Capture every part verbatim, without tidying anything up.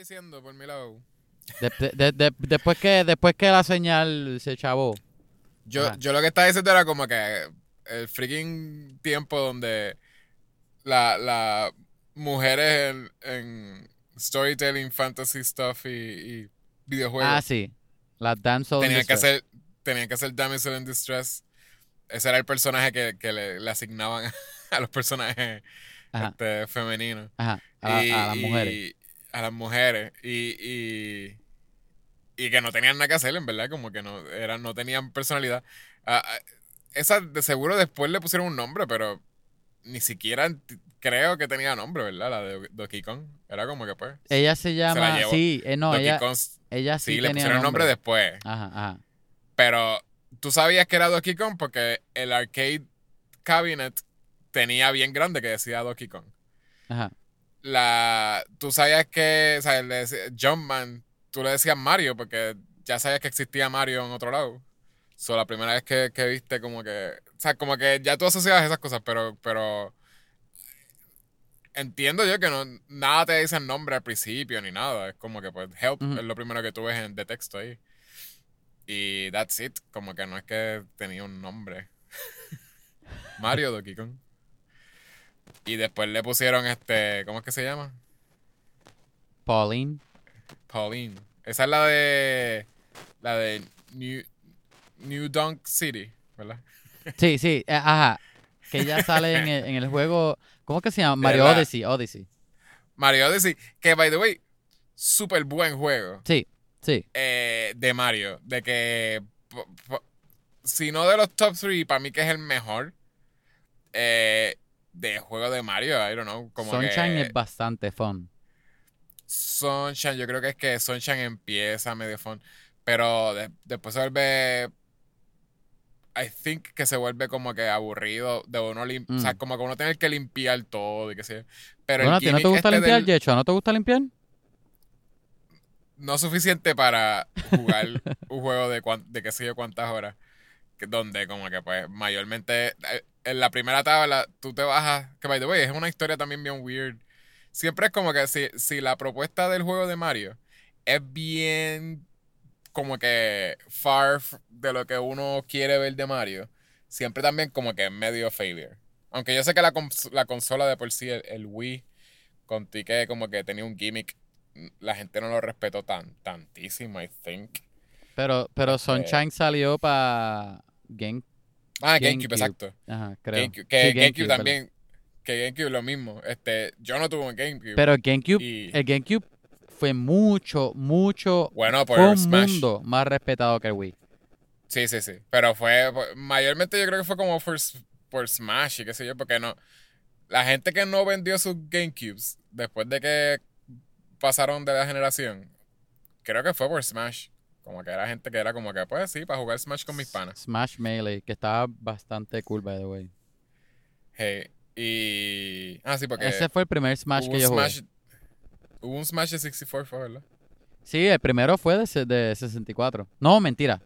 diciendo por mi lado. De- de- de- de- después que después que la señal se chavó. Yo, Ajá. yo lo que estaba diciendo era como que el freaking tiempo donde la, la mujeres en, en storytelling, fantasy stuff y, y Ah, videojuegos sí. La Damsel in tenían que Distress. hacer, tenían que hacer damsel in distress. Ese era el personaje que, que le, le asignaban a los personajes Ajá, este, femeninos. ajá. A, la- a las mujeres. Y, y a las mujeres. Y, y, y que no tenían nada que hacer, en verdad, como que no, eran, no tenían personalidad. Ah, ah, esa de seguro después le pusieron un nombre, pero ni siquiera ent- creo que tenía nombre, ¿verdad? La de Donkey Kong. Era como que pues Ella se se la llama, llevó. sí, eh, no, Donkey ella, Kong, s- ella sí sí, le tenía pusieron nombre nombre. después. Ajá, ajá, Pero tú sabías que era Donkey Kong porque el arcade cabinet tenía bien grande que decía Donkey Kong. ajá. La, tú sabías que, o sea, le decía- Jumpman, tú le decías Mario porque ya sabías que existía Mario en otro lado. So, la primera vez que, que viste como que, o sea, como que ya tú asociabas esas cosas, pero, pero entiendo yo que no, nada te dice el nombre al principio ni nada. Es como que pues help Ujú. es lo primero que tú ves en, de texto ahí. Y that's it, como que no es que tenía un nombre. Mario Donkey Kong. Y después le pusieron este, ¿cómo es que se llama? Pauline. Pauline. Esa es la de. La de New, New Donk City, ¿verdad? Sí, sí, eh, ajá. Que ella sale en el, en el juego, ¿cómo que se llama? Es Mario la Odyssey, Odyssey. Mario Odyssey. Que, by the way, súper buen juego Sí, sí. eh, de Mario. De que. po- po- si no de los top tres, para mí que es el mejor eh, de juego de Mario. I don't know. Como Sunshine es que. bastante fun. Sunshine, yo creo que es que Sunshine empieza medio fun. Pero de- después se vuelve. I think que se vuelve como que aburrido de uno lim- o sea, Mm. como que uno tener que limpiar todo y qué sé yo. Pero el Bueno, ¿a ti no te gimmick gusta este limpiar, del Yecho? ¿No te gusta limpiar? no suficiente para jugar un juego de cuan- de qué sé yo cuántas horas, que- donde como que pues mayormente eh, en la primera tabla tú te bajas, que by the way, es una historia también bien weird. Siempre es como que si, si la propuesta del juego de Mario es bien como que far f- de lo que uno quiere ver de Mario, siempre también como que es medio failure. Aunque yo sé que la, cons- la consola de por sí, el, el Wii, conté que como que tenía un gimmick, la gente no lo respetó tan, tantísimo, I think. Pero, pero Este, Sunshine salió para Game, ah, GameCube, GameCube. exacto. Ajá, creo. GameCube, Sí, que GameCube GameCube, perdón. también, que GameCube lo mismo. Este, yo no tuve un GameCube Pero el GameCube, y el GameCube fue mucho, mucho, bueno, fue por un Smash. mundo más respetado que el Wii. Sí, sí, sí. Pero fue, fue- mayormente yo creo que fue como por, s- por Smash y qué sé yo, porque no, la gente que no vendió sus GameCubes después de que pasaron de la generación, creo que fue por Smash. Como que era gente que era como que, pues sí, para jugar Smash con mis S- panas. Smash Melee, que estaba bastante cool, by the way. Hey, y... Ah, sí, porque Ese fue el primer Smash hubo que un yo jugué. Smash, hubo un Smash de sesenta y cuatro, fue, ¿verdad? Sí, el primero fue de, se- de sesenta y cuatro. No, mentira.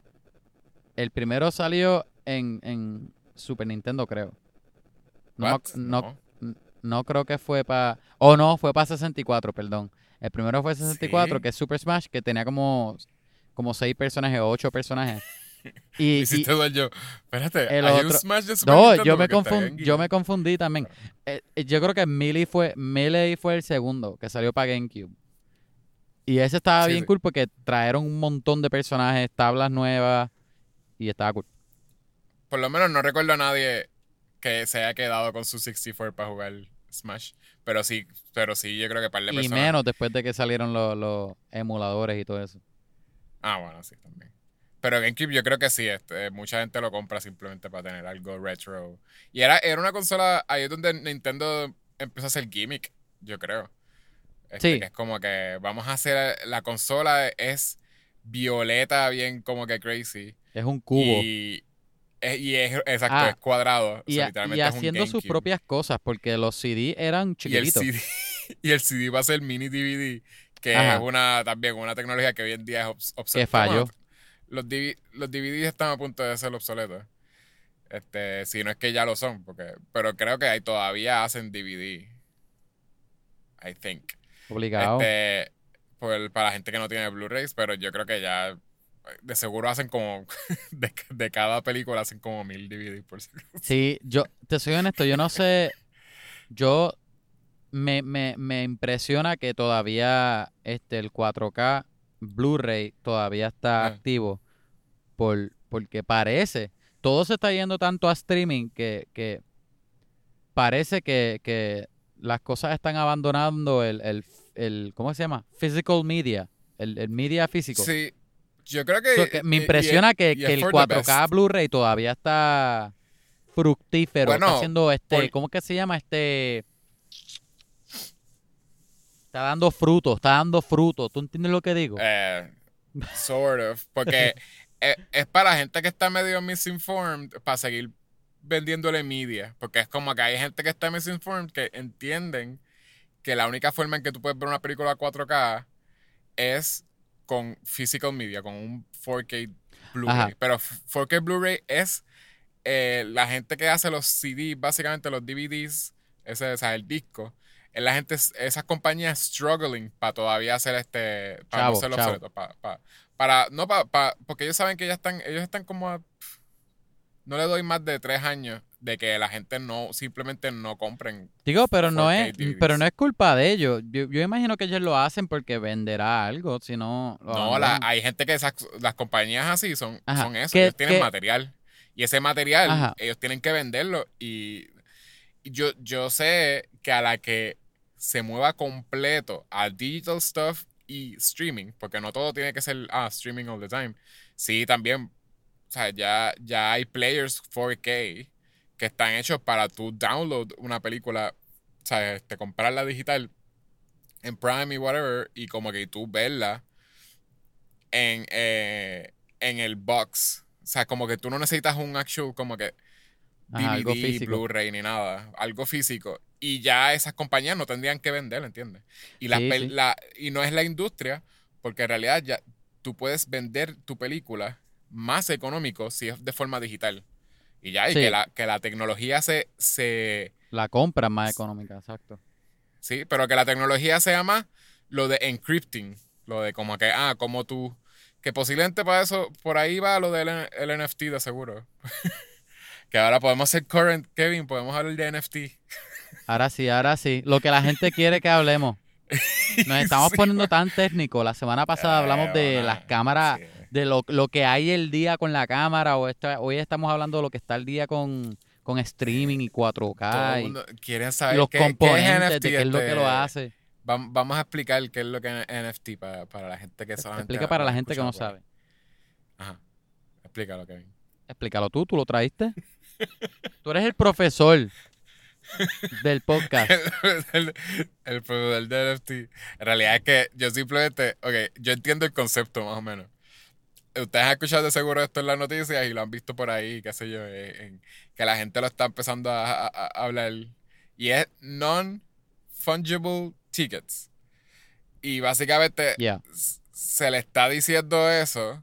El primero salió en, en Super Nintendo, creo. No, me What? ac- no, No. no creo que fue para... Oh, no, fue para sesenta y cuatro, perdón. El primero fue sesenta y cuatro, Sí. que es Super Smash, que tenía como, como seis personajes o ocho personajes. Y, y Hiciste duda yo. Espérate, el hay un otro... Smash de Super No, Nintendo yo me, porque está confun- bien yo me guía. confundí también. Eh, eh, yo creo que Melee fue, Melee fue el segundo, que salió para GameCube. Y ese estaba Sí, bien sí. cool porque trajeron un montón de personajes, tablas nuevas, y estaba cool. Por lo menos no recuerdo a nadie que se haya quedado con su sesenta y cuatro para jugar Smash. Pero sí, pero sí, yo creo que para de Y personas. menos después de que salieron los, los emuladores y todo eso. Ah, bueno, sí, también. Pero GameCube yo creo que sí, este, mucha gente lo compra simplemente para tener algo retro. Y era, era una consola, ahí es donde Nintendo empezó a hacer gimmick, yo creo. Este, que Sí, es como que vamos a hacer, la consola es violeta, bien como que crazy. es un cubo. Y, es- y es, exacto, es Ah, cuadrado. O y, sea, ha- y literalmente es un haciendo sus GameCube. propias cosas, porque los C D eran Y el chiquititos. C D, y el C D va a ser mini D V D, que es Ajá, una también una tecnología que hoy en día es obs- que obsoleta. Bueno, falló. los, D V los D V Ds están a punto de ser obsoletos. Este, si no es que ya lo son, porque, pero creo que ahí todavía hacen D V D. I think. Obligado. Este, por, para la gente que no tiene Blu-rays, pero yo creo que ya de seguro hacen como, de, de cada película hacen como mil D V D por si acaso. Sí, yo, te soy honesto, yo no sé, yo me, me, me impresiona que todavía este, el cuatro K Blu-ray todavía está Ah, activo por, porque parece, todo se está yendo tanto a streaming que, que parece que, que las cosas están abandonando el, el, el, ¿cómo se llama? Physical media, el, el media físico. sí, yo creo So, que que me y, y es, impresiona que, y que es el for the cuatro K best. Blu-ray todavía está fructífero, está Bueno, haciendo este, por, ¿cómo es que se llama? Este, está dando fruto, está dando fruto. ¿Tú entiendes lo que digo? eh, sort of, porque es, es para gente que está medio misinformed para seguir vendiéndole media, porque es como que hay gente que está misinformed que entienden que la única forma en que tú puedes ver una película cuatro K es con physical media, con un cuatro K Ajá, Blu-ray. Pero f- cuatro K Blu-ray es eh, la gente que hace los C Ds, básicamente los D V Ds, ese, o sea, el disco, es la gente, esas compañías struggling para todavía hacer este, para no chavo, ser chavo. obsoletos, para, para, para, no para, para, porque ellos saben que ya están, ellos están como a, no le doy más de tres años de que la gente no, simplemente no compren Digo, pero no es, cuatro K pero no D V Ds. es culpa de ellos. Yo, yo imagino que ellos lo hacen porque venderá algo, si no lo No, la, abandonan. hay gente que esas, las compañías así son, Ajá, son eso, que, ellos tienen que, material y ese material ajá, ellos tienen que venderlo y yo, yo sé que a la que se mueva completo a digital stuff y streaming, porque no todo tiene que ser ah, streaming all the time. Sí, también, o sea, ya, ya hay players cuatro K que están hechos para tú download una película, o sea, este, comprarla digital en Prime y whatever, y como que tú verla en, eh, en el box. O sea, como que tú no necesitas un actual como que ajá, algo D V D, físico. Blu-ray ni nada, algo físico. Y ya esas compañías no tendrían que vender, ¿entiendes? Y, las Sí, pel- sí. la, y no es la industria, porque en realidad ya tú puedes vender tu película más económico si es de forma digital. Y ya, y que Sí, la, que la tecnología se, se, la compra es más económica, exacto. sí, pero que la tecnología sea más lo de encrypting, lo de como que, ah, como tú, que posiblemente para eso, por ahí va lo del N- el N F T de seguro. Que ahora podemos ser current, Kevin, podemos hablar de N F T. Ahora sí, ahora sí. Lo que la gente quiere que hablemos. Nos estamos Sí, poniendo man. tan técnicos. La semana pasada hablamos Ay, de las bueno, cámaras, sí. de lo, lo que hay el día con la cámara. O esta- hoy estamos hablando de lo que está el día con, con streaming y cuatro Todo el K y, mundo quiere y saber los qué, qué es componentes de N F T. qué es lo que lo Este, hace. vam- vamos a explicar qué es lo que es N F T para, para la gente que E- solamente Explica ha- para lo la ha gente que escuchado no por ahí. sabe. Ajá, explícalo, Kevin. Explícalo tú, tú lo traíste. Tú eres el profesor del podcast. el, el, el proveedor de N F T. En realidad es que yo simplemente, ok, yo entiendo el concepto más o menos. Ustedes han escuchado de seguro esto en las noticias y lo han visto por ahí, qué sé yo, eh, en- que la gente lo está empezando a, a- a hablar. Y es non-fungible tickets. Y básicamente Ya. s- se le está diciendo eso,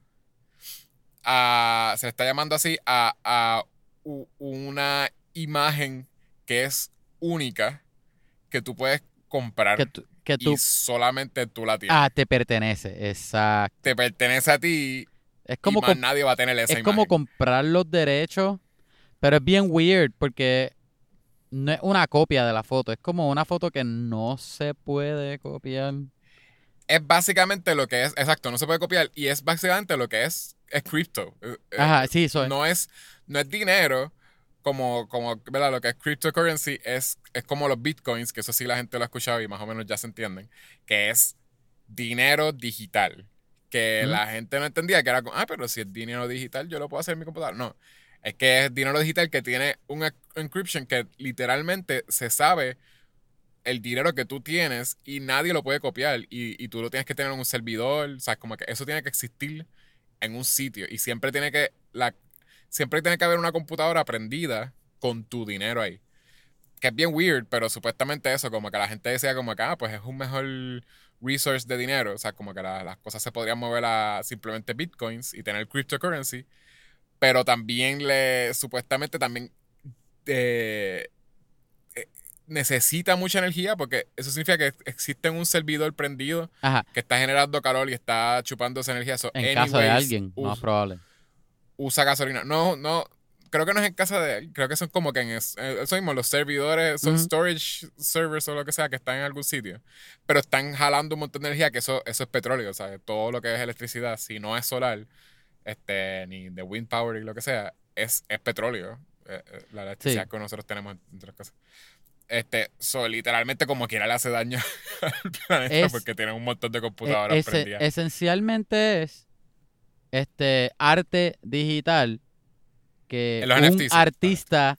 a, se le está llamando así a, a u- una imagen que es única, que tú puedes Que comprar tú, que y tú. solamente tú la Ah, tienes. te pertenece. Te Exacto. pertenece a ti Es y como, más com- nadie va a tener esa es como imagen. comprar los derechos. Pero es bien weird porque no es una copia de la foto, es como una foto que no se puede copiar. Es básicamente lo que es, exacto, no se puede copiar y es básicamente lo que es, es cripto. Eh, eh, Ajá, sí, eso es. no es, no es dinero como, como, ¿verdad? Lo que es cryptocurrency es, es como los bitcoins, que eso sí la gente lo ha escuchado y más o menos ya se entienden, que es dinero digital. Que ¿Mm? la gente no entendía que era como, ah, pero si es dinero digital, yo lo puedo hacer en mi computadora. No, es que es dinero digital que tiene un encryption que literalmente se sabe el dinero que tú tienes y nadie lo puede copiar y, y tú lo tienes que tener en un servidor, o sea, como que eso tiene que existir en un sitio y siempre tiene que la siempre tiene que haber una computadora prendida con tu dinero ahí. Que es bien weird, pero supuestamente eso, como que la gente decía como que, ah, pues es un mejor resource de dinero, o sea, como que la- las cosas se podrían mover a simplemente bitcoins y tener cryptocurrency, pero también le, supuestamente también eh, necesita mucha energía porque eso significa que existe un servidor prendido Ajá. que está generando calor y está chupando esa energía. So, En casa de anyways, alguien, no us- más probable. usa gasolina. No, no, creo que no es en casa de él. Creo que son como que en es- eh, eso mismo, los servidores, son Ujú. storage servers o lo que sea que están en algún sitio. Pero están jalando un montón de energía que eso, eso es petróleo, ¿sabes? Todo lo que es electricidad, si no es solar, este, ni de wind power y lo que sea, es, es petróleo. eh, eh, la electricidad Sí. que nosotros tenemos entre las cosas. Este, so, literalmente como quiera le hace daño al planeta Es, porque tienen un montón de e- computadoras ese- prendidas. esencialmente es este arte digital que En los un N F Ts, sí. artista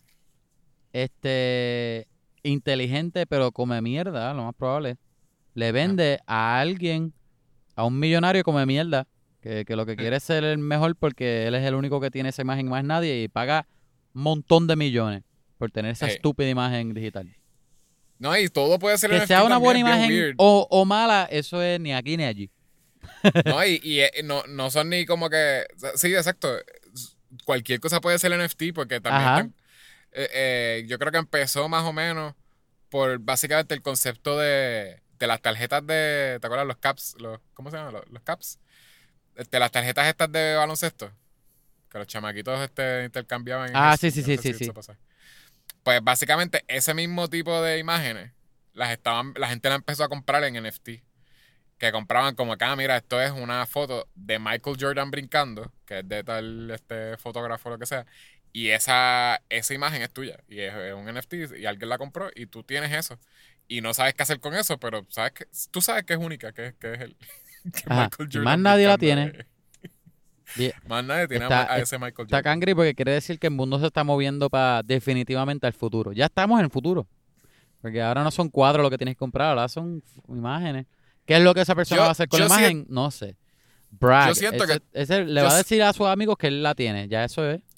este inteligente pero come mierda, lo más probable, le vende a alguien, a un millonario come mierda, que, que lo que quiere es ser el mejor porque él es el único que tiene esa imagen y más nadie y paga un montón de millones por tener esa Hey. estúpida imagen digital. No, y todo puede ser Que N F T sea una buena también, bien imagen weird. o, o mala, eso es ni aquí ni allí. No, y, y, eh, no, no son ni como que. Sí, exacto. Cualquier cosa puede ser N F T porque también Ajá. están. eh, eh, yo creo que empezó más o menos por básicamente el concepto de, de las tarjetas de. ¿Te acuerdas? Los caps. Los, ¿Cómo se llaman? Los, los caps. De las tarjetas estas de baloncesto. Que los chamaquitos este, intercambiaban en Ah, high sí, school. sí, Yo no sí, sé sí, si sí. eso pasa. Pues básicamente ese mismo tipo de imágenes las estaban, la gente la empezó a comprar en N F T. Que compraban como acá, ah, mira, esto es una foto de Michael Jordan brincando, que es de tal este fotógrafo o lo que sea, y esa, esa imagen es tuya, y es, es un N F T, y alguien la compró, y tú tienes eso, y no sabes qué hacer con eso, pero sabes que, tú sabes que es única, que, que es el que Ajá. Michael Y Jordan más nadie la brincando tiene. es- Y más nadie tiene está, a, a es- ese Michael está Jordan. cangri porque quiere decir que el mundo se está moviendo para definitivamente al futuro. Ya estamos en el futuro. Porque ahora no son cuadros lo que tienes que comprar, ahora son f- imágenes. ¿Qué es lo que esa persona Yo, va a hacer con la yo, sien- imagen? No sé. Brag. yo siento Ese, que ese le yo, va a s- decir a sus amigos que él la tiene. Ya eso es.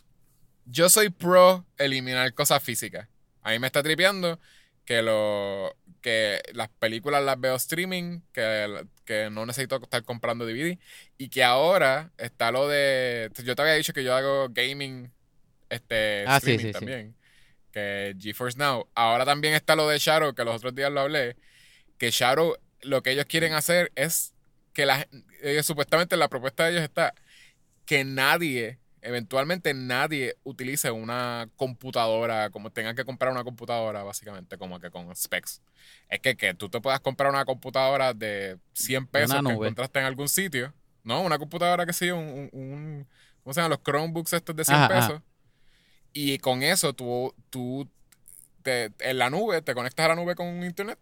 yo soy pro eliminar cosas físicas. A mí me está tripeando que lo que las películas las veo streaming, que, que no necesito estar comprando D V D y que ahora está lo de yo te había dicho que yo hago gaming este Ah, sí, streaming sí, sí. también, que GeForce Now. Ahora también está lo de Shadow, que los otros días lo hablé, que Shadow lo que ellos quieren hacer es que la ellos, supuestamente la propuesta de ellos está que nadie, eventualmente nadie utilice una computadora, como tengan que comprar una computadora, básicamente, como que con specs. Es que, que tú te puedas comprar una computadora de cien De una pesos que nube. encontraste en algún sitio, ¿no? Una computadora que sí, un, un, un- ¿cómo se llaman? Los Chromebooks estos de cien Ajá, ajá. pesos. Y con eso tú, tú te, en la nube, te conectas a la nube con un internet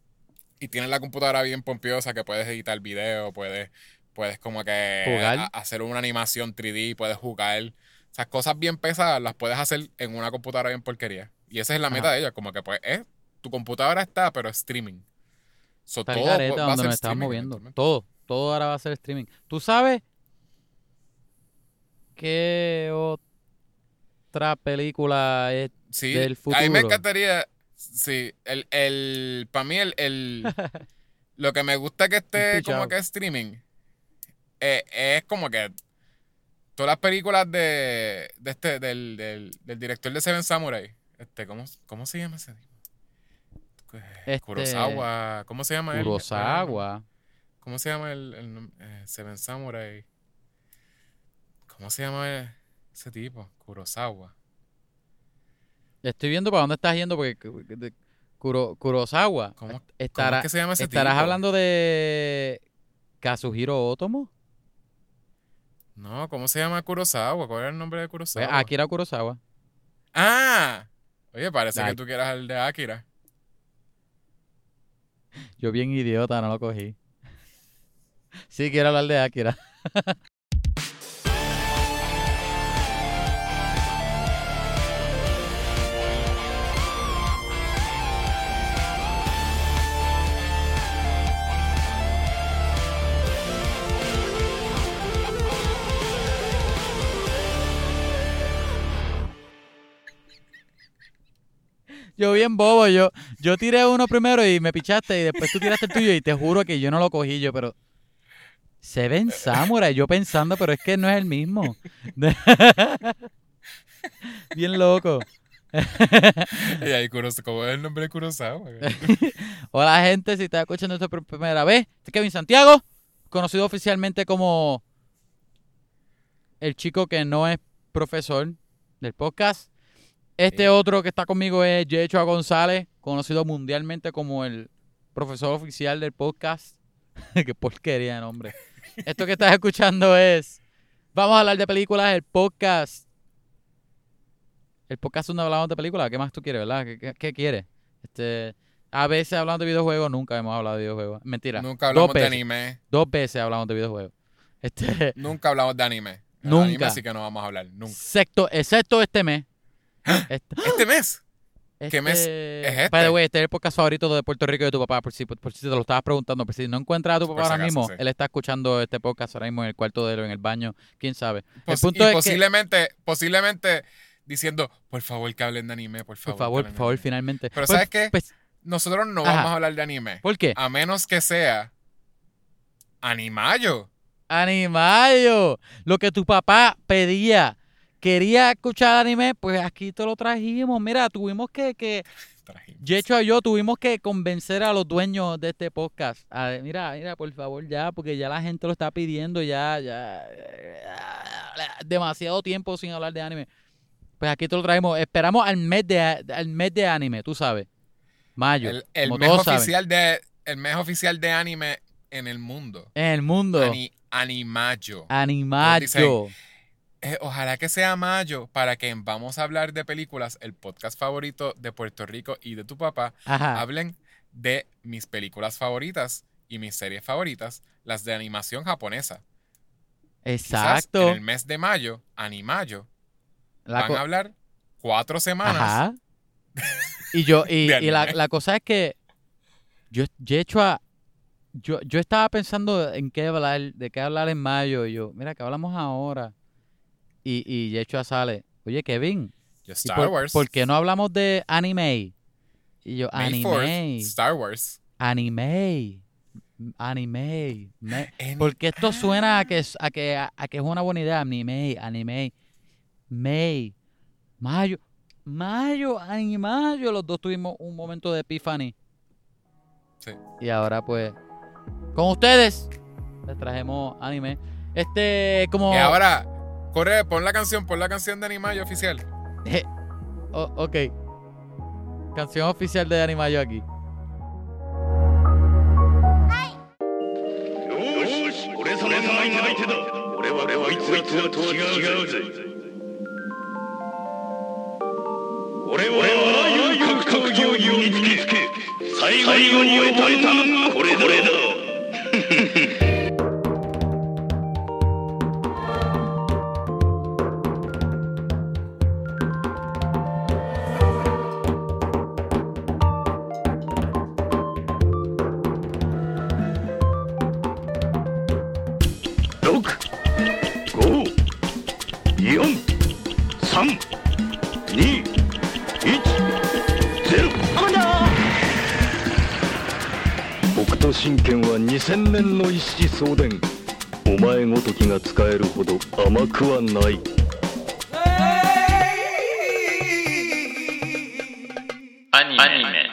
y tienes la computadora bien pompiosa que puedes editar video, puedes, puedes como que Jugar. a- hacer una animación tres D, puedes jugar. O sea, cosas bien pesadas las puedes hacer en una computadora bien porquería. Y esa es la Ajá. meta de ellos, como que pues es, tu computadora está, pero streaming. So, Está el todo garete va a donde ser nos estamos streaming moviendo. eventualmente. Todo. Todo ahora va a ser streaming. ¿Tú sabes qué otra película es Sí, del a mí me futuro? encantaría, sí, el, el, para mí el, el, lo que me gusta que esté como Pichao. que streaming eh, es como que todas las películas de, de este, del, del, del director de Seven Samurai, este, ¿cómo, cómo se llama ese tipo? Este. Kurosawa, ¿cómo se llama él? Kurosawa. ¿Cómo se llama el, el nom- eh, Seven Samurai? ¿Cómo se llama ese tipo? Kurosawa. Estoy viendo para dónde estás yendo porque Ku- de- Kuro- Kurosawa. ¿Cómo, cómo Estará, es que se llama ese ¿Estarás tipo? hablando de Kazuhiro Otomo? No, ¿cómo se llama Kurosawa? ¿Cuál es el nombre de Pues Kurosawa? Akira Kurosawa. ¡Ah! Oye, parece Ay, que tú quieras el de Akira. yo bien idiota, no lo cogí. Sí, quiero hablar de Akira. Yo bien bobo, yo, yo tiré uno primero y me pichaste y después tú tiraste el tuyo y te juro que yo no lo cogí yo, pero Seven Samurai, yo pensando, pero es que no es el mismo. Bien loco. Y ahí Kurosawa, ¿cómo es el nombre de Kurosawa? Hola gente, si estás escuchando esto por primera vez, este es Kevin Santiago, conocido oficialmente como el chico que no es profesor del podcast. Este Sí. otro que está conmigo es Yechua González, conocido mundialmente como el profesor oficial del podcast. Qué porquería de nombre. Esto que estás escuchando es... Vamos a hablar de películas, el podcast. El podcast donde hablamos de películas. ¿Qué más tú quieres, verdad? ¿Qué, qué, qué quieres? Este, a veces hablamos de videojuegos, nunca hemos hablado de videojuegos. Mentira. Nunca hablamos dos de veces. anime. Dos veces hablamos de videojuegos. Este, Nunca hablamos de anime. De Nunca. anime sí que no vamos a hablar. Nunca. excepto, excepto este mes. Este, ¿Este mes? este, ¿Qué mes es este? By the way, este es el podcast favorito de Puerto Rico y de tu papá, por si, por, por si te lo estabas preguntando. Por si no encuentras a tu Por papá si ahora acaso, mismo, sí. él está escuchando este podcast ahora mismo en el cuarto de él o en el baño, quién sabe. El Pos- punto y es que, posiblemente, posiblemente diciendo, por favor que hablen de anime, por por favor. favor, que por hablen de favor, anime". finalmente. Pero Pues- ¿sabes qué? pues, Nosotros no Ajá. vamos a hablar de anime. ¿por qué? A menos que sea Animayo. Animayo, lo que tu papá pedía. Quería escuchar anime, pues aquí te lo trajimos. Mira, tuvimos que, que Trajimos. Yecho y yo tuvimos que convencer a los dueños de este podcast. A ver, mira, mira, por favor, ya, porque ya la gente lo está pidiendo, ya, ya, ya, demasiado tiempo sin hablar de anime. Pues aquí te lo traemos. Esperamos al mes de, al mes de anime, tú sabes. Mayo, El, el como mes todos saben. oficial de, el mes oficial de anime en el mundo. En el mundo, Ani- Animayo. Animayo. Eh, ojalá que sea mayo para que en Vamos a hablar de películas, el podcast favorito de Puerto Rico y de tu papá, Ajá, hablen de mis películas favoritas y mis series favoritas, las de animación japonesa. Quizás exacto. en el mes de mayo, Animayo, La van co- a hablar cuatro semanas. Ajá. Y yo, y, de y la, anime. la cosa es que yo, Yechua, yo, yo estaba pensando en qué hablar, de qué hablar en mayo, y yo, mira, ¿qué hablamos ahora? Y, y Yechua sale, oye, Kevin, Yo, ¿y Star por, Wars. por qué no hablamos de anime? Y yo, May fourth, anime, Star Wars. anime, anime. me- En- porque esto suena a que, es- a, que, a, que es una buena idea, anime, anime, May, mayo, mayo, animayo, los dos tuvimos un momento de epiphany. Sí. Y ahora pues, con ustedes, les trajimos anime. Este, como... Y ahora, corre, pon la canción, pon la canción de Animayo oficial. Eh, o- ok. Canción oficial de Animayo aquí. よーし俺様の相手だ俺はこいつらとは違うぜ俺はあらゆる格闘技を身につけ最後に覚えたのがこれだ ろく、ご、よん、さん、に、いち、ゼロ。北斗神拳はにせんねんの一子相伝。お前ごときが使えるほど甘くはない。 Anime.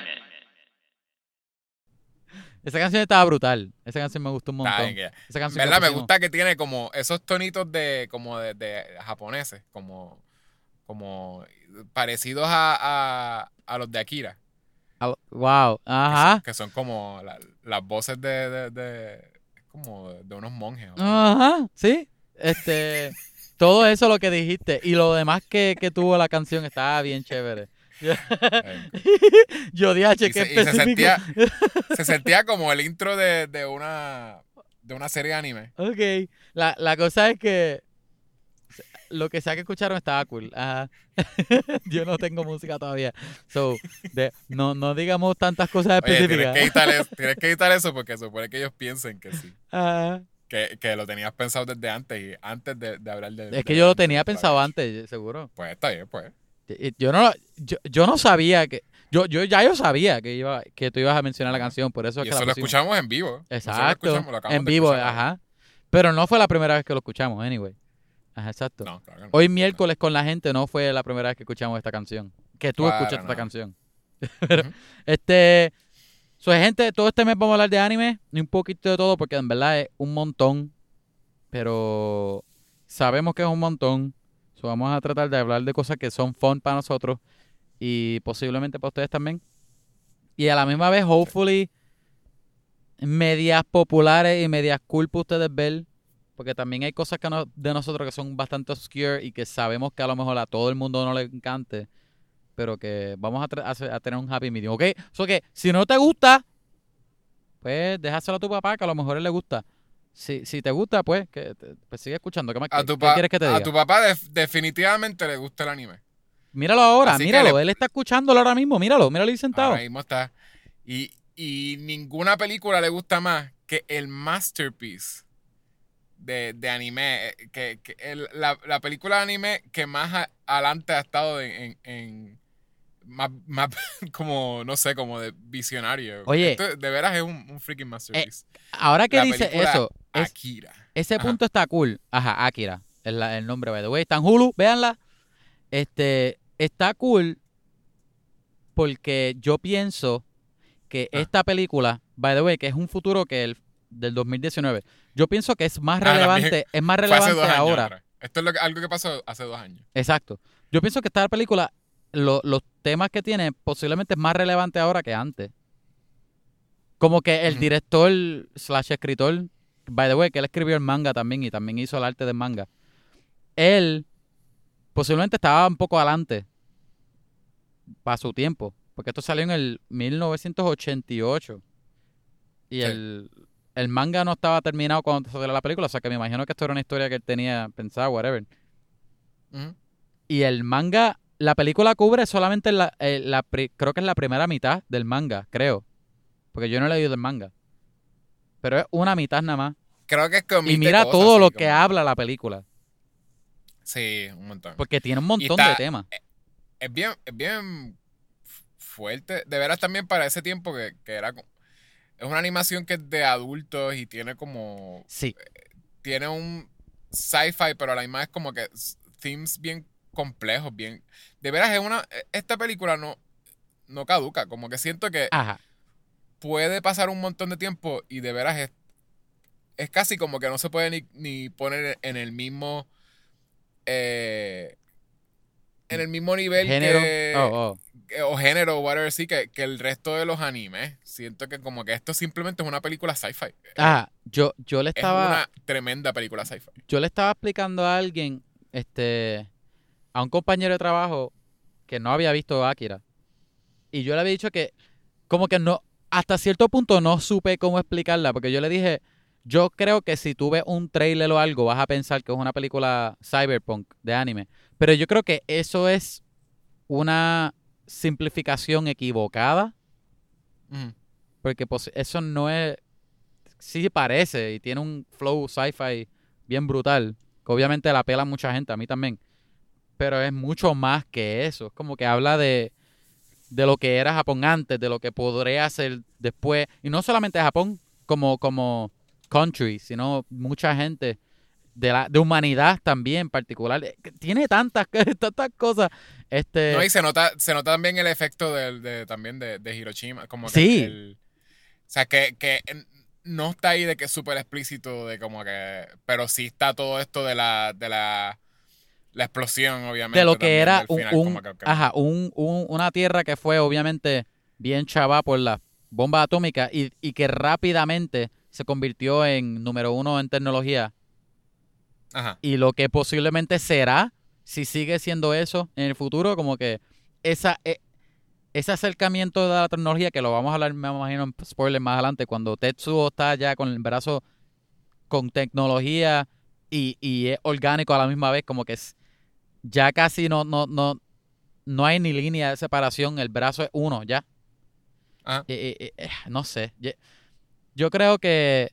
Esa canción estaba brutal. Esa canción me gustó un Está montón. bien que- Esa canción que ¿Verdad? Me pusimos. gusta que tiene como esos tonitos de como de, de japoneses, como, como parecidos a, a, a los de Akira. Ah, wow. Que Ajá. son, que son como la- las voces de, de, de- es como de unos monjes. ¿no? Ajá. Sí. Este. Todo eso lo que dijiste. Y lo demás que, que tuvo la canción estaba bien chévere. Eh, Yo D H, y que se, y se específico. sentía, se sentía como el intro de, de una de una serie de anime. Ok. La, la cosa es que lo que sea que escucharon estaba cool. Ajá. Yo no tengo música todavía. So, de- no, no digamos tantas cosas Oye, tienes específicas. que, editar eso, tienes que editar eso porque supone que ellos piensen que sí. Ajá. Que, que lo tenías pensado desde antes y antes de, de hablar de... Es que de- yo lo de- tenía de- pensado antes, seguro. Pues está bien, pues. Y- y Yo no, yo, yo no sabía que... Yo, yo ya yo sabía que iba que tú ibas a mencionar la canción, por eso es Y que eso la lo pusimos. escuchamos en vivo. Nosotros lo Exacto. escuchamos, lo acabamos En de vivo, escuchar. ajá. Pero no fue la primera vez que lo escuchamos, anyway. Ajá, exacto. No, claro que no. Hoy miércoles con la gente no fue la primera vez que escuchamos esta canción. que tú Para escuchaste esta nada. canción. Pero, Ujú. este, so, gente, todo este mes vamos a hablar de anime, y un poquito de todo, porque en verdad es un montón, pero sabemos que es un montón. So, vamos a tratar de hablar de cosas que son fun para nosotros y posiblemente para ustedes también. Y a la misma vez, hopefully, medias populares y medias cool para ustedes ver. Porque también hay cosas que no- de nosotros que son bastante obscure y que sabemos que a lo mejor a todo el mundo no le encante. Pero que vamos a, tra- a hacer- a tener un happy medium. ¿Ok? So que si no te gusta, pues déjaselo a tu papá que a lo mejor a él le gusta. Si, si te gusta, pues, que, te- pues sigue escuchando. ¿Qué, más- A qué- tu, qué pa- quieres que te a diga? tu papá def- definitivamente le gusta el anime. Míralo ahora, Así que míralo. le- Él está escuchándolo ahora mismo. Míralo, míralo ahí sentado. Ahora mismo está. Y, y ninguna película le gusta más que el masterpiece de, de anime. eh, Que, que el- la, la película de anime que más a- adelante ha estado en, en- en más, más como, no sé, como de visionario. Oye. Esto de veras es un, un freaking masterpiece. Ahora que La dice película eso, es, Akira. ese Ajá. punto está cool. Ajá, Akira. Es la- el nombre, by the way. Está en Hulu, véanla. Este, está cool porque yo pienso que Ah. esta película, by the way, que es un futuro que el del dos mil diecinueve, yo pienso que es más Ah, relevante, también. es más Fue hace relevante dos años ahora. atrás. Esto es lo que- algo que pasó hace dos años. Exacto. Yo pienso que esta película, lo- los temas que tiene, posiblemente es más relevante ahora que antes. Como que el Ujú. director slash escritor, by the way, que él escribió el manga también y también hizo el arte del manga. Él posiblemente estaba un poco adelante para su tiempo. Porque esto salió en el mil novecientos ochenta y ocho. Y Sí. el, el manga no estaba terminado cuando salió la película. O sea que me imagino que esto era una historia que él tenía pensada, whatever. Ujú. Y el manga, la película cubre solamente la, eh, la pri- creo que es la primera mitad del manga, creo. Porque yo no he leído el manga. Pero es una mitad nada más. Creo que es que Y omite mira cosas todo así lo que como- habla la película. Sí, un montón. Porque tiene un montón está- de temas. Es bien, es bien fuerte. De veras también para ese tiempo que, que era como- es una animación que es de adultos y tiene como Sí. tiene un sci-fi, pero a la misma es como que s- themes bien complejos, bien. De veras es una esta película no no caduca, como que siento que Ajá. puede pasar un montón de tiempo y de veras es, es casi como que no se puede ni, ni poner en el mismo eh, en el mismo nivel Género. que Oh, oh. que- o género o whatever sí que, que el resto de los animes. Siento que como que esto simplemente es una película sci-fi. Ajá. Yo, yo le Es estaba. una tremenda película sci-fi. Yo le estaba explicando a alguien, este, a un compañero de trabajo que no había visto Akira. Y yo le había dicho que, como que no, hasta cierto punto no supe cómo explicarla, porque yo le dije, yo creo que si tú ves un trailer o algo, vas a pensar que es una película cyberpunk de anime. Pero yo creo que eso es una simplificación equivocada, Ujú. porque pues, eso no es, sí parece y tiene un flow sci-fi bien brutal, que obviamente la pela a mucha gente, a mí también, pero es mucho más que eso, es como que habla de, de lo que era Japón antes, de lo que podría ser después, y no solamente Japón como, como country, sino mucha gente de la de humanidad también en particular. Eh, que Tiene tantas, tantas cosas. Este, No, y se nota, se nota también el efecto del- de, también de, de Hiroshima. Como que Sí. el- el- o sea, que, que no está ahí de que es súper explícito, de como que. Pero sí está todo esto de la. de la. La explosión, obviamente. de lo que también era del un, final, un- como que- que- ajá, un, un- una tierra que fue obviamente bien chava por las bombas atómicas y, y que rápidamente se convirtió en número uno en tecnología. Ajá. Y lo que posiblemente será, si sigue siendo eso en el futuro, como que esa, e- ese acercamiento de la tecnología, que lo vamos a hablar, me imagino, en spoilers más adelante, cuando Tetsuo está ya con el brazo con tecnología y, y es orgánico a la misma vez, como que es, ya casi no, no, no, no hay ni línea de separación, el brazo es uno, ya. Ajá. Eh, eh, eh, no sé. Yo, yo creo que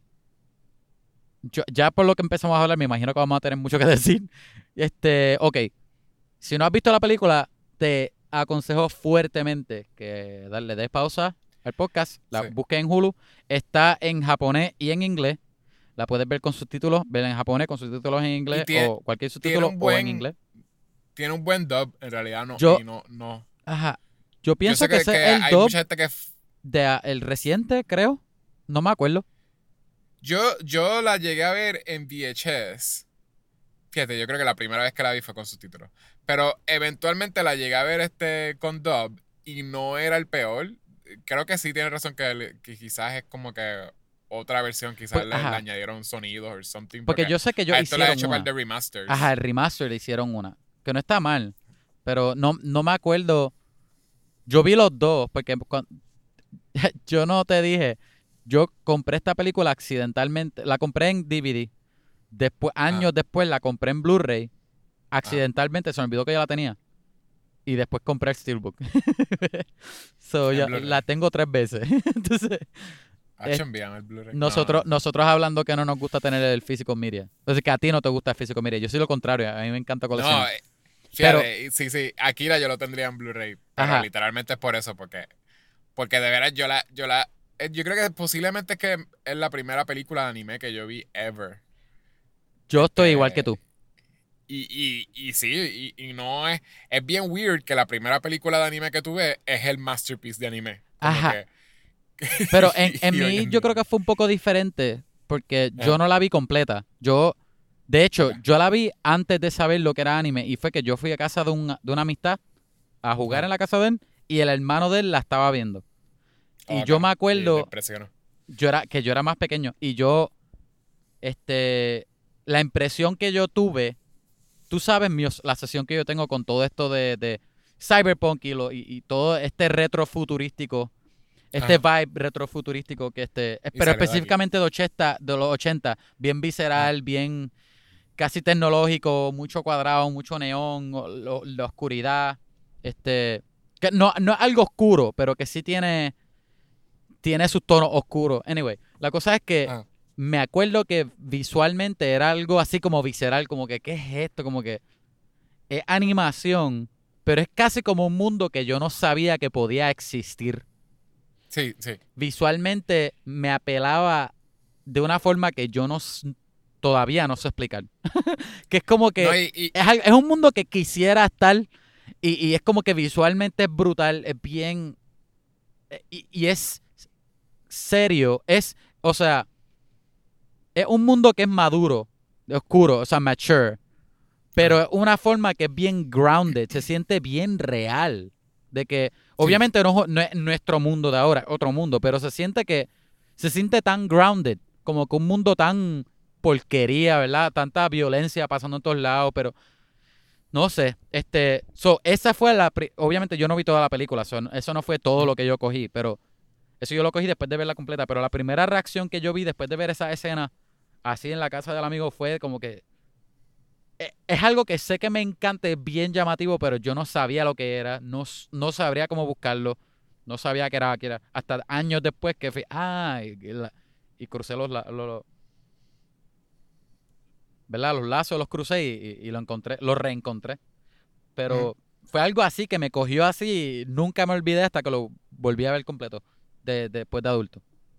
yo- ya por lo que empezamos a hablar, me imagino que vamos a tener mucho que decir. Este, ok. Si no has visto la película, te aconsejo fuertemente que darle des pausa al podcast, la Sí. busques en Hulu. Está en japonés y en inglés. La puedes ver con subtítulos, verla en japonés con subtítulos en inglés tiene- o cualquier subtítulo un o en buen- inglés. Tiene un buen dub, en realidad. No, Yo- y no, no, Ajá. Yo Yo pienso sé que, que, ese que es el hay dub mucha gente que... f- de ah, el reciente, creo. No me acuerdo. Yo, yo la llegué a ver en V H S. Fíjate, yo creo que la primera vez que la vi fue con subtítulos. Pero eventualmente la llegué a ver este con dub y no era el peor. Creo que sí tiene razón que, le- que quizás es como que otra versión, quizás Pues, le, le ajá. añadieron sonidos o something. Porque Porque yo sé que ellos a esto le ha hicieron hecho par una. de remasters. Ajá, el remaster le hicieron una. Que no está mal. Pero no, no me acuerdo. Yo vi los dos. Porque cuan- yo no te dije. Yo compré esta película accidentalmente. La compré en D V D. Después, Ah, años después la compré en Blu-ray. ah, Accidentalmente se me olvidó que ya la tenía. Y después compré el Steelbook. So, en ya, la Blu-ray. tengo tres veces. Entonces, es- Hacho, envíame el Blu-ray. No, nosotros, no. nosotros hablando que no nos gusta tener el físico media. Entonces, que a ti no te gusta el físico media. Yo soy lo contrario. A mí me encanta No, coleccionar. eh, Pero, fíjate, sí, sí, Akira yo lo tendría en Blu-ray, pero ajá, literalmente es por eso, porque, porque de veras yo la, yo la, eh, yo creo que posiblemente es que es la primera película de anime que yo vi ever. yo estoy igual que Este, tú. y, y, y sí, y, y no es, es bien weird que la primera película de anime que tuve es el masterpiece de anime. Como Ajá. que, Pero en, en y hoy mí en yo día. creo que fue un poco diferente porque yo Ajá, no la vi completa. Yo, de hecho, ok, yo la vi antes de saber lo que era anime y fue que yo fui a casa de, un, de una amistad a jugar ajá, en la casa de él y el hermano de él la estaba viendo. Y ok, yo me y te acuerdo impresionó. yo era, que yo era más pequeño y yo, este, la impresión que yo tuve, tú sabes mi os- la sesión que yo tengo con todo esto de, de Cyberpunk y, lo, y, y todo este retrofuturístico, este Ajá, vibe retrofuturístico que este, y pero salió de aquí. específicamente de ochenta, de los ochenta, bien Ajá, visceral, bien casi tecnológico, mucho cuadrado, mucho neón, o- lo- la oscuridad, este, que no, no es algo oscuro, pero que sí tiene tiene sus tonos oscuros. Anyway, la cosa es que ajá, me acuerdo que visualmente era algo así como visceral, como que, ¿qué es esto? Como que es animación, pero es casi como un mundo que yo no sabía que podía existir. sí, sí. Visualmente me apelaba de una forma que yo no s- todavía no sé explicar. Que es como No, que y, y, es, al- es un mundo que quisiera estar y, y es como que visualmente es brutal, es bien eh, y, y es serio, es, o sea, es un mundo que es maduro, oscuro, o sea, mature, pero ajá, es una forma que es bien grounded, se siente bien real. De que, sí, obviamente no, no es nuestro mundo de ahora, otro mundo, pero se siente que se siente tan grounded, como que un mundo tan porquería, ¿verdad? Tanta violencia pasando en todos lados, pero no sé, este, so, esa fue la, pri- obviamente yo no vi toda la película, so, eso no fue todo ajá, lo que yo cogí, pero eso yo lo cogí después de verla completa, pero la primera reacción que yo vi después de ver esa escena así en la casa del amigo fue como que eh, es algo que sé que me encanta, es bien llamativo, pero yo no sabía lo que era, no, s- no sabría cómo buscarlo, no sabía que era, que era hasta años después que fui, ah, y, y la- y crucé los, la- lo- lo- ¿verdad? Los lazos los crucé y, y- y lo encontré, lo reencontré, ujú, pero fue algo así que me cogió así y nunca me olvidé hasta que lo volví a ver completo de, después de adulto.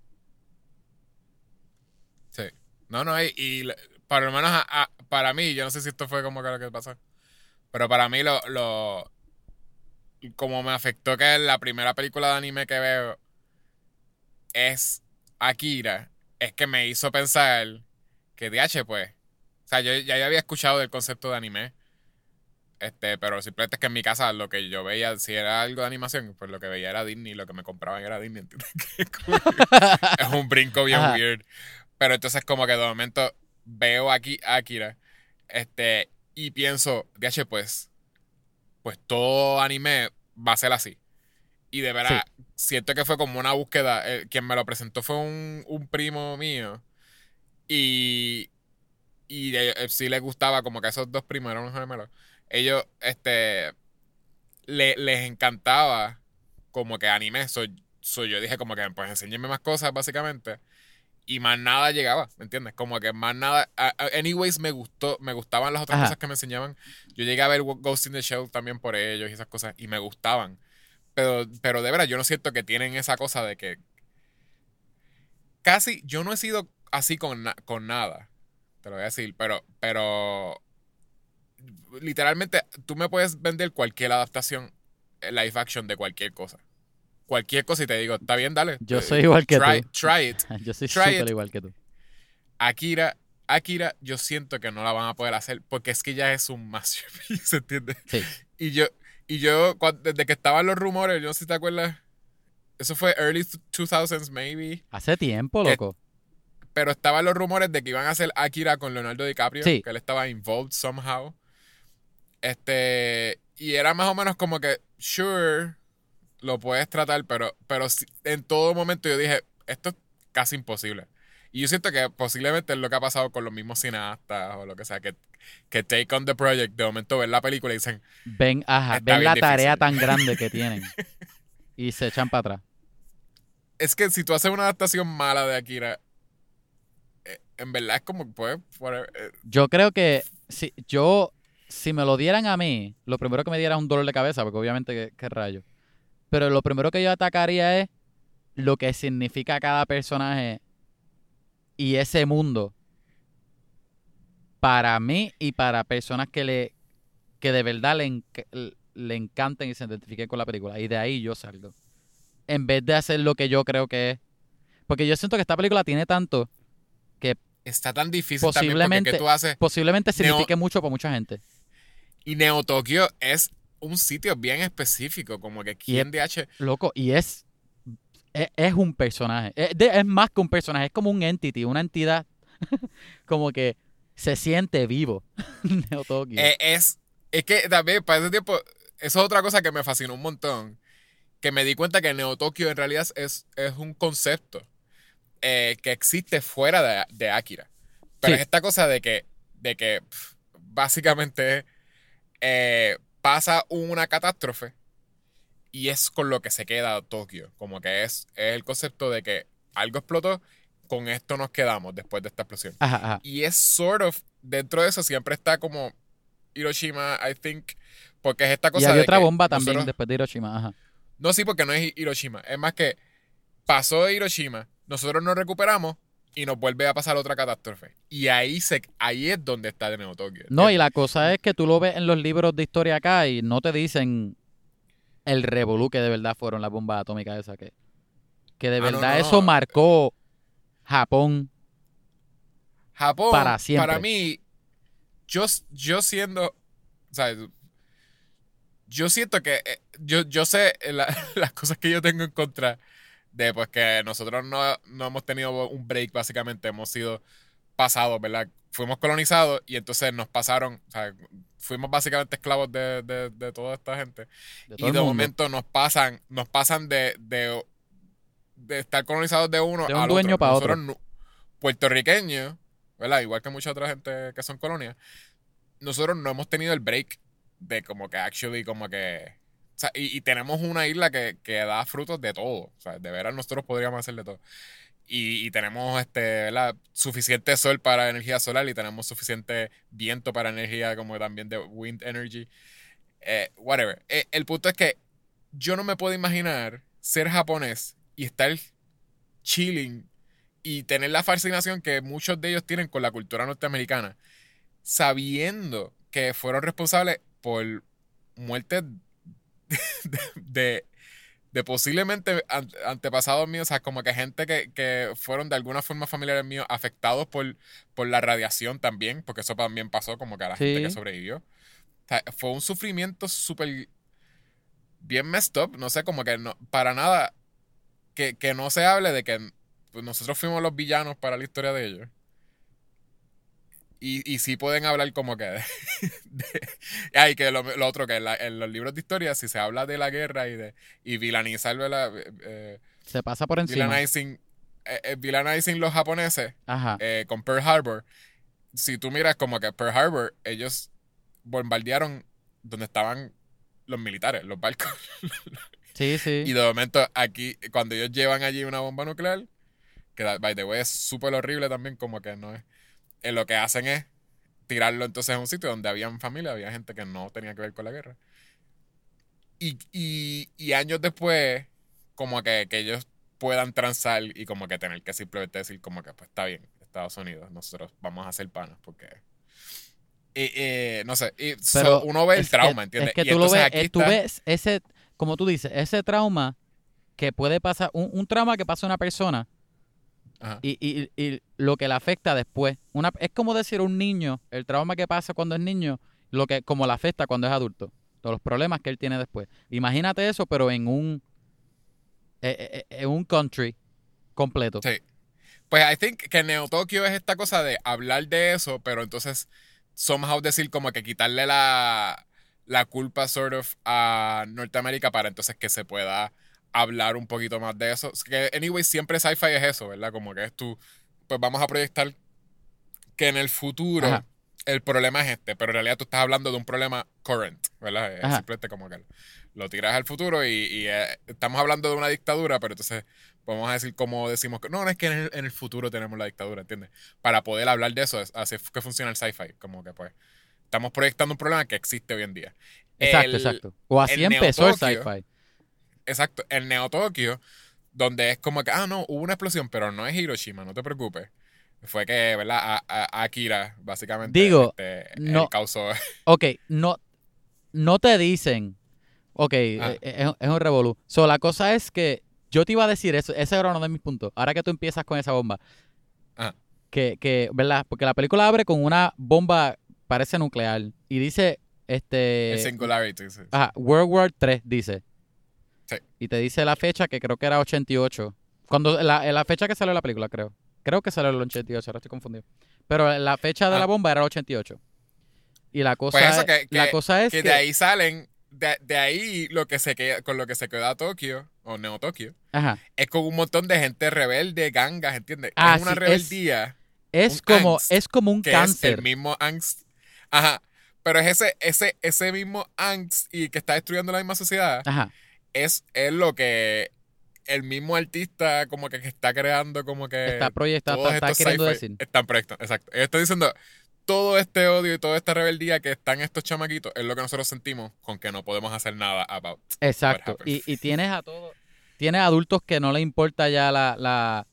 sí. No, no, y, y la- para lo menos a- a- para mí, yo no sé si esto fue como que lo que pasó, pero para mí lo, lo, como me afectó que la primera película de anime que veo es Akira, es que me hizo pensar que D H pues, o sea, yo ya yo había escuchado del concepto de anime, este, pero simplemente es que en mi casa lo que yo veía, si era algo de animación, pues lo que veía era Disney, lo que me compraban era Disney, ¿entiendes? Que es como que es un brinco bien Ajá. weird. Pero entonces como que de momento veo aquí a Akira, este, y pienso, D H pues, pues todo anime va a ser así. Y de Sí, verdad, siento que fue como una búsqueda. Eh, quien me lo presentó fue un, un primo mío. Y, y de- eh, sí le gustaba, como que esos dos primos eran unos gemelos. Ellos, este, le- les encantaba como que anime. So, so yo dije como que, pues enséñenme más cosas, básicamente. Y más nada llegaba, ¿me entiendes? Como que más nada. a- a- anyways, me gustó, me gustaban las otras ajá. cosas que me enseñaban. Yo llegué a ver Ghost in the Shell también por ellos y esas cosas, y me gustaban. Pero, pero de verdad, yo no siento que tienen esa cosa de que casi yo no he sido así con, na- con nada. Te lo voy a decir, pero, pero literalmente tú me puedes vender cualquier adaptación live action de cualquier cosa. Cualquier cosa y te digo, está bien, dale. Yo eh, soy igual que try, tú. Try it. Yo soy Try súper it. igual que tú. Akira, Akira, yo siento que no la van a poder hacer porque es que ya es un masterpiece, ¿entiendes? Sí. Y yo, y yo cuando, desde que estaban los rumores, yo no sé si te acuerdas, eso fue early two thousands maybe, Hace tiempo, Que- loco. pero estaban los rumores de que iban a hacer Akira con Leonardo DiCaprio, Sí. que él estaba involved somehow. Este, y era más o menos como que, sure, lo puedes tratar, pero, pero sí, en todo momento yo dije, esto es casi imposible. Y yo siento que posiblemente es lo que ha pasado con los mismos cineastas o lo que sea, que, que take on the project, de momento ven la película y dicen, Ven, ajá, Está ven la bien tarea difícil. tan grande que tienen. Y se echan para atrás. es que si tú haces una adaptación mala de Akira, eh, en verdad es como, pues, whatever, eh, Yo creo que si yo, si me lo dieran a mí, lo primero que me diera es un dolor de cabeza, porque obviamente qué, qué rayo. Pero lo primero que yo atacaría es lo que significa cada personaje y ese mundo para mí y para personas que le que de verdad le, enc- le encanten y se identifiquen con la película. Y de ahí yo salgo. En vez de hacer lo que yo creo que es. Porque yo siento que esta película tiene tanto que está tan difícil también porque posiblemente, ¿qué tú haces? posiblemente Neo- signifique mucho para mucha gente. Y Neo Tokio es un sitio bien específico, como que quién de H... Loco, y es, es, es un personaje. Es, de- es más que un personaje, es como un entity, una entidad. Como que se siente vivo. Neo Tokio. Eh, es, es que también para ese tiempo, eso es otra cosa que me fascinó un montón. Que me di cuenta que Neo Tokio en realidad es, es un concepto eh, que existe fuera de, de Akira. Pero Sí. es esta cosa de que, de que pf, básicamente eh, pasa una catástrofe y es con lo que se queda Tokio. Como que es, es el concepto de que algo explotó, con esto nos quedamos después de esta explosión. Ajá, ajá. Y es sort of, dentro de eso siempre está como Hiroshima, I think, porque es esta Y cosa había de otra que bomba también nosotros- después de Hiroshima. Ajá. No, sí, porque no es Hiroshima. Es más que pasó Hiroshima, nosotros nos recuperamos y nos vuelve a pasar otra catástrofe. Y ahí se ahí es donde está de Neo Tokio. No, y la cosa es que tú lo ves en los libros de historia acá y no te dicen el revolú que de verdad fueron las bombas atómicas esas que, que de Ah, no, verdad no, eso no. marcó Japón. Japón, para siempre. para mí, yo, yo siendo, o sea, yo siento que, eh, yo, yo sé la- las cosas que yo tengo en contra de, pues, que nosotros no, no hemos tenido un break, básicamente, hemos sido pasados, ¿verdad? Fuimos colonizados y entonces nos pasaron, o sea, fuimos básicamente esclavos de, de, de toda esta gente. De todo Y el de mundo. momento nos pasan, nos pasan de, de, de estar colonizados de uno De un al dueño otro. pa' Nosotros otro. no- puertorriqueños, ¿verdad? Igual que mucha otra gente que son colonias, nosotros no hemos tenido el break de como que actually como que... O sea, y, y tenemos una isla que, que da frutos de todo. O sea, de veras nosotros podríamos hacer de todo. Y, y tenemos este, ¿verdad? Suficiente sol para energía solar y tenemos suficiente viento para energía como también de wind energy. Eh, whatever. Eh, el punto es que yo no me puedo imaginar ser japonés y estar chilling y tener la fascinación que muchos de ellos tienen con la cultura norteamericana, sabiendo que fueron responsables por muertes de, de, de posiblemente an- antepasados míos, o sea, como que gente que, que fueron de alguna forma familiares míos afectados por, por la radiación también, porque eso también pasó como que a la gente que Sí. sobrevivió. O sea, fue un sufrimiento súper bien messed up, no sé, como que no, para nada que, que no se hable de que pues, nosotros fuimos los villanos para la historia de ellos. Y, y sí pueden hablar como que de... de- ay, que lo, lo otro, que en, la- en los libros de historia, si se habla de la guerra y de y vilanizar, ¿verdad? Eh, eh, Se pasa por encima. villainizing, eh, eh, villainizing los japoneses Ajá. eh, con Pearl Harbor. Si tú miras como que Pearl Harbor, ellos bombardearon donde estaban los militares, los barcos. Sí, sí. Y de momento aquí, cuando ellos llevan allí una bomba nuclear, que by the way es súper horrible también, como que no es... eh, lo que hacen es tirarlo entonces a un sitio donde había familia, había gente que no tenía que ver con la guerra. Y, y, y años después, como que, que ellos puedan transar y como que tener que simplemente decir como que pues está bien, Estados Unidos, nosotros vamos a hacer panas porque... Y, y, no sé, y so, Pero uno ve el es que- trauma, ¿entiendes? Es que Y tú lo entonces ves, aquí eh, tú está- ves ese, como tú dices, ese trauma que puede pasar, un, un trauma que pasa a una persona Ajá. y, y, y lo que le afecta después. Una, es como decir un niño, el trauma que pasa cuando es niño, lo que como le afecta cuando es adulto. Todos los problemas que él tiene después. Imagínate eso, pero en un, eh, eh, eh, en un country completo. Sí. Pues I think que Neo Tokyo es esta cosa de hablar de eso, pero entonces somehow decir como que quitarle la, la culpa sort of a Norteamérica para entonces que se pueda hablar un poquito más de eso. Que anyway, siempre sci-fi es eso, ¿verdad? Como que es tú, pues vamos a proyectar que en el futuro Ajá. el problema es este, pero en realidad tú estás hablando de un problema current, ¿verdad? Es Ajá. simplemente como que lo tiras al futuro y, y, eh, estamos hablando de una dictadura, pero entonces vamos a decir como decimos que no, no es que en el, en el futuro tenemos la dictadura, ¿entiendes? Para poder hablar de eso, es- así es que funciona el sci-fi, como que pues estamos proyectando un problema que existe hoy en día. Exacto, El- exacto. O así el empezó el Neo-Tokio, sci-fi. exacto, el Neo Tokio, donde es como que, ah, no, hubo una explosión, pero no es Hiroshima, no te preocupes. Fue que, ¿verdad? A, a- Akira, básicamente, Digo, este, no, él causó. ok, no, no te dicen, ok, Ah, eh, eh, es, es un revolú. So, la cosa es que yo te iba a decir eso, ese era uno de mis puntos. Ahora que tú empiezas con esa bomba, ah, que, que, ¿verdad? Porque la película abre con una bomba, parece nuclear, y dice, el este, Singularity, sí, sí. ajá, World War tres, dice. Sí. Y te dice la fecha que creo que era ochenta y ocho. Cuando, la, la fecha que salió la película, creo. Creo que salió el ochenta y ocho, ahora estoy confundido. Pero la fecha de la Ah, bomba era el ochenta y ocho. Y la pues cosa eso, es, que, la que, cosa es que de que, ahí salen, de, de ahí lo que se queda, con lo que se queda Tokio, o Neo Tokio, ajá. es con un montón de gente rebelde, gangas, ¿entiendes? Ah, Es una sí, es, rebeldía, es un como, angst, es como un que es el cáncer. mismo angst. Ajá. Pero es ese, ese, ese mismo angst y que está destruyendo la misma sociedad. Ajá. Es, es lo que el mismo artista como que, que está creando como Está que proyectado, está, todos está estos queriendo sci-fi decir. están proyectados. Exacto. Ellos están diciendo todo este odio y toda esta rebeldía que están estos chamaquitos es lo que nosotros sentimos con que no podemos hacer nada about what Exacto. happened. Y, y tienes a todos, tienes adultos que no le importa ya la, la,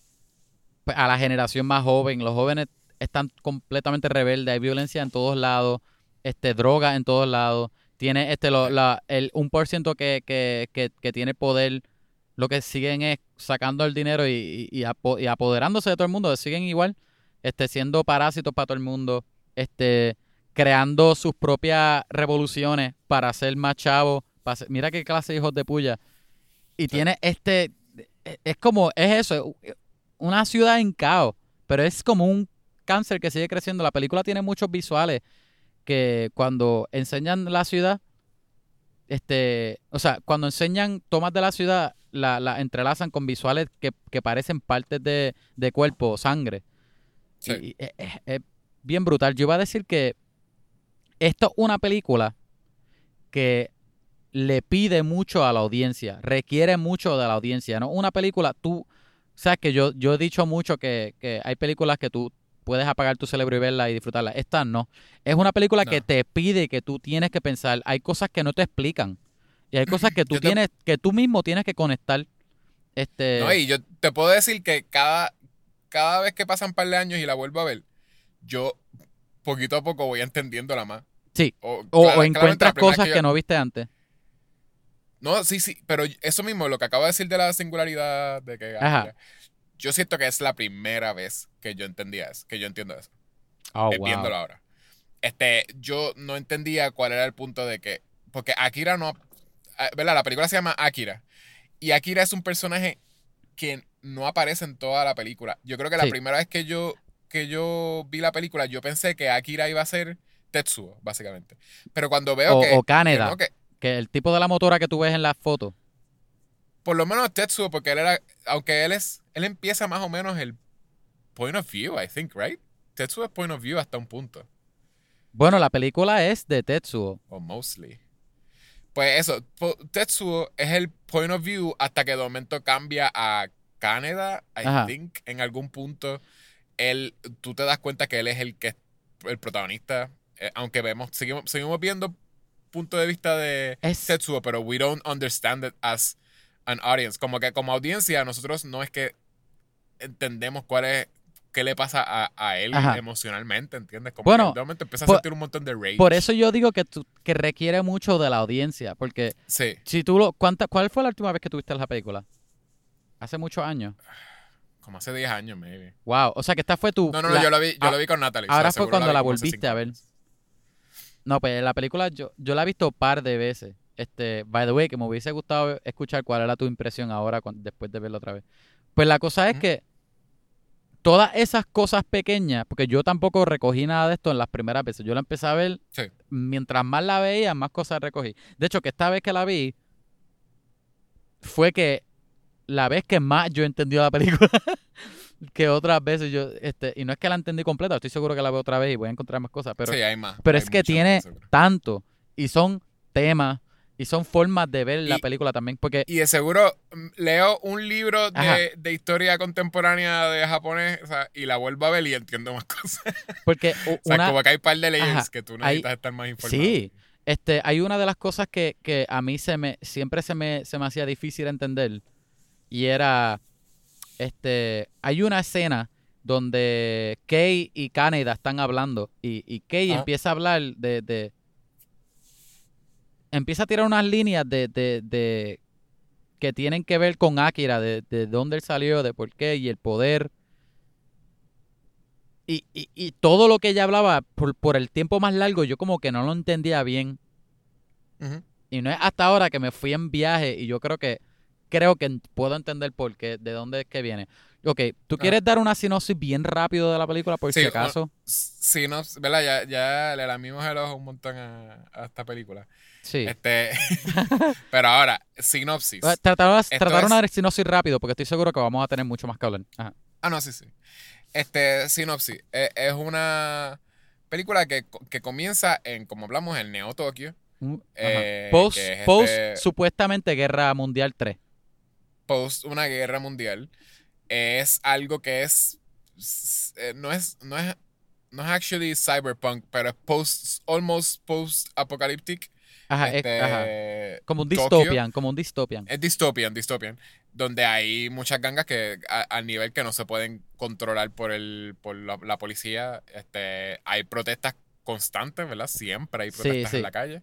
pues, a la generación más joven. Los jóvenes están completamente rebeldes, hay violencia en todos lados, este, droga en todos lados. Tiene este lo, Sí. la, el un por ciento que, que, que, que tiene poder, lo que siguen es sacando el dinero y, y, y apo- y apoderándose de todo el mundo, siguen igual, este, siendo parásitos para todo el mundo, este, creando sus propias revoluciones para ser más chavos. Para ser- mira qué clase de hijos de puya. Y Sí. tiene este, e- es como, es eso, una ciudad en caos, pero es como un cáncer que sigue creciendo. La película tiene muchos visuales que cuando enseñan la ciudad, este, o sea, cuando enseñan tomas de la ciudad, la, la entrelazan con visuales que, que parecen partes de, de cuerpo, sangre. Sí. Y, y es, es- es bien brutal. Yo iba a decir que esto es una película que le pide mucho a la audiencia, requiere mucho de la audiencia, ¿no? Una película, tú, sabes que yo, yo he dicho mucho que, que hay películas que tú puedes apagar tu cerebro y verla y disfrutarla. Esta no. Es una película que No. te pide que tú tienes que pensar. Hay cosas que no te explican. Y hay cosas que tú Yo te- tienes, que tú mismo tienes que conectar. No, Este, y yo te puedo decir que cada, cada vez que pasan un par de años y la vuelvo a ver, yo poquito a poco voy entendiéndola más. sí. O, O, clara- o claramente encuentras la primera vez cosas que que yo- no viste antes. No, sí, sí, pero eso mismo, lo que acabo de decir de la singularidad de que Ajá. Akira, yo siento que es la primera vez que yo entendía eso, que yo entiendo eso, Oh, eh, wow. viéndolo ahora. Este, yo no entendía cuál era el punto de que, porque Akira no, ah, ¿verdad? La película se llama Akira, y Akira es un personaje que no aparece en toda la película. Yo creo que la Sí. primera vez que yo, que yo vi la película, yo pensé que Akira iba a ser Tetsuo, básicamente. Pero cuando veo O, que, o que Caneda, no, que que el tipo de la motora que tú ves en la foto. por lo menos Tetsuo, porque él era, aunque él es, él empieza más o menos el point of view, I think, right? Tetsuo es point of view hasta un punto, Bueno, la película es de Tetsuo. o mostly. Pues eso, po- Tetsuo es el point of view hasta que de momento cambia a Canada, I Ajá. think, en algún punto. Él, tú te das cuenta que él es el que es el protagonista, eh, aunque vemos, seguimos, seguimos viendo punto de vista de Es- Tetsuo, pero we don't understand it as an audience. Como que como audiencia, nosotros no es que entendemos cuál es qué le pasa a, a él Ajá. emocionalmente, ¿entiendes? Como Bueno, que de momento empieza a por- sentir un montón de rage. Por eso yo digo que, tú- que requiere mucho de la audiencia, porque Sí, si tú lo... ¿cuánta, ¿Cuál fue la última vez que tuviste la película? Hace muchos años. como hace diez años, maybe. Wow, o sea que esta fue tu... No, no, no, la- yo lo vi, yo ah, lo vi con Natalie. ahora so, fue seguro cuando vi la como hace volviste cinco a ver. años. No, pues la película yo, yo la he visto un par de veces. Este, by the way, que me hubiese gustado escuchar cuál era tu impresión ahora cuan- después de verla otra vez. Pues la cosa es Ujú. que todas esas cosas pequeñas, porque yo tampoco recogí nada de esto en las primeras veces. Yo la empecé a ver, Sí. mientras más la veía, más cosas recogí. De hecho, que esta vez que la vi, fue que la vez que más yo entendí la película que otras veces yo, este, y no es que la entendí completa, estoy seguro que la veo otra vez y voy a encontrar más cosas, pero sí, hay más. pero hay es que mucho más, tiene seguro. tanto y son temas y son formas de ver la Y- película también, porque Y de seguro mm, leo un libro Ajá. de, de historia contemporánea de japonés, o sea, y la vuelvo a ver y entiendo más cosas. porque u- O sea, una como que hay un par de layers Ajá, que tú hay- necesitas estar más informado. sí, este hay una de las cosas que, que a mí se me siempre se me se me hacía difícil entender y era este hay una escena donde Kei y Kaneda están hablando y, y Kei Ajá. empieza a hablar de, de empieza a tirar unas líneas de, de, de que tienen que ver con Akira, de, de dónde él salió, de por qué y el poder. Y, y, y todo lo que ella hablaba por, por el tiempo más largo, yo como que no lo entendía bien. Ujú. Y no es hasta ahora que me fui en viaje y yo creo que creo que puedo entender por qué, de dónde es que viene. Ok, ¿tú Ajá. quieres dar una sinopsis bien rápido de la película por Sí, si o- acaso? Sí, no, ¿verdad? Ya, ya le lamimos el ojo un montón a, a esta película. Sí. Este, pero ahora, sinopsis. Eh, Tratar, Esto tratar es- una sinopsis rápido porque estoy seguro que vamos a tener mucho más que hablar. Ajá. Ah, no, sí, sí. Este, sinopsis. eh, Es una película que, que comienza en, como hablamos, en Neo Tokio. Mm, ajá. Eh, Post, que es post este- supuestamente Guerra Mundial tres. Post una guerra mundial. Es algo que es. s- eh, No es. No es. No es actually cyberpunk, pero es post. Almost post-apocalyptic. Ajá, es- Este, ajá. Como un Tokio. dystopian, como un dystopian. Es dystopian, dystopian. Donde hay muchas gangas que a- al nivel que no se pueden controlar por el por la, la policía. Este, hay protestas constantes, ¿verdad? Siempre hay Sí, protestas sí. en la calle.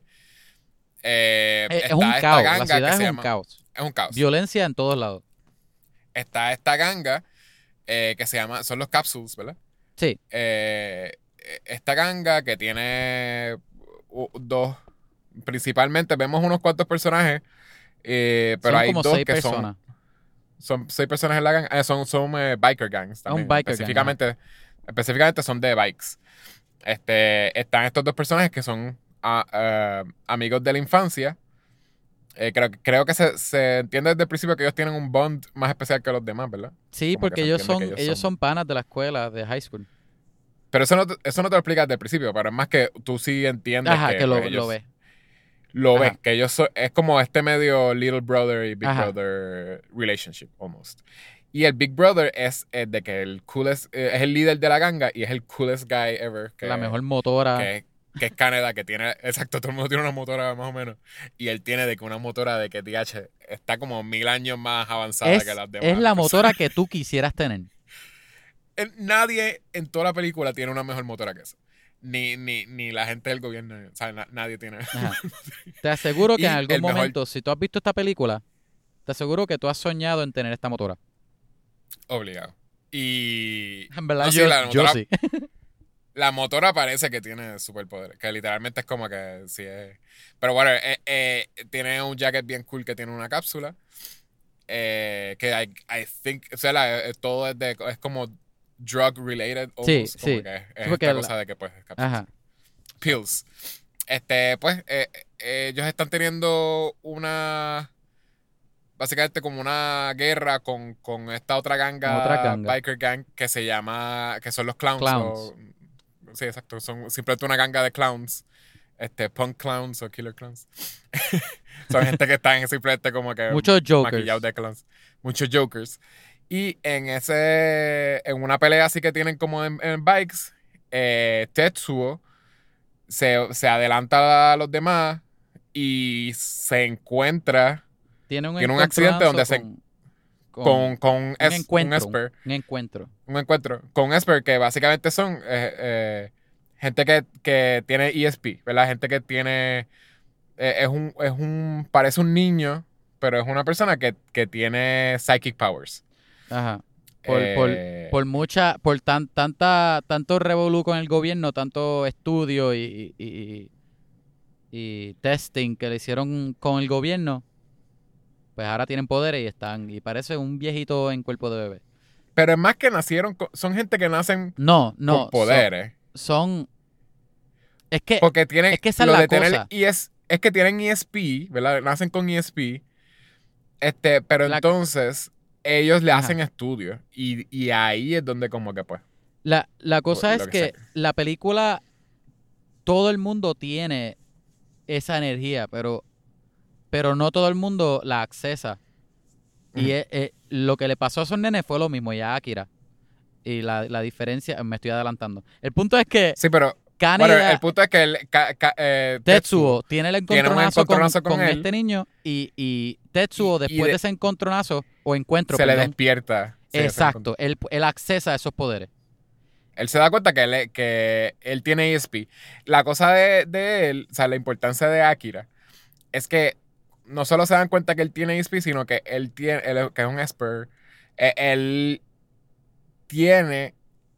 Eh, Es, es está un esta caos, la ganga ciudad que es se un llama- caos. Es un caos. Violencia en todos lados. Está esta ganga eh, que se llama. Son los capsules, ¿verdad? Sí, Eh, esta ganga que tiene uh, dos. Principalmente vemos unos cuantos personajes. eh, pero son hay como dos seis que personas. son. Son seis personas en la gang. eh, son son eh, biker gangs también. un biker gang, específicamente, específicamente son de bikes. Este, están estos dos personajes que son ah, eh, amigos de la infancia. Eh, creo, creo que se, se entiende desde el principio que ellos tienen un bond más especial que los demás, ¿verdad? Sí, Como que porque se ellos entiende son, que ellos son panas de la escuela, de high school. Pero eso no, te- eso no te lo explicas desde el principio, pero es más que tú sí entiendes Ajá, que, que lo, pues, ellos lo ves. lo Ajá. ves, que ellos son, es como este medio little brother y big Ajá. brother relationship, almost. Y el big brother es, eh, de que el coolest, eh, es el líder de la ganga y es el coolest guy ever. Que, La mejor motora. que, que es Canadá, que tiene, exacto, todo el mundo tiene una motora más o menos. Y él tiene de que una motora de que T H está como mil años más avanzada es, que las demás. es la personas. motora que tú quisieras tener. En- Nadie en toda la película tiene una mejor motora que esa. Ni, ni, ni la gente del gobierno, o sea, na- nadie tiene. Ajá. Te aseguro que Y en algún el mejor- momento, si tú has visto esta película, te aseguro que tú has soñado en tener esta motora. Obligado. Y. En verdad, No, sí, yo, la yo motora- sí. La motora parece que tiene superpoderes, que literalmente es como que sí es. Pero bueno, eh, eh, tiene un jacket bien cool que tiene una cápsula. Eh, que I, I think, o sea, la- eh, todo es, de, es como drug related. Sí, Almost, como sí. que es Sí, porque esta la- cosa de que pues es cápsula. Ajá. Pills. Este, pues, eh, eh, ellos están teniendo una. Básicamente como una guerra con, con esta otra ganga, Con otra ganga. biker gang, que se llama, que son los clowns. Clowns. o- sí, exacto, son simplemente una ganga de clowns, este, punk clowns o killer clowns. Son gente que están simplemente como que Muchos jokers. maquillados de clowns. Muchos jokers. Y en ese, en una pelea así que tienen como en, en bikes, eh, Tetsuo se, se adelanta a los demás y se encuentra Tiene un, Tiene un accidente donde se- con- con, con un, es, encuentro, un Esper. un encuentro. Un encuentro con un Esper que básicamente son eh, eh, gente que, que tiene E S P, ¿verdad? Gente que tiene... eh, es un, es un... Parece un niño, pero es una persona que, que tiene psychic powers. Ajá. Por, Eh, por, por mucha, por tan, tanta, tanto revolú con el gobierno, tanto estudio y, y, y, y testing que le hicieron con el gobierno, pues ahora tienen poderes y están, y parece un viejito en cuerpo de bebé. pero es más que nacieron... con- son gente que nacen No, no, con poderes. son, son es que, Porque tienen... es que esa es lo la de tener cosa. E S, es que tienen E S P, ¿verdad? Nacen con E S P. Este, pero La- entonces ellos le Ajá. hacen estudios. Y, y ahí es donde como que pues... La, la cosa lo es que que sea. la película, todo el mundo tiene esa energía, pero, pero no todo el mundo la accesa. Y Ujú. es- es- lo que le pasó a esos nenes fue lo mismo, ya a Akira. Y la, la diferencia, me estoy adelantando. El punto es que Sí, pero... Bueno, Kaneda, el punto es que el, ka- ka- eh, Tetsuo tiene el tiene un encontronazo, encontronazo con, con con él. este niño y, y Tetsuo, Y- y después de- de ese encontronazo, o encuentro, se le perdón, despierta. Sí, ese exacto, él, él accesa a esos poderes. Él se da cuenta que él, que él tiene E S P. La cosa de, de él, o sea, la importancia de Akira, es que no solo se dan cuenta que él tiene E S P, sino que él tiene, él- que es un Esper, eh, él tiene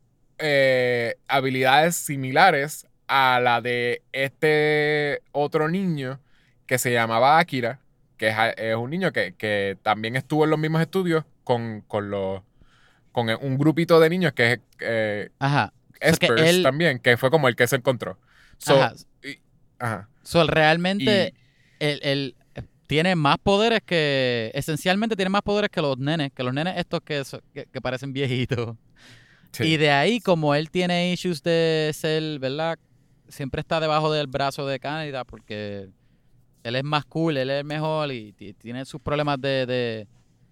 eh, habilidades similares a la de este otro niño que se llamaba Akira, que es, es un niño que, que también estuvo en los mismos estudios con, con los con un grupito de niños que es eh, Ajá. O sea, que Espers él, también, que fue como el que se encontró. So, ajá. y- ajá. So, él realmente, Y- él, él tiene más poderes que, esencialmente tiene más poderes que los nenes, que los nenes estos que, so- que, que parecen viejitos. Sí. Y de ahí, como él tiene issues de ser, ¿verdad? Siempre está debajo del brazo de Canada porque él es más cool, él es el mejor y t- tiene sus problemas de... de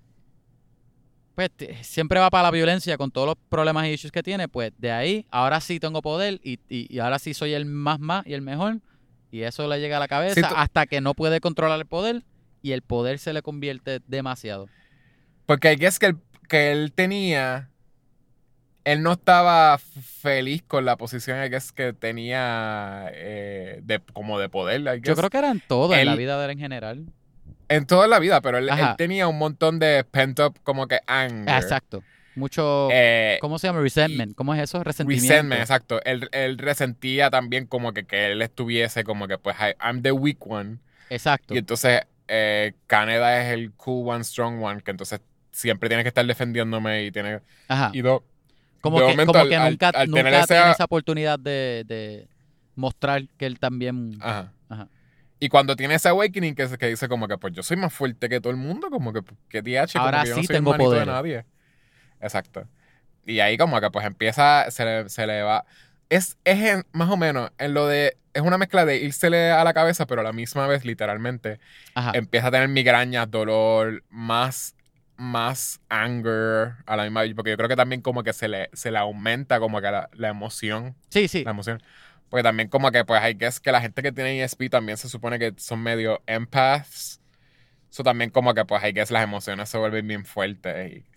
pues t- siempre va para la violencia con todos los problemas y issues que tiene. Pues de ahí, ahora sí tengo poder y, y, y ahora sí soy el más más y el mejor. Y eso le llega a la cabeza Sí, tú- hasta que no puede controlar el poder y el poder se le convierte demasiado. Porque hay que es que él, que él tenía. Él no estaba f- feliz con la posición I guess, que tenía eh, de, como de poder. I Yo guess, creo que eran todos en la él- vida de él en general. en toda la vida, pero él, él Ajá. tenía un montón de pent up como que anger. Exacto. Mucho... Eh, ¿Cómo se llama? Resentment. ¿Cómo es eso? Resentimiento. resentment, exacto. Él, él resentía también como que, que él estuviese como que pues I- I'm the weak one. Exacto. Y entonces eh, Caneda es el cool one, strong one, que entonces siempre tiene que estar defendiéndome y tiene... Ajá. Y do- Como de que, momento, como al- que al- nunca, al nunca tener ese- tiene esa oportunidad de, de mostrar que él también... Ajá. Ajá. Y cuando tiene ese awakening que, que dice como que pues yo soy más fuerte que todo el mundo, como que que D H, como Ahora que yo no sí soy tengo hermanito de poderes. nadie. Exacto. Y ahí como que pues empieza, se le, se le va... Es, es en- más o menos en lo de... Es una mezcla de írsele a la cabeza, pero a la misma vez, literalmente, Ajá. empieza a tener migrañas, dolor, más, más anger a la misma vez. Porque yo creo que también como que se le, se le aumenta como que la, la emoción. Sí, sí. La emoción. Porque también como que pues hay que es que la gente que tiene E S P también se supone que son medio empaths. Eso también como que pues hay que las emociones se vuelven bien fuertes. Y,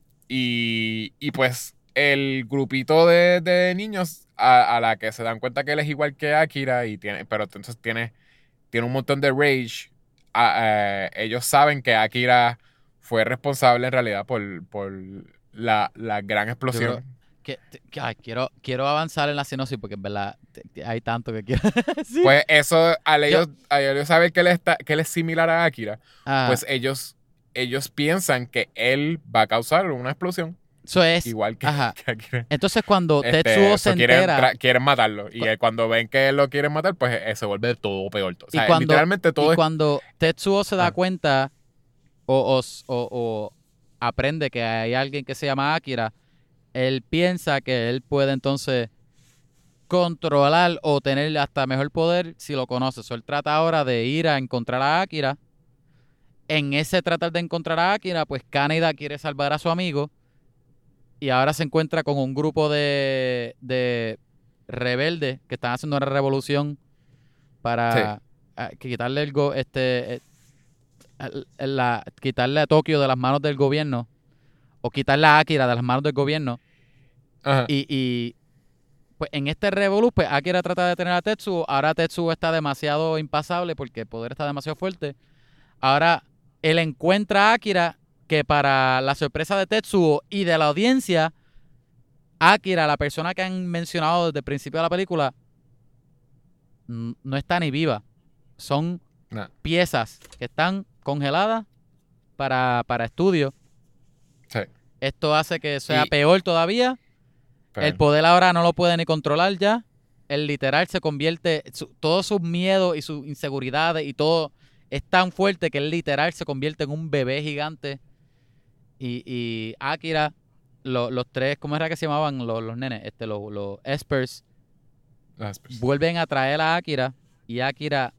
y, y, pues el grupito de, de niños a, a la que se dan cuenta que él es igual que Akira y tiene, pero entonces tiene, tiene un montón de rage. A- a- ellos saben que Akira fue responsable en realidad por, por la, la gran explosión. creo- Que, que- ay, quiero, quiero avanzar en la sinopsis porque en verdad te- te- hay tanto que quiero decir. Pues eso, al ellos, al ellos saber que él, está, que él es similar a Akira, Ah, pues ellos, ellos piensan que él va a causar una explosión eso es. igual que, Ajá. que Akira. Entonces cuando Este, Tetsuo so se quieren, entera... tra- quieren matarlo. Y Cu- eh, cuando ven que lo quieren matar, pues eh, se vuelve todo peor. O sea, y cuando, literalmente todo y es... cuando Tetsuo se da Ah. cuenta o, o, s- o- o aprende que hay alguien que se llama Akira, él piensa que él puede entonces controlar o tener hasta mejor poder si lo conoce. So, él trata ahora de ir a encontrar a Akira. En ese tratar de encontrar a Akira, pues Kaneda quiere salvar a su amigo y ahora se encuentra con un grupo de, de rebeldes que están haciendo una revolución para a- quitarle el go, este eh, la, quitarle a Tokio de las manos del gobierno o quitarle a Akira de las manos del gobierno Ajá. y, y pues en este revolú, pues Akira trata de detener a Tetsuo. Ahora Tetsuo está demasiado impasable porque el poder está demasiado fuerte. Ahora él encuentra a Akira, que para la sorpresa de Tetsuo y de la audiencia, Akira, la persona que han mencionado desde el principio de la película, n- no está ni viva. Son No. piezas que están congeladas para, para estudio. Sí. Esto hace que sea Y- peor todavía. Pero- El poder ahora no lo puede ni controlar ya. El literal se convierte, su- todos sus miedos y sus inseguridades y todo es tan fuerte que el literal se convierte en un bebé gigante. Y, y Akira, lo- los tres, ¿cómo era que se llamaban los, los nenes? Este, los, los Espers, Las personas. vuelven a traer a Akira y Akira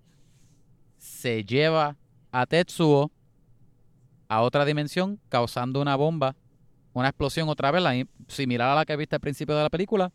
se lleva a Tetsuo a otra dimensión, causando una bomba, una explosión otra vez, la, im- similar a la que viste al principio de la película.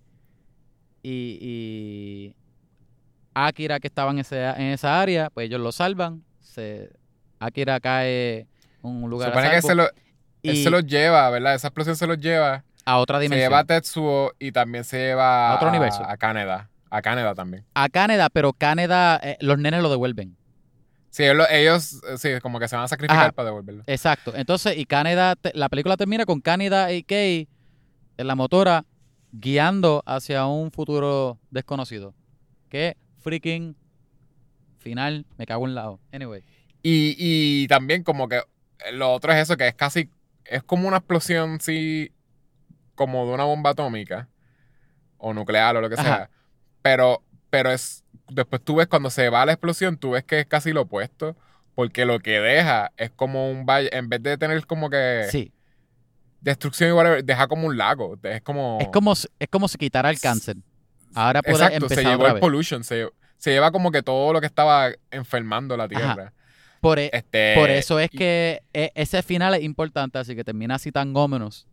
Y, y Akira, que estaba en, ese, en esa área, pues ellos lo salvan. Se, Akira cae en un Se lugar a supone que salvo se lo, él y se los lleva, ¿verdad? Esa explosión se los lleva. a otra Se dimensión. lleva a Tetsuo y también se lleva A otro universo. a Canadá. A Canadá también. A Canadá, pero Canadá, eh, los nenes lo devuelven. Sí, ellos, ellos, eh, sí, como que se van a sacrificar Ajá. para devolverlo. Exacto. Entonces, y Canadá, te- la película termina con Canadá y Kei en la motora guiando hacia un futuro desconocido. Qué freaking final, me cago en lado. Anyway. Y, y también como que lo otro es eso, que es casi, es como una explosión, sí, como de una bomba atómica o nuclear o lo que Ajá. sea. Pero, pero es, después tú ves cuando se va la explosión, tú ves que es casi lo opuesto, porque lo que deja es como un valle, en vez de tener como que Sí. destrucción y whatever, deja como un lago. Es como... Es como, si- es como si quitara el cáncer. Ahora puede Exacto, se empezar llevó otra el vez. pollution, se, se lleva como que todo lo que estaba enfermando la Tierra. Por, e- Este, por eso es y- que e- ese final es importante, así que termina así tan ominous.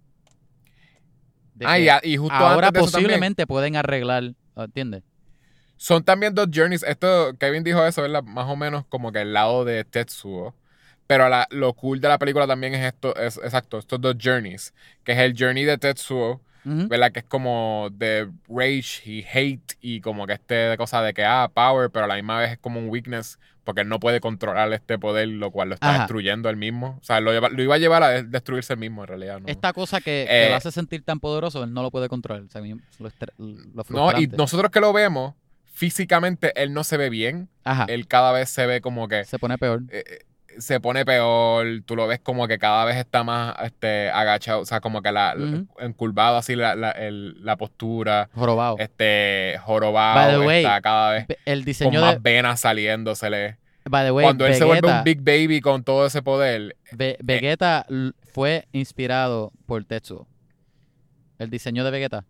De Ah, que y, a- y justo ahora antes de eso también, posiblemente pueden arreglar, ¿entiendes? son también dos journeys. Esto, Kevin dijo eso, ¿verdad? Más o menos como que el lado de Tetsuo. Pero la- lo cool de la película también es esto, es exacto, estos dos journeys. Que es el journey de Tetsuo, Ujú. ¿verdad? Que es como de rage y hate y como que este de cosa de que, ah, power, pero a la misma vez es como un weakness porque él no puede controlar este poder, lo cual lo está Ajá. destruyendo él mismo. O sea, lo, lleva- lo iba a llevar a de- destruirse él mismo en realidad, ¿no? Esta cosa que, que Eh, lo hace sentir tan poderoso, él no lo puede controlar. O sea, a mí lo, estre- lo No, frustrante. y nosotros que lo vemos, físicamente él no se ve bien. Ajá, Él cada vez se ve como que se pone peor. eh, eh, se pone peor, tú lo ves como que cada vez está más este, agachado, o sea, como que la, la- Ujú. encurvado así la, la, el- la postura, Jorobado. este, By jorobado, the way, está cada vez Be- el con diseño más de... venas saliéndosele. By the way, Cuando él se vuelve Vegeta, un big baby con todo ese poder, Ve- Vegeta l- fue inspirado por Tetsuo. El diseño de Vegeta.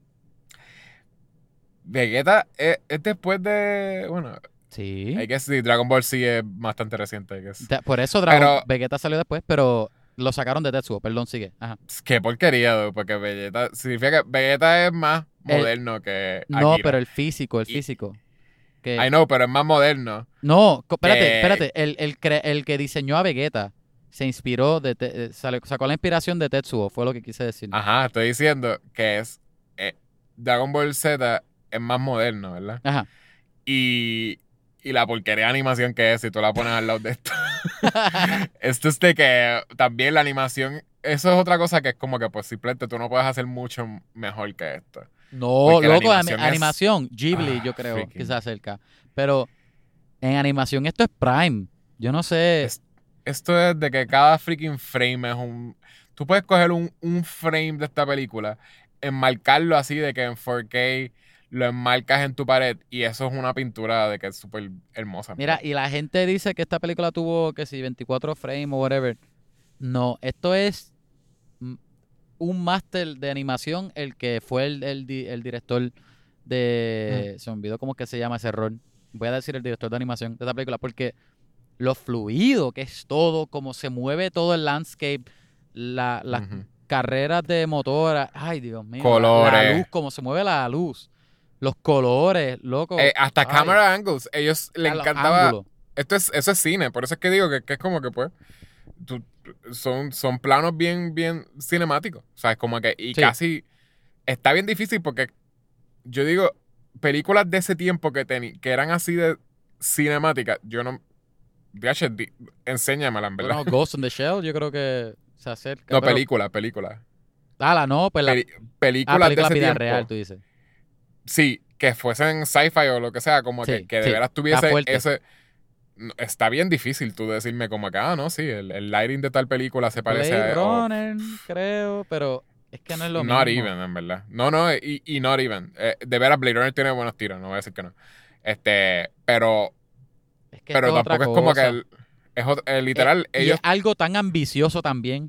Vegeta es, es después de, bueno, Sí. hay que decir, Dragon Ball sí es bastante reciente, I guess. Da- Por eso Dragon Pero- Vegeta salió después, pero lo sacaron de Tetsuo. Perdón, sigue. Ajá. Qué porquería, dude, porque Vegeta, significa que Vegeta es más El- moderno que No, Akira. pero el físico, el Y- físico. Que... I know, pero es más moderno. No, co- espérate, que- espérate. El, el, cre- el que diseñó a Vegeta se inspiró, de Te- eh, sale- sacó la inspiración de Tetsuo, fue lo que quise decir. Ajá, estoy diciendo que es eh, Dragon Ball Z es más moderno, ¿verdad? Ajá. Y, y la porquería de animación que es, si tú la pones al lado de esto. Esto es de que también la animación, eso es otra cosa que es como que pues simplemente tú no puedes hacer mucho mejor que esto. No, Porque la loco, ani- animación animación, es- Ghibli, Ah, yo creo freaking. que se acerca. Pero en animación esto es Prime. Yo no sé. Es- Esto es de que cada freaking frame es un... Tú puedes coger un, un frame de esta película, enmarcarlo así de que en four K lo enmarcas en tu pared y eso es una pintura de que es súper hermosa. Mira, y la gente dice que esta película tuvo, que si veinticuatro frames o whatever. No, esto es mm, un máster de animación, el que fue el, el, di- el director de... Se me olvidó cómo es que se llama ese rol. Voy a decir el director de animación de esta película, porque lo fluido que es todo, cómo se mueve todo el landscape, la, las Ujú. carreras de motora, ay Dios mío, la- la, Colores. luz, cómo se mueve la luz, los colores, loco. Eh, hasta ay, camera angles. Ellos le a los encantaba... ángulos. esto es, eso es cine, por eso es que digo que, que es como que pues tú- son, son planos bien, bien cinemáticos. O sea, es como que, y Sí. casi está bien difícil porque yo digo, películas de ese tiempo que, teni- que eran así de cinemáticas, yo no. D H, di- enséñamela, en verdad. Bueno, Ghost in the Shell yo creo que se acerca. No, pero, película, película. ah, la no, pues la Peli- ah, películas de película ese vida tiempo. real, tú dices. Sí, que fuesen sci-fi o lo que sea, como que, Sí, que de sí, veras está tuviese fuerte. ese. No, está bien difícil tú decirme como que, ah, no, sí, el, el lighting de tal película se parece Blade a. O, Runner, creo, pero es que no es lo not mismo. even, en verdad. No, no, y, y not even. Eh, de veras, Blade Runner tiene buenos tiros, no voy a decir que no. Este, pero, Es que pero esto es otra tampoco es como que. cosa. el- es ot- eh, Eh, literal, y es ellos. algo tan ambicioso también.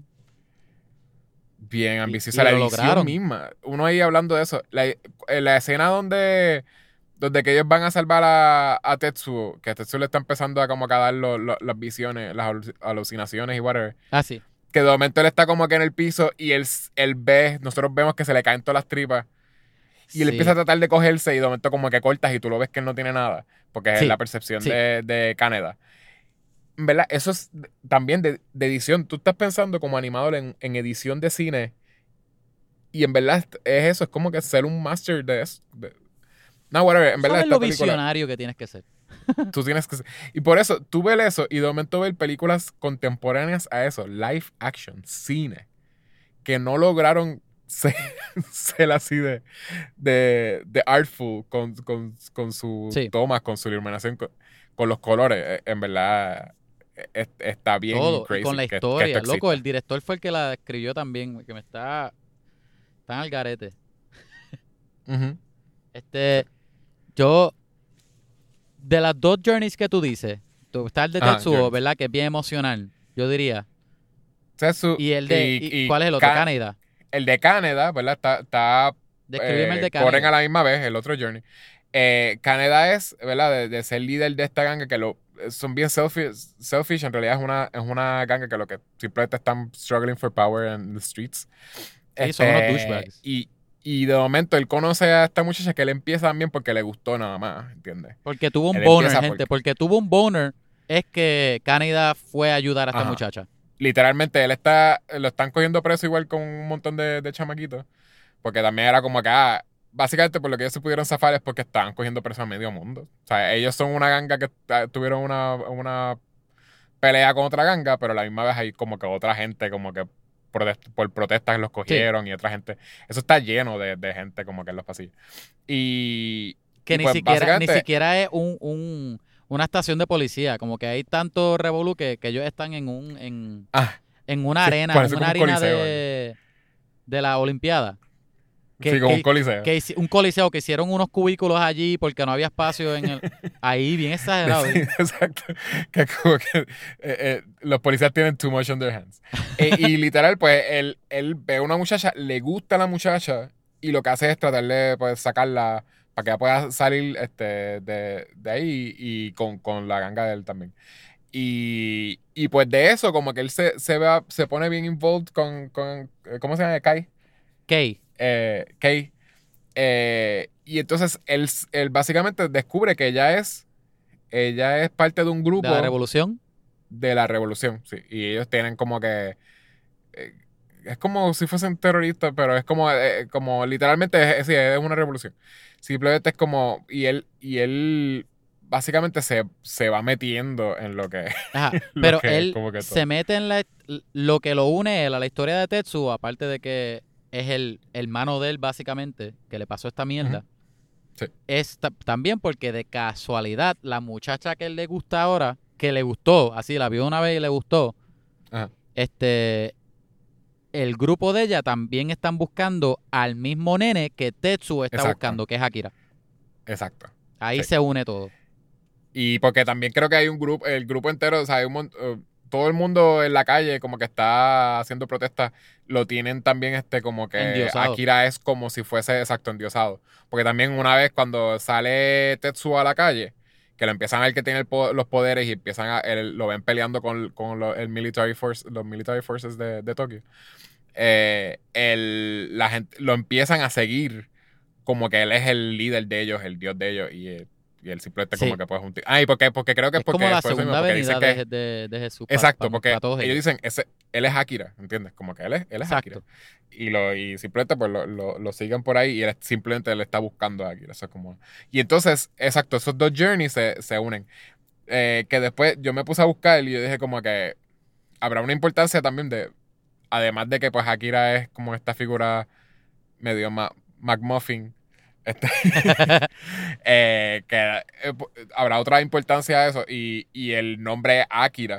Bien Y, ambiciosa. y La lo edición lograron. misma. Uno ahí hablando de eso. La, eh, la escena donde, donde que ellos van a salvar a, a Tetsuo, que a Tetsuo le está empezando a como que a dar lo- lo- las visiones, las alu- alucinaciones y whatever. Ah, sí. Que de momento él está como que en el piso y él, él ve, nosotros vemos que se le caen todas las tripas. Y él Sí. empieza a tratar de cogerse y de momento como que cortas y tú lo ves que él no tiene nada. Porque es Sí, la percepción sí. de, de Caneda. ¿Verdad? Eso es de- también de, de edición. Tú estás pensando como animador en, en edición de cine. Y en verdad es eso. Es como que ser un master de eso. de- No, whatever. En Tú verdad sabes esta lo película. visionario que tienes que ser. Tú tienes que. Y por eso, tú ves eso y de momento ves películas contemporáneas a eso. Live action, cine. Que no lograron ser, ser así de, de, de artful con, con, con sus Sí. tomas, con su iluminación, con, con los colores. Eh, En verdad, eh, es- está bien Todo. crazy. Y con la que- que historia. esto Loco, el exista. director fue el que la escribió también. Que me está. Está al garete. Ujú. Este. Yo. De las dos journeys que tú dices. Tú, está el de Ajá, Tetsuo, journeys. ¿verdad? Que es bien emocional. Yo diría. Tetsu Y el de. y- y- y ¿Cuál es el otro? Ka- Canada. El de Canadá, ¿verdad? Está, está Descríbeme el eh, de corren a Canada. la misma vez, el otro Journey. Eh, Canadá es, ¿verdad? De, de ser líder de esta ganga que lo son bien selfish, selfish. En realidad es una, es una ganga que lo que simplemente están struggling for power in the streets. Sí, son unos Este, douchebags. y, y de momento él conoce a esta muchacha que él empieza también porque le gustó nada más, ¿entiendes? Porque tuvo un Él boner, empieza gente. porque- Porque tuvo un boner es que Canada fue a ayudar a esta Ajá. muchacha. Literalmente él está, lo están cogiendo preso igual con un montón de, de chamaquitos. Porque también era como que, ah, básicamente por lo que ellos se pudieron zafar es porque estaban cogiendo preso a medio mundo. O sea, ellos son una ganga que ah, tuvieron una, una pelea con otra ganga, pero a la misma vez hay como que otra gente como que protest- por protestas los cogieron y otra gente. Eso está lleno de, de gente como que en los pasillos. Y, Que y ni pues, siquiera, ni básicamente- siquiera es un, un- una estación de policía. Como que hay tanto revolú que, que ellos están en un, en, ah, en una sí, arena, parece en como una un arena coliseo, de, de la Olimpiada. Que, sí, como que- un coliseo. que hici- un coliseo que hicieron unos cubículos allí porque no había espacio en el. Ahí, bien exagerado. Sí, exacto. Que como que eh, eh, los policías tienen too much on their hands. Eh, y literal, pues, él, él ve a una muchacha, le gusta la muchacha y lo que hace es tratar de pues, sacarla para que ella pueda salir este, de, de ahí y con, con la ganga de él también. Y, y pues de eso, como que él se, se, ve, se pone bien involved con, con eh, ¿cómo se llama? Kai. Kay. Eh, Kay. Eh, y entonces él, él básicamente descubre que ella es, ella es parte de un grupo De la revolución. de la revolución, sí. Y ellos tienen como que eh, es como si fuesen terroristas, pero es como, eh, como literalmente es, sí, es una revolución. Simplemente es como y él y él básicamente se, se va metiendo en lo que Ajá. lo Pero que- él como que todo. se mete en la, lo que lo une él a la historia de Tetsuo, aparte de que es el hermano de él, básicamente, que le pasó esta mierda. Ujú. Sí. Es ta- también porque de casualidad, la muchacha que él le gusta ahora, que le gustó, así la vio una vez y le gustó, Ajá. este, el grupo de ella también están buscando al mismo nene que Tetsuo está Exacto. buscando, que es Akira. Exacto. Ahí Sí. se une todo. Y porque también creo que hay un grupo, el grupo entero, o sea, hay un mon- eh, todo el mundo en la calle como que está haciendo protestas, lo tienen también este como que Endiosado. Akira es como si fuese exacto endiosado. Porque también una vez cuando sale Tetsuo a la calle, que lo empiezan a ver que tiene el po- los poderes y empiezan a, el- lo ven peleando con, con lo- el military force, los military forces de, de Tokio, eh, el, la gente lo empiezan a seguir como que él es el líder de ellos, el dios de ellos, y, eh, y él simplemente Sí. como que pues un tipo. Ah, y porque, porque creo que es Es porque como la por eso mismo, segunda porque dicen venida que- de, de, de Jesús. pa- Exacto, pa- porque pa todos ellos ellos. dicen, ese, él es Akira, ¿entiendes? Como que él es, él es Akira. Exacto. Y, lo, y simplemente pues lo, lo, lo siguen por ahí y él simplemente le está buscando a Akira. Eso es como... Y entonces, exacto, esos dos journeys se, se unen. Eh, que después yo me puse a buscar y yo dije como que habrá una importancia también de... Además de que pues Akira es como esta figura medio ma McMuffin. Este, eh, que eh, habrá otra importancia a eso. Y, y el nombre Akira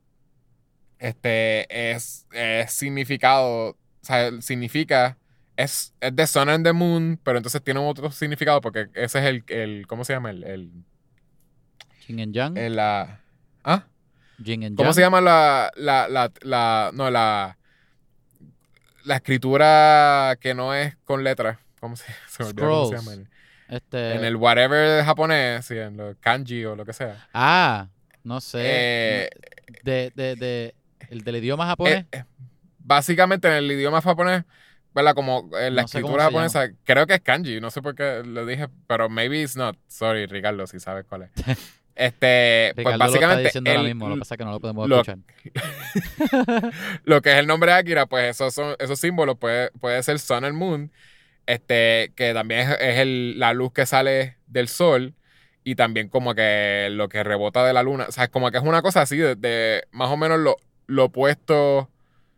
este es, es significado, o sea, significa, es, es de Sun and the Moon, pero entonces tiene otro significado porque ese es el, el ¿cómo se llama? El, el, Jin and Yang. el la, ¿ah? Jin and ¿Cómo Yang. se llama la, la, la, la, no, la, la escritura que no es con letras? ¿Cómo se, se me olvidó cómo se llama? Scrolls. Este... En el whatever japonés, sí, en los kanji o lo que sea. Ah, no sé. Eh, No- de, de, de, el del idioma japonés. Eh, eh, básicamente en el idioma japonés, ¿verdad? Como en la No sé cómo escritura se japonesa, creo que es kanji, no sé por qué lo dije, pero maybe it's not. Sorry, Ricardo, si sabes cuál es. Este, pues Ricardo lo está básicamente diciendo ahora el- mismo, lo que pasa es que no lo podemos lo- escuchar. lo que es el nombre de Akira, pues esos son esos símbolos puede, puede ser Sun and Moon, este, que también es, es el- la luz que sale del sol y también como que lo que rebota de la luna, o sea, como que es una cosa así de, de más o menos lo, lo opuesto,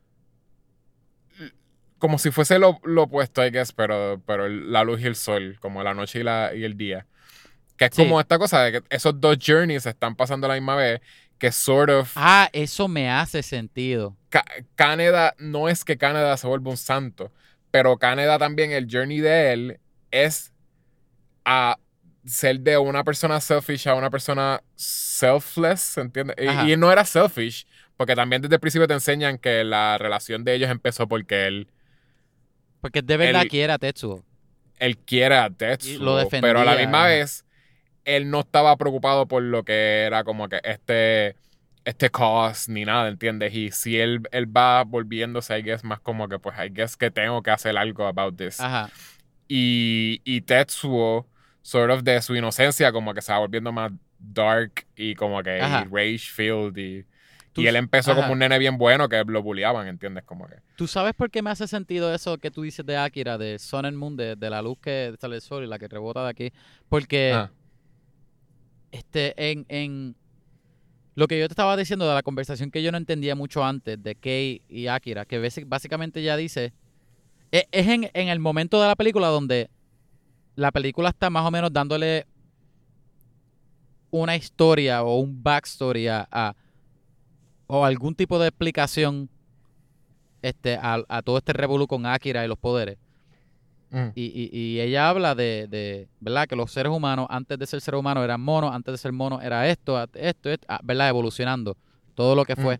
como si fuese lo, lo opuesto, I guess, pero, pero el- la luz y el sol, como la noche y, la, y el día. Que es Sí. como esta cosa de que esos dos journeys se están pasando a la misma vez, que sort of... Ah, eso me hace sentido. Ca- Canadá, no es que Canadá se vuelva un santo, pero Canadá también, el journey de él es a ser de una persona selfish a una persona selfless, ¿entiendes? Ajá. Y, y él no era selfish, porque también desde el principio te enseñan que la relación de ellos empezó porque él, Porque de verdad El- quiere a Tetsuo. él quiere a Y Tetsuo, lo defendía, pero a la misma ajá. vez él no estaba preocupado por lo que era como que este este cause ni nada, ¿entiendes? Y si él, él va volviéndose, I guess, más como que pues I guess que tengo que hacer algo about this. Ajá. Y, y Tetsuo, sort of de su inocencia, como que se va volviendo más dark y como que Ajá. rage filled. Y, Tú- y él empezó ajá. como un nene bien bueno que lo bulliaban, ¿entiendes? Como que. ¿Tú sabes por qué me hace sentido eso que tú dices de Akira, de Sun and Moon, de, de la luz que sale del sol y la que rebota de aquí? Porque Ah, este, en, en lo que yo te estaba diciendo de la conversación que yo no entendía mucho antes de Kei y Akira, que basi- básicamente ya dice, e- es en, en el momento de la película donde la película está más o menos dándole una historia o un backstory a, a- o algún tipo de explicación este, a, a todo este revolú con Akira y los poderes. mm, Y, y, y ella habla de, de, ¿verdad? Que los seres humanos, antes de ser ser humano, eran monos, antes de ser monos era esto, a- esto, esto, ah, ¿verdad? Evolucionando, todo lo que fue. Mm.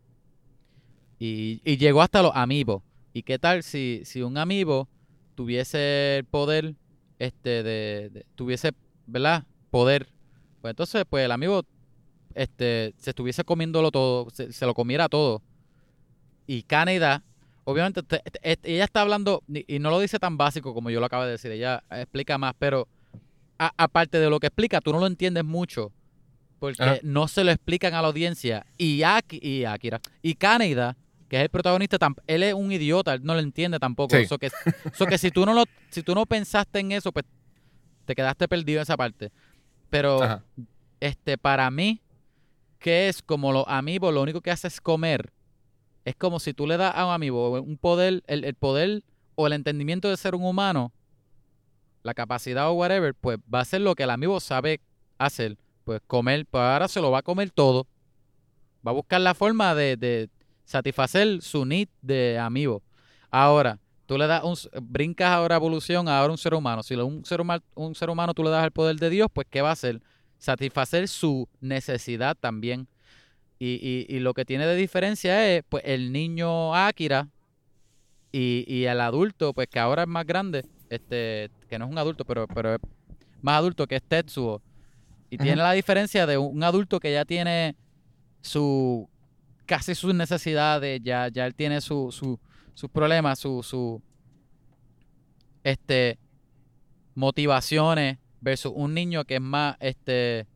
Y, y llegó hasta los amigos. ¿Y qué tal si, si un amiibo tuviese el poder, este, de, de- tuviese, ¿verdad? Poder. Pues entonces, pues el amigo, este, se estuviese comiéndolo todo, se, se lo comiera todo. Y Canadá, obviamente, te- te- te- ella está hablando, y y no lo dice tan básico como yo lo acabo de decir, ella explica más, pero a- aparte de lo que explica, tú no lo entiendes mucho, porque Ajá. no se lo explican a la audiencia. Y, Aki, y Akira, y Canadá, que es el protagonista, tam- él es un idiota, él no lo entiende tampoco. Sí. Eso que, so que si tú no lo, si tú no pensaste en eso, pues te quedaste perdido en esa parte. Pero Ajá. este, para mí, que es como los amigos, lo único que hace es comer. Es como si tú le das a un amigo un poder, el, el poder o el entendimiento de ser un humano, la capacidad o whatever, pues va a ser lo que el amigo sabe hacer. Pues comer, pues ahora se lo va a comer todo. Va a buscar la forma de, de satisfacer su need de amigo. Ahora, tú le das un, s- brincas ahora evolución, ahora un ser humano. Si lo- un ser, humano, un ser humano tú le das el poder de Dios, pues ¿qué va a hacer? Satisfacer su necesidad también. Y, y, y lo que tiene de diferencia es, pues, el niño Akira y, y el adulto, pues, que ahora es más grande, este, que no es un adulto, pero, pero es más adulto, que es Tetsuo. Y Ujú. tiene la diferencia de un, un adulto que ya tiene su, casi sus necesidades, ya, ya él tiene su, su, sus problemas, su, su, este, motivaciones versus un niño que es más este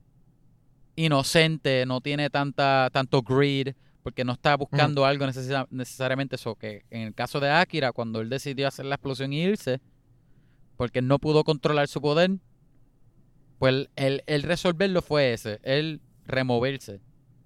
inocente, no tiene tanta tanto greed, porque no está buscando algo necesa- necesariamente eso. Que en el caso de Akira, cuando él decidió hacer la explosión y irse, porque él no pudo controlar su poder, pues el, el resolverlo fue ese, el removerse.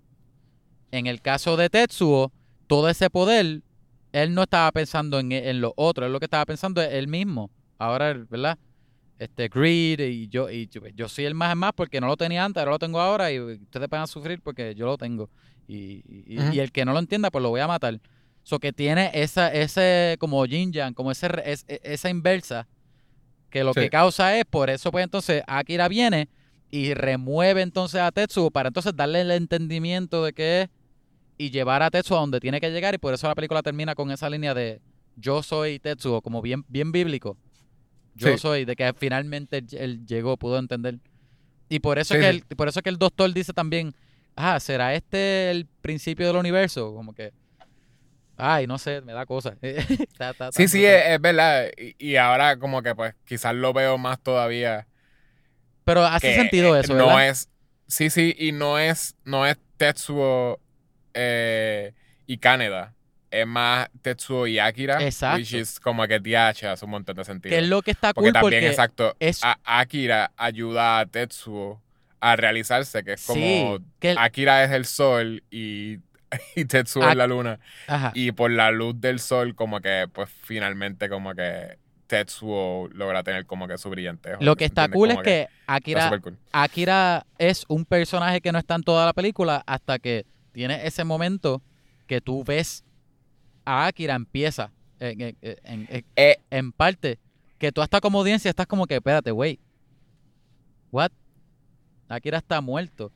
En el caso de Tetsuo, todo ese poder, él no estaba pensando en, en lo otro, él lo que estaba pensando es él mismo. Ahora, ¿verdad? Este greed y yo y yo, yo soy el más más porque no lo tenía antes, ahora lo tengo ahora y ustedes van a sufrir porque yo lo tengo. Y, y, Ujú. y el que no lo entienda, pues lo voy a matar. So que tiene esa, ese como yin yang, como ese, re- es- e- esa inversa, que lo Sí. que causa es, por eso pues entonces Akira viene y remueve entonces a Tetsuo para entonces darle el entendimiento de qué es y llevar a Tetsuo a donde tiene que llegar, y por eso la película termina con esa línea de yo soy Tetsuo, como bien, bien bíblico. Yo Sí. soy, de que finalmente él, él llegó, pudo entender. Y por eso Sí, que sí. el, por eso que el doctor dice también, ah, ¿será este el principio del universo? Como que, ay, no sé, me da cosa. Está- está- está Sí, sí, brutal. es, es verdad. Y, y ahora como que pues quizás lo veo más todavía. Pero hace Que sentido eh, eso, no ¿verdad? es. Sí, sí, y no es, no es Tetsuo eh, y Kaneda. Es más Tetsuo y Akira. Which Exacto. is como que T H hace un montón de Que es sentido. lo que está Porque cool también, porque exacto, es, a- Akira ayuda a Tetsuo a realizarse, que es como sí, que el, Akira es el sol y, y Tetsuo es ac- la luna. ajá, Y por la luz del sol, como que, pues finalmente, como que Tetsuo logra tener como que su brillante lo joya, que está ¿entiendes? cool es Como que que está Akira, súper cool. Akira es un personaje que no está en toda la película hasta que tiene ese momento que tú ves a Akira empieza en, en, en- en- Eh, en parte, que tú hasta como audiencia estás como que, espérate, wait, what? Akira está muerto.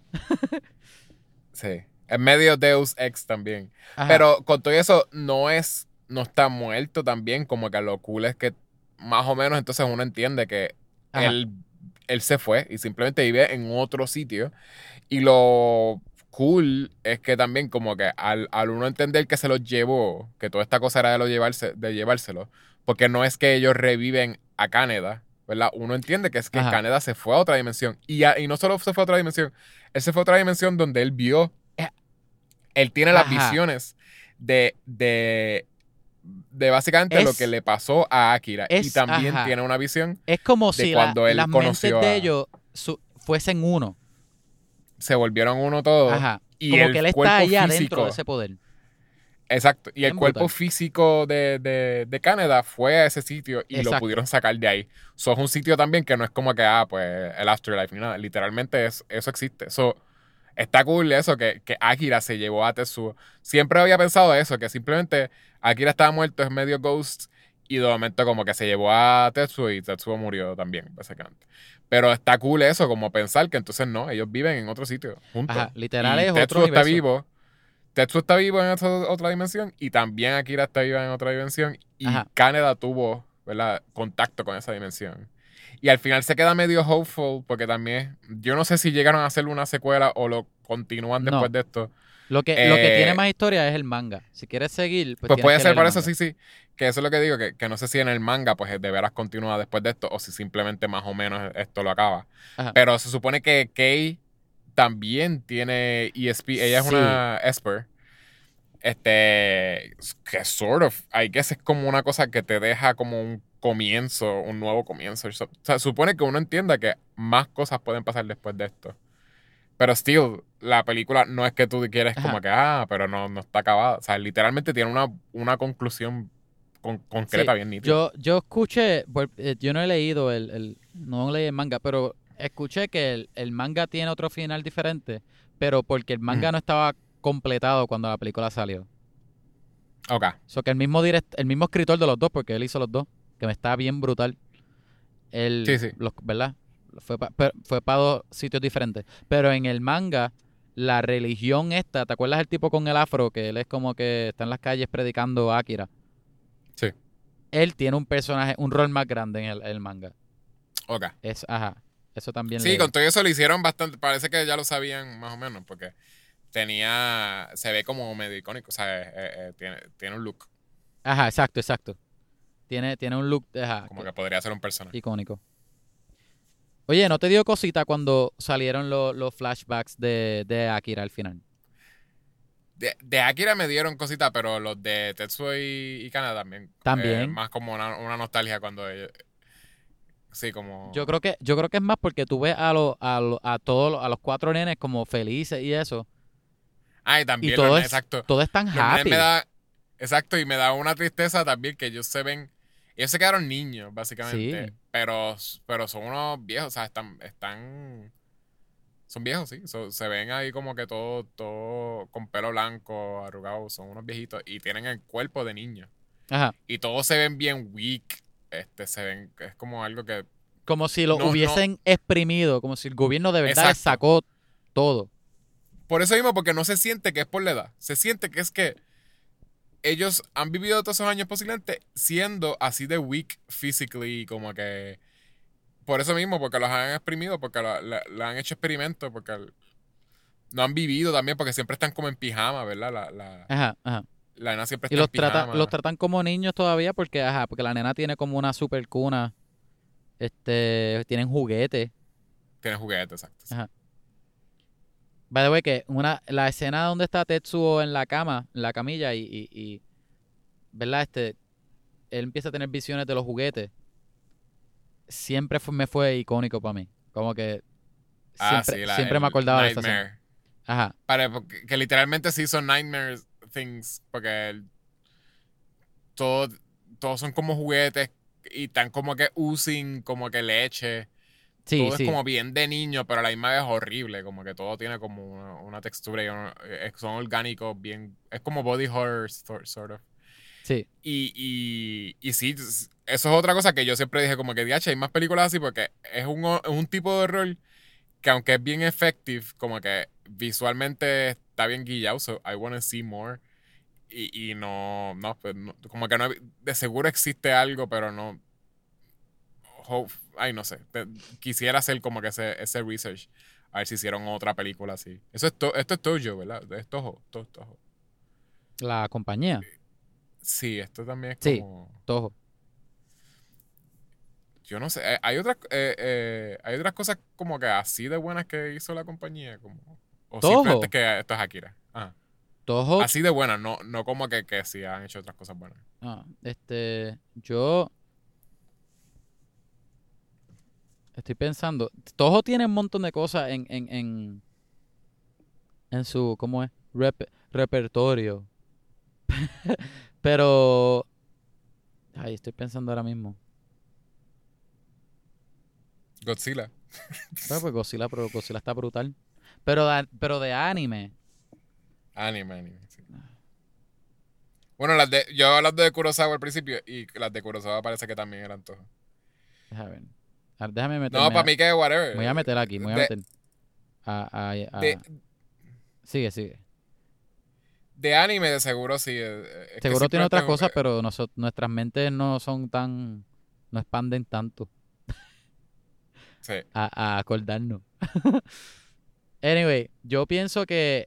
sí. Es medio Deus Ex también. Ajá, Pero con todo eso, no es, no está muerto también. Como que lo cool es que más o menos entonces uno entiende que ajá, él, él se fue y simplemente vive en otro sitio. Y lo cool es que también como que al, al uno entender que se los llevó, que toda esta cosa era de, lo llevarse, de llevárselo, porque no es que ellos reviven a Canadá, ¿verdad? Uno entiende que es que ajá. Canadá se fue a otra dimensión. Y, a- y no solo se fue a otra dimensión, él se fue a otra dimensión donde él vio, Eh, él tiene las Ajá, visiones de, de, de básicamente lo que es, le pasó a Akira. Y es, también ajá. tiene una visión Es como de si la, cuando las él mentes conoció de a... ellos su- fuesen uno. Se volvieron uno todos. Ajá. Y Como que el él está cuerpo ahí adentro de físico... ese poder. Exacto. Y el Bien cuerpo brutal. físico de, de, de Canadá fue a ese sitio y lo Exacto. pudieron sacar de ahí. So, es un sitio también que no es como que, ah, pues el afterlife ni nada. Literalmente es, eso existe. So, está cool eso, que, que Akira se llevó a Tetsuo. Siempre había pensado eso, que simplemente Akira estaba muerto, es medio ghost, y de momento como que se llevó a Tetsuo y Tetsuo murió también, básicamente. Pero está cool eso, como pensar que entonces no, ellos viven en otro sitio, juntos. Ajá. Literal Y es otro Tetsuo está universo. vivo. Tetsuo está vivo en esa otra dimensión y también Akira está viva en otra dimensión y Ajá. Kaneda tuvo, ¿verdad?, contacto con esa dimensión. Y al final se queda medio hopeful porque también, yo no sé si llegaron a hacer una secuela o lo continúan No. después de esto. Lo que, lo que tiene Eh, más historia es el manga. Si quieres seguir, pues pues tienes puede que ser leer el por eso, manga. sí, sí, que eso es lo que digo, que, que no sé si en el manga pues de veras continúa después de esto o si simplemente más o menos esto lo acaba. Ajá. Pero se supone que Kei también tiene E S P, ella es Sí. una Esper. Este, que sort of, I guess es como una cosa que te deja como un comienzo, un nuevo comienzo. O sea, supone que uno entienda que más cosas pueden pasar después de esto. Pero still, la película no es que tú quieres como Ajá. que, ah, pero no, no está acabada. O sea, literalmente tiene una, una conclusión con- Sí. concreta bien nítida. Yo, yo escuché, por- eh, yo no he leído el, el- no leí el manga, pero escuché que el, el manga tiene otro final diferente, pero porque el manga Ujú. no estaba completado cuando la película salió. Ok. So que el mismo direct, el mismo escritor de los dos, porque él hizo los dos, que me está bien brutal. Él, Sí, sí. los, ¿verdad? Fue para fue pa dos sitios diferentes. Pero en el manga, la religión esta, ¿te acuerdas el tipo con el afro que él es como que está en las calles predicando a Akira? Sí. Él tiene un personaje, un rol más grande en el, el manga. Ok. Es, ajá, eso también Sí, le... con todo eso lo hicieron bastante. Parece que ya lo sabían más o menos, porque tenía. Se ve como medio icónico. O sea, eh, eh, tiene, tiene un look Ajá, exacto, exacto. Tiene, tiene un look ajá, como que- que podría ser un personaje. icónico. Oye, ¿no te dio cosita cuando salieron lo- los flashbacks de, de Akira al final? De, de Akira me dieron cositas, pero los de Tetsuo y, y Kana también. Eh, También. más como una, una nostalgia cuando ellos. Sí, como. Yo creo que, yo creo que es más porque tú ves a los, a los, a todos los, a los cuatro nenes como felices y eso. Ah, y Y también los todo nenes, es, exacto. todo es tan Los nenes happy. me da. Exacto, y me da una tristeza también que ellos se ven. Ellos se quedaron niños, básicamente. Sí. Pero, pero son unos viejos, o sea, están. están son viejos, sí. So- se ven ahí como que todo, todo con pelo blanco, arrugado. Son unos viejitos y tienen el cuerpo de niños. Ajá. Y todos se ven bien weak. Este, se ven. Es como algo que. Como si lo No, no. hubiesen exprimido, como si el gobierno de verdad les Exacto. sacó todo. Por eso mismo, porque no se siente que es por la edad. Se siente que es que ellos han vivido todos esos años posiblemente siendo así de weak physically, como que. Por eso mismo, porque los han exprimido, porque lo- le, le han hecho experimentos, porque no han vivido también, porque siempre están como en pijama, ¿verdad? La, la, Ajá, ajá. la nena siempre Y está los en trata, pijama. los tratan como niños todavía porque, ajá, porque la nena tiene como una super cuna. Este, tienen juguetes. Tiene juguetes, exacto. Sí. Ajá. By the way, que una, la escena donde está Tetsuo en la cama, en la camilla, y, y, y, ¿verdad? Este, él empieza a tener visiones de los juguetes. Siempre fue- me fue icónico para mí. Como que Ah, siempre, sí, la, siempre me el acordaba de esa escena. Nightmare. Ajá. Para, porque- que literalmente sí son Nightmare things, porque el- todo, todos son como juguetes y están como que using como que leche. Sí, Todo es sí. como bien de niño, pero a la misma vez horrible. Como que todo tiene como una, una textura y una- eh, son orgánicos, bien. Es como body horror, sor- sort of. Sí. Y, y, y sí, s- eso es otra cosa que yo siempre dije, como que, diache, hay más películas así porque es un, o- es un tipo de horror que aunque es bien effective, como que visualmente está bien guillado, so I wanna see more. Y, y no, no, pues no, como que no, he- de seguro existe algo, pero no, hope- ay, no sé, te- quisiera hacer como que ese, ese research, a ver si hicieron otra película así. Eso es to- esto es Tojo, ¿verdad? Es Toho, to- Toho. La compañía. Sí, esto también es Sí. como, Toho. yo no sé, eh, hay otras, eh, eh, hay otras cosas como que así de buenas que hizo la compañía, como, o Toho. simplemente es que esto es Akira. Ajá. Toho. Así de buenas, no, no como que, que sí han hecho otras cosas buenas. Ah, este, yo estoy pensando. Toho tiene un montón de cosas en, en, en, en su, ¿cómo es? Rep- repertorio. Pero, ay, estoy pensando ahora mismo. Godzilla. Bueno, pues Godzilla, pero Godzilla está brutal. Pero, de- pero de anime. Anime, anime, sí. Bueno, las de, yo hablando de Kurosawa al principio y las de Kurosawa parece que también eran todas. Déjame ver. A ver, déjame meterme. No, para a- mí que whatever. Me voy a meter aquí, me voy a De, meter. A, a- a- de, Sigue, sigue. de anime de seguro sí. eh, es que Seguro tiene otras simplemente- cosas, pero noso- nuestras mentes no son tan, no expanden tanto Sí. a, a acordarnos. Anyway, yo pienso que,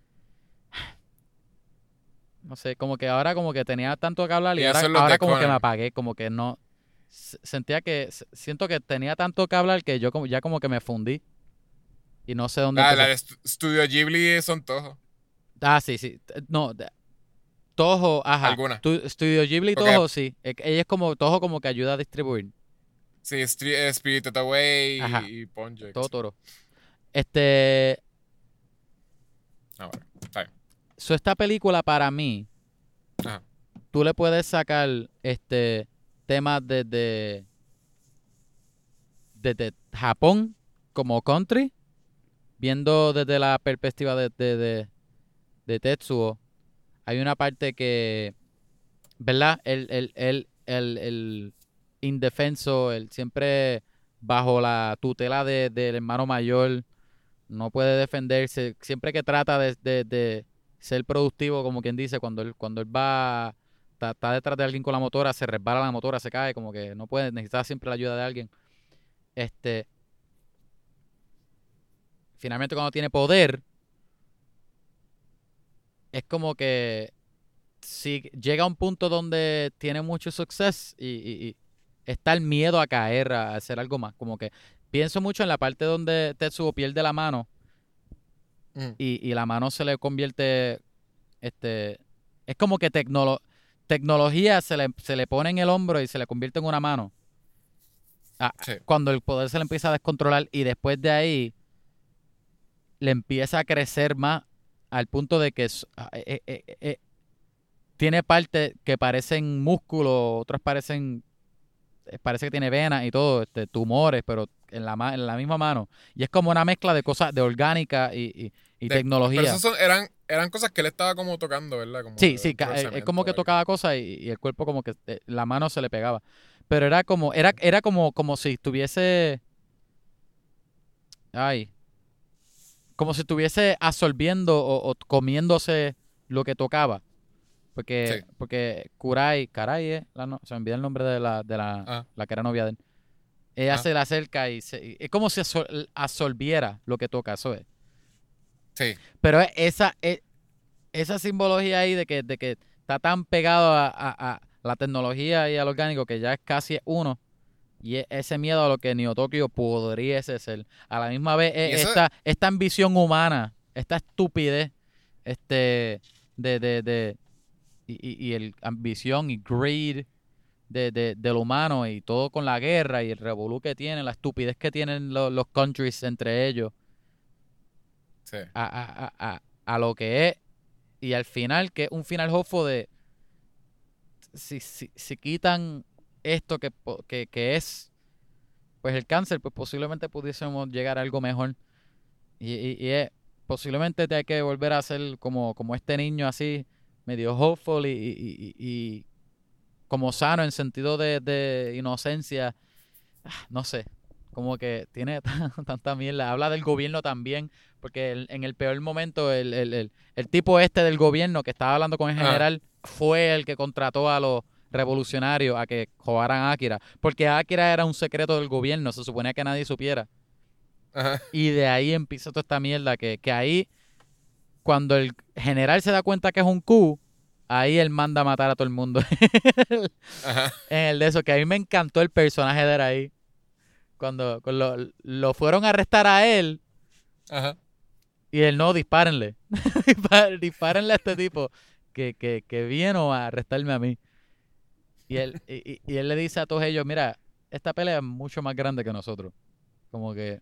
no sé, como que ahora como que tenía tanto que hablar y Y ahora, eso es lo ahora de como que me Conan. apagué, como que no, s- sentía que, s- siento que tenía tanto que hablar que yo como, ya como que me fundí y no sé dónde Ah, empezar. la de Stu- Studio Ghibli son todos. Ah, sí, sí, t- no, de- Toho, ajá, Algunas. Tu- Studio Ghibli y Porque- Toho, sí, e- ella es como, Toho como que ayuda a distribuir, Sí, Stri- eh, Spirited Away Ajá. y, y Ponyo. todo toro. Este, Ah, bueno, está bien. so esta película para mí, Ajá. tú le puedes sacar este temas desde desde Japón como country, viendo desde la perspectiva de, de, de, de Tetsuo. Hay una parte que, ¿verdad? El, el, el, el, el indefenso, el siempre bajo la tutela de, del hermano mayor, no puede defenderse. Siempre que trata de, de, de ser productivo, como quien dice, cuando él, cuando él va, está, está detrás de alguien con la motora, se resbala la motora, se cae, como que no puede, necesita siempre la ayuda de alguien. Este, finalmente cuando tiene poder, es como que si llega a un punto donde tiene mucho suceso y, y- y está el miedo a caer, a hacer algo más, como que pienso mucho en la parte donde Tetsuo pierde la mano Mm. y, y la mano se le convierte, este, es como que tecnolo- tecnología se le, se le pone en el hombro y se le convierte en una mano. Ah, Sí. Cuando el poder se le empieza a descontrolar y después de ahí le empieza a crecer más al punto de que es- ah, eh, eh, eh, eh, tiene partes que parecen músculos, otras parecen, eh, parece que tiene venas y todo, este, tumores, pero en la, ma- en la misma mano. Y es como una mezcla de cosas, de orgánica y, y, y De- tecnología. Pero esos son, eran, eran cosas que él estaba como tocando, ¿verdad? Como Sí, de- sí, un ca- eh, es como procesamiento que o algo. tocaba cosas y, y el cuerpo como que eh, la mano se le pegaba. Pero era como, era, era como, como si estuviese, ay, como si estuviese absorbiendo o, o comiéndose lo que tocaba. Porque, Sí. porque Kurai, Karai, eh, la no- se me olvida el nombre de la, de la, Ah, la que era novia de él. Ella ah, se le acerca y, se, y es como si absor- absorbiera lo que toca, eso es. sí. Pero es esa, es- esa simbología ahí de que, de que está tan pegado a, a- a la tecnología y al orgánico que ya es casi uno. Y es ese miedo a lo que Neo Tokyo podría ser. A la misma vez, Y es eso, esta, esta ambición humana, esta estupidez, este, de, de, de, y, y, y el ambición y greed de, de, del humano y todo con la guerra y el revolú que tienen, la estupidez que tienen los, los countries entre ellos, sí. a, a, a, a, a lo que es. Y al final, que es un final hopeful de si, si, si quitan esto que, po- que, que es pues el cáncer, pues posiblemente pudiésemos llegar a algo mejor. Y, y, y es- posiblemente te hay que volver a ser como, como este niño así, medio hopeful y, y, y- y como sano en sentido de, de inocencia. Ah, no sé, como que tiene tanta mierda. Habla del gobierno también, porque el- en el peor momento el, el, el, el tipo este del gobierno que estaba hablando con el Ah, general fue el que contrató a los revolucionarios a que robaran a Akira, porque Akira era un secreto del gobierno, se suponía que nadie supiera. ajá. Y de ahí empieza toda esta mierda, que, que ahí, cuando el general se da cuenta que es un Q, ahí él manda a matar a todo el mundo. Ajá. En el de eso, que a mí me encantó el personaje de él ahí. Cuando, cuando lo, lo fueron a arrestar a él Ajá. y él no, dispárenle. Dispá- dispárenle a este tipo que, que, que vino a arrestarme a mí. Y él, y, y- y él le dice a todos ellos, mira, esta pelea es mucho más grande que nosotros. Como que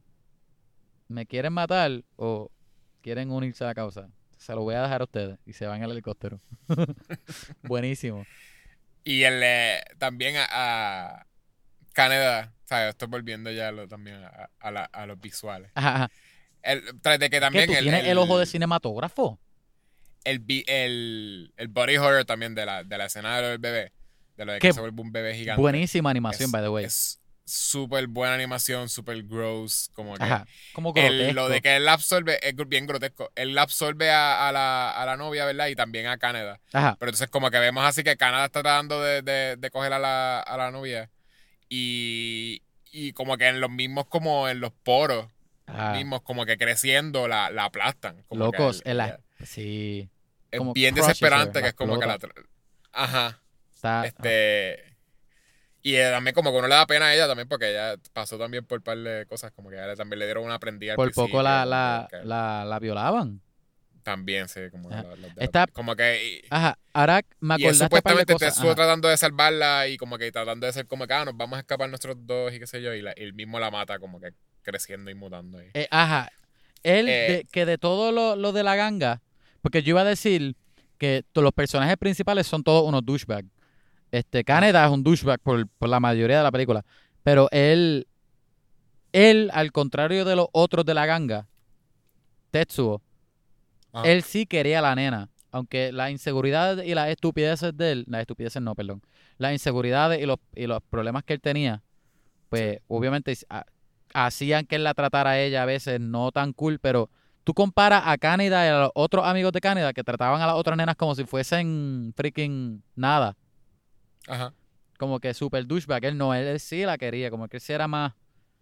me quieren matar o quieren unirse a la causa. Se lo voy a dejar a ustedes. Y se van en el helicóptero. Buenísimo. Y él eh, también a, a Canadá, ¿sabes? Estoy volviendo ya a lo- también a, a, la- a los visuales. Ajá, ajá. El, tras de que Es que también tú el, tienes el ojo de el, cinematógrafo. el, vi- el, el body horror también de la, de la escena de lo del bebé, de lo de Qué que se vuelve un bebé gigante. buenísima animación, Es, by the way. es súper buena animación, súper gross, como que Ajá. Como el, lo de grotesco. que él absorbe es gr- bien grotesco. Él absorbe a, a la, a la novia, ¿verdad? Y también a Canadá. Ajá. Pero entonces como que vemos así que Canadá está tratando de, de, de coger a la, a la novia y, y como que en los mismos, como en los poros Ajá. mismos, como que creciendo, la, la aplastan. Como que Locos, él- en la- ella- sí. es Como bien crushes her, desesperante, la que es como que la... explota. tra- Ajá. Está, ah, Este... Y eh, también como que uno le da pena a ella también porque ella pasó también por un par de cosas, como que a ella también le dieron una prendida al por principio. poco la, como la, que- la, la violaban. También, sí, como, Ajá. la- los de la- Está, como que... Y, ajá, ahora me y es acordaste un par de supuestamente cosas. Tetsuo Ajá. tratando de salvarla y como que tratando de ser como que, ah, nos vamos a escapar nosotros dos y qué sé yo, y, la- y él mismo la mata como que creciendo y mutando ahí. Eh, ajá. Él, Eh, de, que de todo lo, lo de la ganga, porque yo iba a decir que to- los personajes principales son todos unos douchebags. Este, Caneda es un douchebag por, por la mayoría de la película. Pero él, él, al contrario de los otros de la ganga, Tetsuo, ah, él sí quería a la nena. Aunque la inseguridad y las estupideces de él, las estupideces no, perdón, las inseguridades y los, y los problemas que él tenía, pues obviamente ha- hacían que él la tratara a ella a veces no tan cool, pero tú comparas a Canada y a los otros amigos de Canada que trataban a las otras nenas como si fuesen freaking nada. ajá. Como que super douchebag. Él no, él, él sí la quería, como que él sí era más,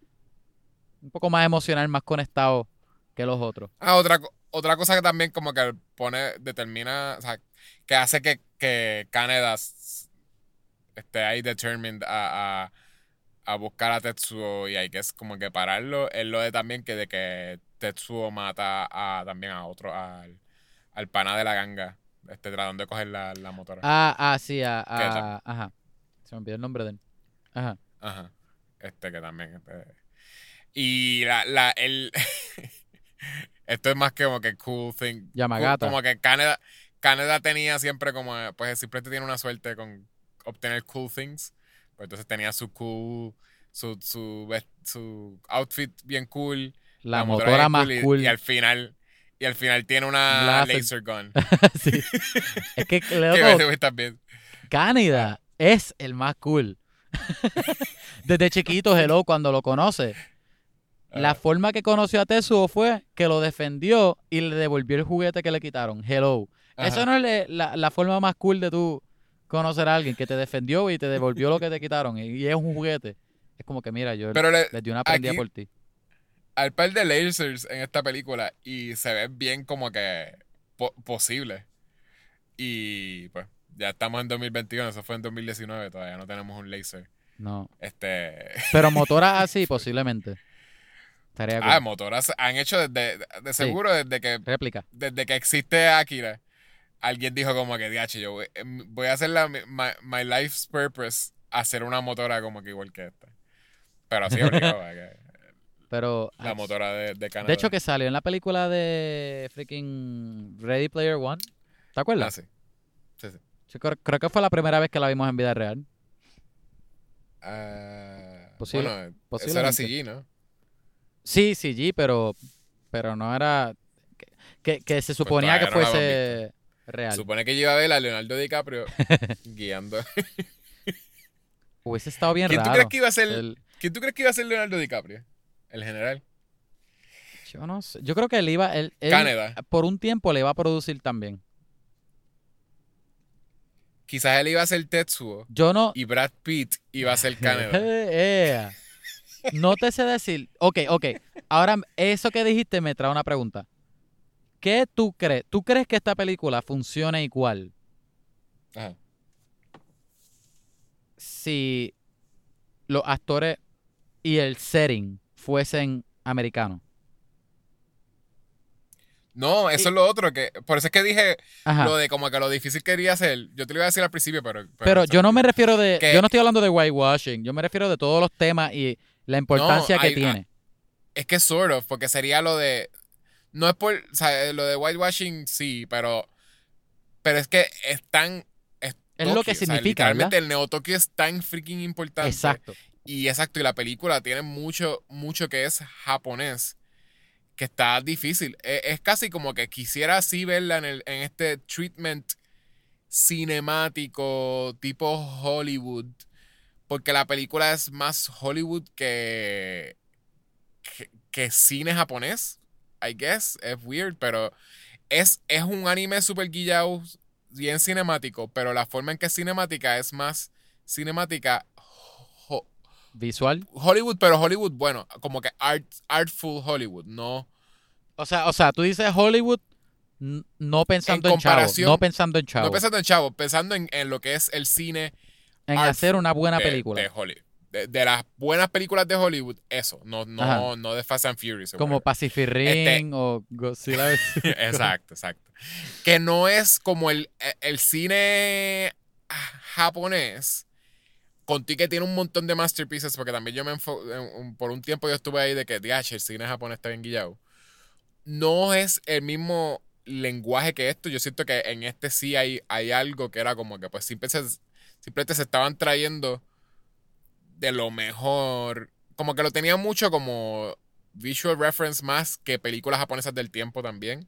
un poco más emocional, más conectado que los otros. Ah, otra, co- otra cosa que también como que pone, determina, o sea, que hace que, que Canada s- esté ahí determined a, a, a buscar a Tetsuo y hay que es como que pararlo. Es lo de también que de que Tetsuo mata a también a otro, al, al pana de la ganga, este, tratando de coger la, la motora. Ah, ah, sí, a, Que tam- a- ajá. Se me olvidó el nombre de él. Ajá. Ajá. Este que también. Este, y la, la, el esto es más que como que cool thing. Cool- Yamagata. como que Canadá, Canadá tenía siempre como, pues siempre tiene una suerte con obtener cool things. Pues entonces tenía su cool, su, su, vest- su outfit bien cool. La motora motora bien más cool y, cool. y al final, y al final tiene una Láser. laser gun. Sí. Es que, Que loco, ves también. Canadá es el más cool. Desde chiquito, Hello, cuando lo conoce, la Ah. forma que conoció a Tetsuo fue que lo defendió y le devolvió el juguete que le quitaron. Hello. Eso Ajá. no es le- la, la forma más cool de tú conocer a alguien que te defendió y te devolvió lo que te quitaron y, y es un juguete. Es como que, mira, yo Pero le- les di una prendida aquí- por ti. Hay par de lasers en esta película y se ve bien como que po- posible. Y pues ya estamos en dos mil veintiuno, eso fue en dos mil diecinueve, todavía no tenemos un laser. No. Este, Pero motoras así, posiblemente. Estaría ah, cool. motoras han hecho desde, de seguro desde que Réplica. desde que existe Akira. Alguien dijo como que, diache, yo voy, em, voy a hacer la, my, my life's purpose, hacer una motora como que igual que esta. Pero sí, obligado a que Pero la ah, motora de, de Canadá. de hecho que salió en la película de freaking Ready Player One. ¿Te Ah, acuerdas? sí. Sí, sí. Yo creo, creo que fue la primera vez que la vimos en vida real. Ah, Posible- bueno, eso era posiblemente. C G, ¿no? Sí, C G, pero, pero no era... Que, que, que se suponía que todavía no la fuese real. Supone que yo iba a ver a Leonardo DiCaprio guiando. Hubiese estado bien ¿Quién tú raro. crees que iba a ser? El- ¿Quién tú crees que iba a ser Leonardo DiCaprio? El general. yo no sé. Yo creo que él iba... Él, él, Canadá. por un tiempo le iba a producir también. Quizás él iba a ser Tetsuo Yo no... y Brad Pitt iba a ser Canadá. Ea. No te sé decir. Ok, ok. Ahora, eso que dijiste me trae una pregunta. ¿Qué tú crees? ¿Tú crees que esta película funciona igual Ajá. si los actores y el setting fuesen americanos? No, eso Y- es lo otro que. Por eso es que dije Ajá. lo de como que lo difícil que quería hacer. Yo te lo iba a decir al principio, pero. Pero yo no me refiero de... Que- Yo no estoy hablando de whitewashing. Yo me refiero de todos los temas y la importancia que hay- tiene. Es que sort of, porque sería lo de. No es por. O sea, lo de whitewashing sí, pero. Pero es que es tan. Es, Es lo que Tokio, o sea, significa, literalmente ¿verdad? el Neo Tokio es tan freaking importante. Exacto. Y exacto, y la película tiene mucho, mucho que es japonés, que está difícil. Es, es casi como que quisiera así verla en, el, en este treatment cinemático tipo Hollywood, porque la película es más Hollywood que, que, que cine japonés, I guess. Es weird, pero es, es un anime super guillao, bien cinemático, pero la forma en que es cinemática es más cinemática ho- Visual. Hollywood, pero Hollywood, bueno, como que art, artful Hollywood, no. O sea, o sea, tú dices Hollywood n- no pensando en, chavo. comparación- No pensando en chavo. No pensando en chavo, pensando en, en lo que es el cine en artful hacer una buena de, película. de Hollywood. De, de las buenas películas de Hollywood, eso, no, no, Ajá. no de Fast and Furious. o Como whatever. Pacific Rim o Godzilla. versus- Exacto, exacto. Que no es como el, el cine japonés. Contigo que tiene un montón de masterpieces, porque también yo me enfo- en- un- por un tiempo yo estuve ahí de que, diache, el cine japonés está bien guillado. No es el mismo lenguaje que esto. Yo siento que en este sí hay, hay algo que era como que pues simplemente se, simplemente se estaban trayendo de lo mejor. Como que lo tenían mucho como visual reference más que películas japonesas del tiempo también.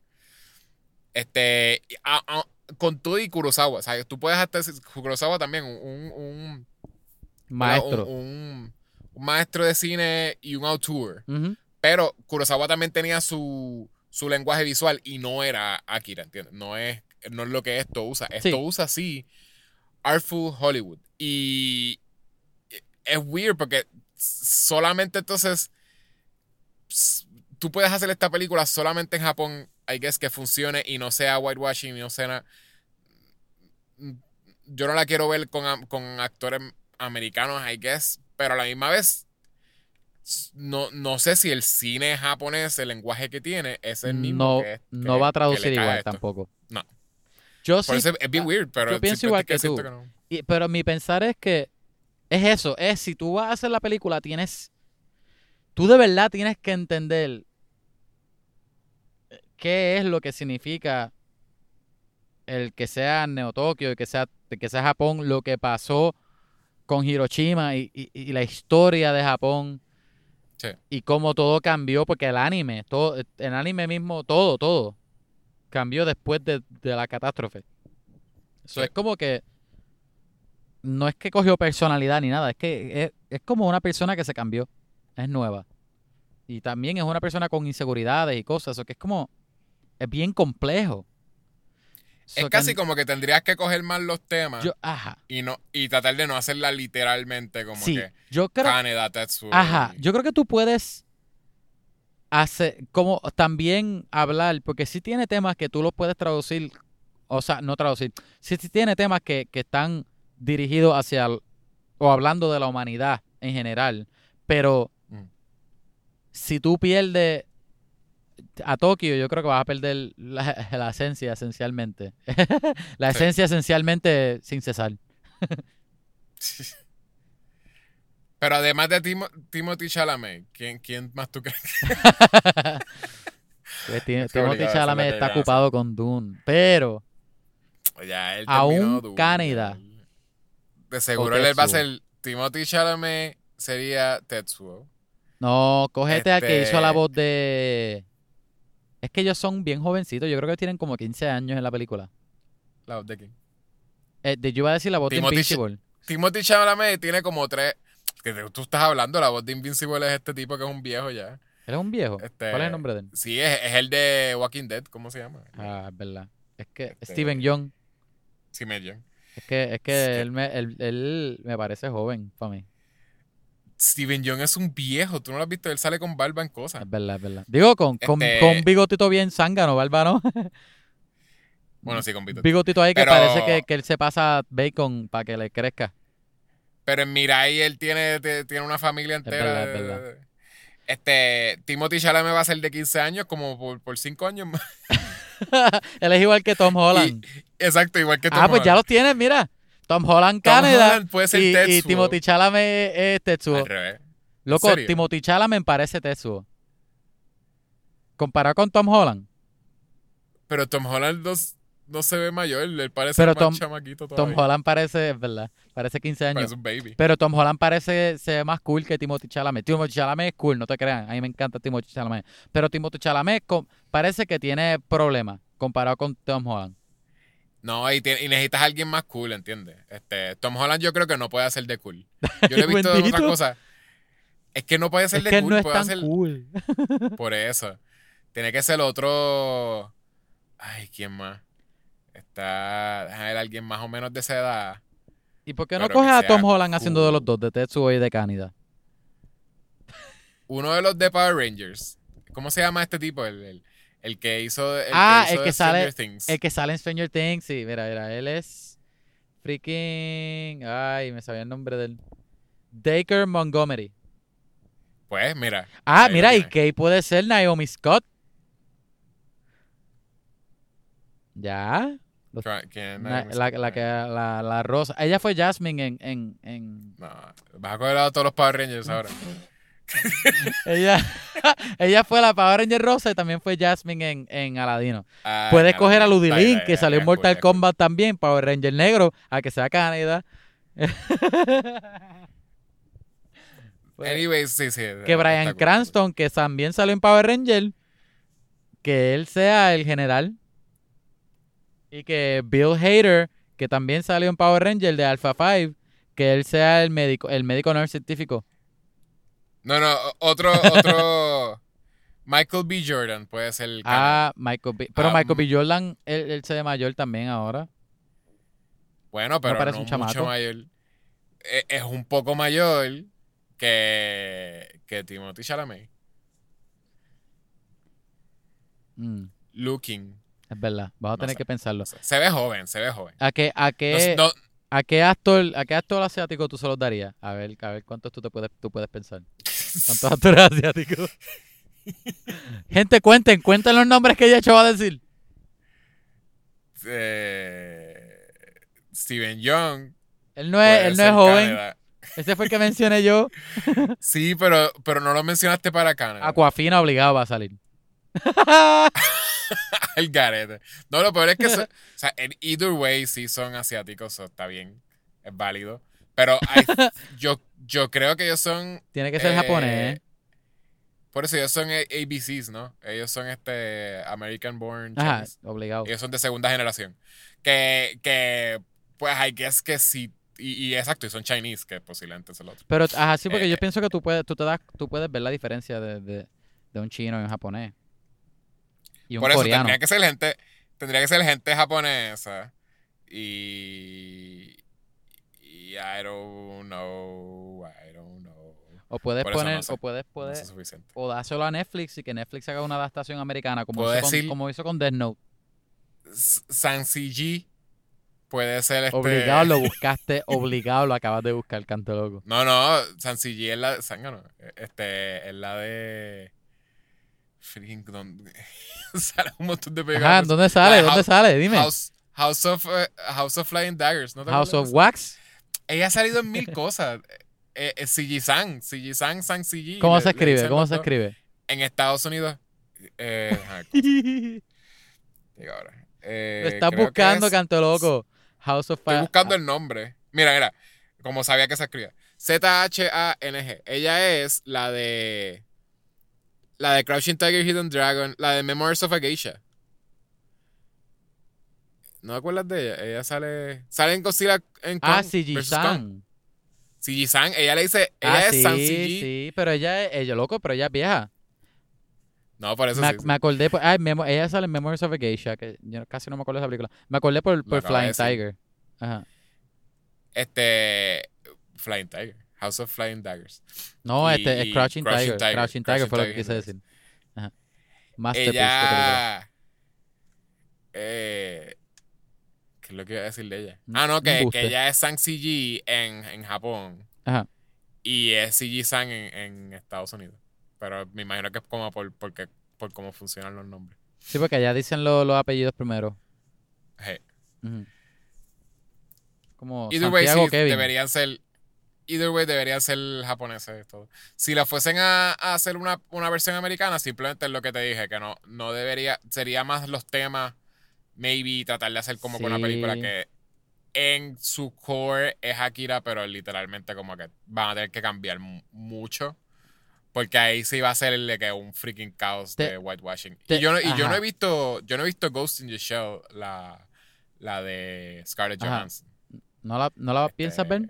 Este, a- a- con todo y Kurosawa, ¿sabes? Tú puedes hasta decir- Kurosawa también, un, un, Maestro. un, un- un maestro de cine y un auteur. Ujú. Pero Kurosawa también tenía su, su lenguaje visual y no era Akira, ¿entiendes? No es, no es lo que esto usa. Esto Sí. usa, sí, Artful Hollywood. Y es weird porque solamente entonces ps- tú puedes hacer esta película solamente en Japón, I guess, que funcione y no sea whitewashing y no sea na- yo no la quiero ver con, am- con actores americanos, I guess, pero a la misma vez no, no sé si el cine japonés, el lenguaje que tiene, es el mismo No, que, que- no va a que le traducir cae igual esto. tampoco. No. Yo Por sí, eso es bien weird, pero yo pienso simplemente igual que siento tú. no. y- pero mi pensar es que es eso, es si tú vas a hacer la película, tienes, tú de verdad tienes que entender qué es lo que significa el que sea Neo Tokio, el que sea, el que sea Japón, lo que pasó con Hiroshima y, y- y la historia de Japón Sí. y cómo todo cambió, porque el anime, todo, el anime mismo, todo, todo cambió después de, de la catástrofe. Eso Sí. es como que no es que cogió personalidad ni nada, es que es, es como una persona que se cambió, es nueva. Y también es una persona con inseguridades y cosas, eso que es como, es bien complejo. Es So que casi n- como que tendrías que coger más los temas yo, ajá, y no y tratar de no hacerla literalmente como sí, que yo creo, Kaneda Tetsuo. ajá, y- yo creo que tú puedes hacer, como también hablar, porque sí tiene temas que tú los puedes traducir, o sea, no traducir, sí, sí tiene temas que, que están dirigidos hacia, el- o hablando de la humanidad en general, pero Mm. si tú pierdes a Tokio, yo creo que vas a perder la, la esencia esencialmente. La Sí. esencia esencialmente sin cesar. Pero además de Timo- Timothy Chalamet, ¿quién, quién más tú crees que Pues Tim- es que Timothy obligado a hacer la Chalamet que está viene a ocupado con Dune, pero hacer? Ya él terminó aún Dune, Kaneda ya él- De o seguro él va a Tetsuo. ser Timothy Chalamet sería Tetsuo. No, cógete al que hizo la Este, voz de... Es que ellos son bien jovencitos, yo creo que tienen como quince años en la película. la voz de quién? Eh, de- yo iba a decir la voz Timothy de Ch- Invincible. Timothy Chalamet tiene como tres. Que te- tú estás hablando, la voz de Invincible es este tipo que es un viejo ya. Él es un viejo. Este, ¿Cuál es el nombre de él? Sí, es, es el de Walking Dead, ¿cómo se llama? Ah, es verdad. Es que Este, Steven Young, Sí, medio. es que, es Es que que él me, él, él me parece joven para mí. Steven Young es un viejo, tú no lo has visto, él sale con barba en cosas. Es verdad, es verdad. Digo, con, con, Este, con un bigotito bien zángano, barba, ¿no? bueno, sí, con Vito. Bigotito ahí que Pero, parece que, que él se pasa bacon para que le crezca. pero en Mirai él tiene, te- tiene una familia Es entera. verdad, es de- verdad. Este, Timothy Chalamet va a ser de quince años, como por, por cinco años más. Él es igual que Tom Holland. Y- exacto, igual que Tom Ah, pues ya Holland. los tienes, mira. Tom Holland, Tom Canadá. Holland puede ser y, y Tetsuo. Timothy Chalamet es Tetsuo. Al revés. ¿En Loco, serio? Timothy Chalamet parece Tetsuo. Comparado con Tom Holland. Pero Tom Holland no, s- no se ve mayor, él parece Pero más Tom- chamaquito Tom todavía. Holland parece, es verdad, parece quince años. Parece un baby. Pero Tom Holland parece ser más cool que Timothy Chalamet. Timothy Chalamet es cool, no te crean. A mí me encanta Timothy Chalamet. Pero Timothy Chalamet co- parece que tiene problemas comparado con Tom Holland. No, y, tiene- y necesitas a alguien más cool, ¿entiendes? Este, Tom Holland yo creo que no puede hacer de cool. Yo le he visto Bendito. otra cosa. Es que no puede ser Es de que él cool, no es puede tan hacer cool. por eso. Tiene que ser otro. Ay, ¿quién más? Está. Déjame ver, alguien más o menos de esa edad. ¿Y por qué no Pero que coges a sea Tom Holland haciendo de cool. los dos, de Tetsuo y de Canada? Uno de los de Power Rangers. ¿Cómo se llama este tipo? El, el, el que hizo. El Ah, que hizo el que de sale- Stranger Things. El que sale en Stranger Things, sí, mira, mira, él es freaking... Ay, me sabía el nombre del... Dacre Montgomery. Pues, mira. Ah, ahí lo mira, y tienes. Kay puede ser Naomi Scott. Ya. Los- ¿Quién es na- Naomi la, Scott? la que la, la rosa. Ella fue Jasmine en, en, en... No, vas a coger a todos los Power Rangers ahora. Ella, ella fue la Power Ranger rosa y también fue Jasmine en, en Aladino. Ah, Puedes nada, coger a está Ludilink, bien, que salió en es cool, Mortal es cool. Kombat también, Power Ranger negro, a que sea Canadá. Pues, Anyways, sí, sí. que Bryan Cranston, que también salió en Power Ranger, que él sea el general. Y que Bill Hader, que también salió en Power Ranger de Alpha five, que él sea el médico, el médico no el científico. No, no, otro, otro. Michael B. Jordan puede ser el Canadá. Ah, Michael B. Pero Ah, Michael B. mm. Jordan, él, él se ve mayor también ahora. Bueno, pero no, parece un mucho chamaco. mayor. Es, es un poco mayor que, que Timothy Chalamet. Mm, Looking. es verdad, vamos a No tener sé, que pensarlo. no sé. Se ve joven, se ve joven. ¿A qué, a No, qué, no- ¿A qué actor, a qué actor asiático tú se los darías? A ver, a ver cuántos tú te puedes, tú puedes pensar. ¿Cuántos actores asiáticos? Gente, cuenten, cuenten los nombres que ella hecho va a decir. Eh, Steven Young. Él no es, puede él no es ser joven. Canadá. Ese fue el que mencioné yo. Sí, pero, pero no lo mencionaste para Canadá. Aquafina obligado va a salir. El garete. No, lo peor es que so- o sea, en either way sí son asiáticos, so está bien, es válido. Pero hay- yo, yo creo que ellos son... Tiene que ser eh, japonés. Por eso ellos son A- A B Cs, ¿no? Ellos son este American Born Ajá, Chinese. obligado. Ellos son de segunda generación. Que, que pues I guess que sí. Y, y exacto, y son Chinese, que posiblemente es el otro. Pero, ajá, sí, porque Eh, yo pienso que tú puedes, tú te das, tú puedes ver la diferencia de, de, de un chino y un japonés. Y un Por eso coreano. tendría que ser gente, tendría que ser gente japonesa. Y, y I don't know, I don't know. O puedes Por eso poner, no sé, o puedes, No puedes, sé suficiente. o dáselo a Netflix y que Netflix haga una adaptación americana, como Puedo hizo, con, decir- como hizo con Death Note. S- San C G puede ser este. Obligado lo buscaste, obligado lo acabas de buscar, canto loco. No, no, San C G es la. Zángano, este, es la de. Freaking. Don- Sale un montón de películas. Ajá, ¿dónde sale? La de ¿Dónde House- sale? Dime. House, House of eh, House of Flying Daggers, ¿no te House acuerdas of de Wax. eso? Ella ha salido en mil cosas. Eh, eh, C G Sang, C G Sang, Sang C G. ¿Cómo le- se le escribe? dicen ¿Cómo los se dos. escribe? En Estados Unidos. Eh, ajá, ¿cómo se diga ahora? Eh, Lo estás creo que buscando, es- canto loco. House of Estoy Fire. buscando el nombre. Mira, mira. Como sabía que se escribía. Z H A N G. Ella es la de. La de Crouching Tiger, Hidden Dragon. La de Memoirs of a Geisha. ¿No te acuerdas de ella? Ella sale. Sale en Godzilla en Kong Ah, C G versus Kong. San. C G Sang. Ella le dice. Ella Ah, es sí, San C G. sí, pero ella es, ella loco, pero ella es vieja. No, por eso Me, sí, sí. me acordé, por, ah, Memo- ella sale en Memories of a Geisha, que yo casi no me acuerdo de esa película. Me acordé por, por acaba de Flying decir. Tiger. Ajá. Este. Flying Tiger. House of Flying Daggers. No, Y- este es y Crouching, Crouching Tiger. Tiger, Crouching Tiger fue lo que Crouching quise Tiger, decir. Ajá. Masterpiece de película. Ella. Eh, ¿Qué es lo que iba a decir de ella? Un- Ah, no, un que, buste. que ella es Sang C G en, en Japón Ajá. y es C G Sang en, en Estados Unidos. Pero me imagino que es como por, porque, por cómo funcionan los nombres. Sí, porque allá dicen lo- los apellidos primero. Hey. Ujú. Como Either way, Santiago sí, Kevin. deberían ser. Either way, deberían ser japoneses todo. Si la fuesen a, a hacer una, una versión americana, simplemente es lo que te dije, que no, no debería. Sería más los temas, maybe tratar de hacer como con una película Sí. que en su core es Akira, pero literalmente como que van a tener que cambiar mu- mucho. Porque ahí sí va a ser el de que un freaking caos Te- de whitewashing. te- y yo no, y yo no ajá. he visto. Yo no he visto Ghost in the Shell, la, la de Scarlett Ajá. Johansson. ¿No la, no la Este, piensas ver?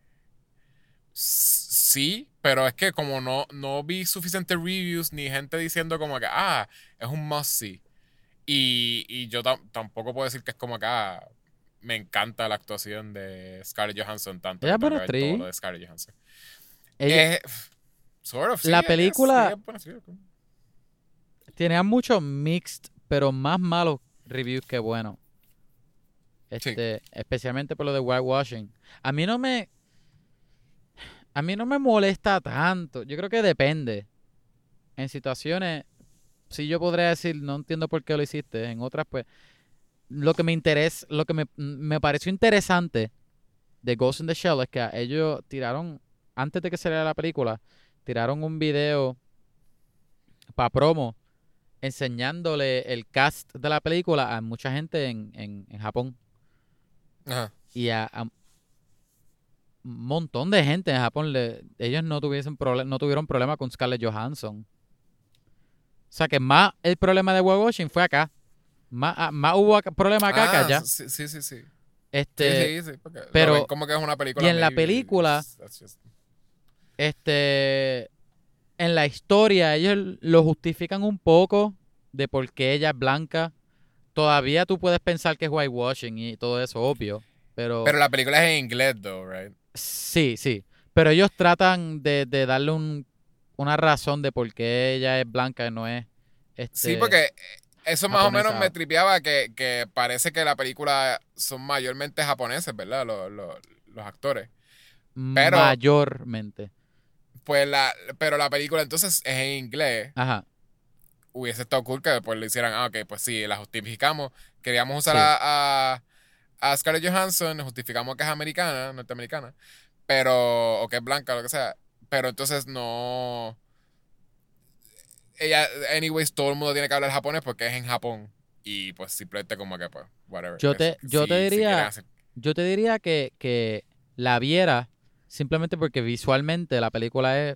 S- Sí, pero es que como no, no vi suficientes reviews ni gente diciendo como que, ah, es un must see. Y, y yo tam- tampoco puedo decir que es como que, ah, me encanta la actuación de Scarlett Johansson tanto. Ella que es tengo buena que ver todo actriz. lo de Scarlett Johansson. Ella Eh, sort of, sí, La I guess, película- sí, es buena, sí, ok. tenía muchos mixed, pero más malos reviews que buenos. Este, especialmente por lo de whitewashing. A mí no me a mí no me molesta tanto. Yo creo que depende. En situaciones sí yo podría decir, no entiendo por qué lo hiciste. En otras pues lo que me interesa, lo que me, me pareció interesante de Ghost in the Shell es que a ellos tiraron antes de que saliera la película, tiraron un video para promo enseñándole el cast de la película a mucha gente en, en, en Japón. Ajá. Y a, a un montón de gente en Japón, le, ellos no, tuviesen proble- no tuvieron problema con Scarlett Johansson. O sea que más el problema de whitewashing fue acá. Más, ah, más hubo acá- problema acá que Ah, allá. Sí, sí, sí. sí. Este, sí, sí, sí, porque lo pero- ven como que es una película. y en la maybe, película- that's just- este, en la historia ellos lo justifican un poco de por qué ella es blanca. Todavía tú puedes pensar que es whitewashing y todo eso, obvio. Pero, Pero la película es en inglés, though, right? sí, sí. Pero ellos tratan de, de darle un, una razón de por qué ella es blanca y no es este, Sí, porque Eso más o menos japonesa. me tripeaba que, que parece que la película son mayormente japoneses, ¿verdad? Los, los, los actores. Pero, Mayormente. pues la, pero la película entonces es en inglés. Ajá. Hubiese estado cool que después le hicieran, ah, ok, pues sí, la justificamos. Queríamos usar Sí. a, a, a Scarlett Johansson, justificamos que es americana, norteamericana, pero, o que es blanca, lo que sea. Pero entonces no. Ella, anyways, todo el mundo tiene que hablar japonés porque es en Japón. Y pues simplemente como que, pues, whatever. Yo que te, si- yo te si- si quieren diría, hacer- yo te diría que, que la viera simplemente porque visualmente la película es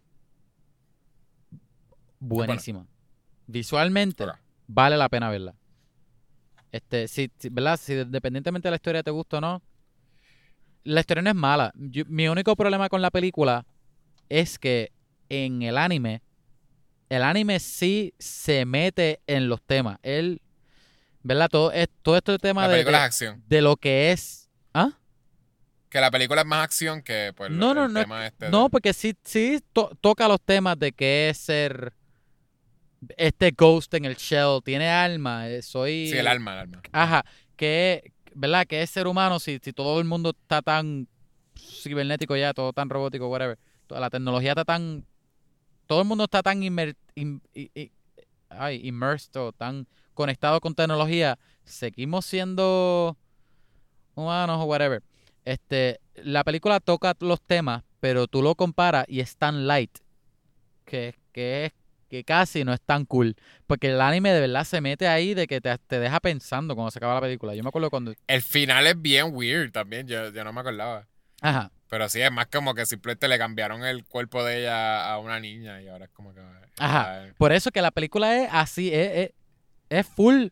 buenísima. Visualmente Ok. vale la pena verla. Este, si, si- ¿verdad? Si independientemente de la historia te gusta o no, la historia no es mala. Yo- mi único problema con la película es que en el anime, el anime sí se mete en los temas. Él, ¿verdad? Todo, es, todo este tema La de, película es de, acción. de lo que es. ¿Ah? Que la película es más acción que pues, No, no, el no. tema este No, de... porque sí, sí to- toca los temas de que es ser este ghost en el shell, tiene alma, eh, soy... Sí, el alma, el alma. Ajá, que, ¿verdad? Que es ser humano si, si todo el mundo está tan cibernético ya, todo tan robótico, whatever. Toda la tecnología está tan... Todo el mundo está tan inmer, in- i- i- ay, immersed o tan conectado con tecnología. Seguimos siendo humanos o whatever. Este, la película toca los temas, pero tú lo comparas y es tan light que, que es que casi no es tan cool. Porque el anime de verdad se mete ahí de que te, te deja pensando cuando se acaba la película. Yo me acuerdo cuando... El final es bien weird también, yo, yo no me acordaba. Ajá. Pero sí, es más como que simplemente le cambiaron el cuerpo de ella a una niña y ahora es como que... Ajá. ah, Por eso que la película es así, es, es, es full...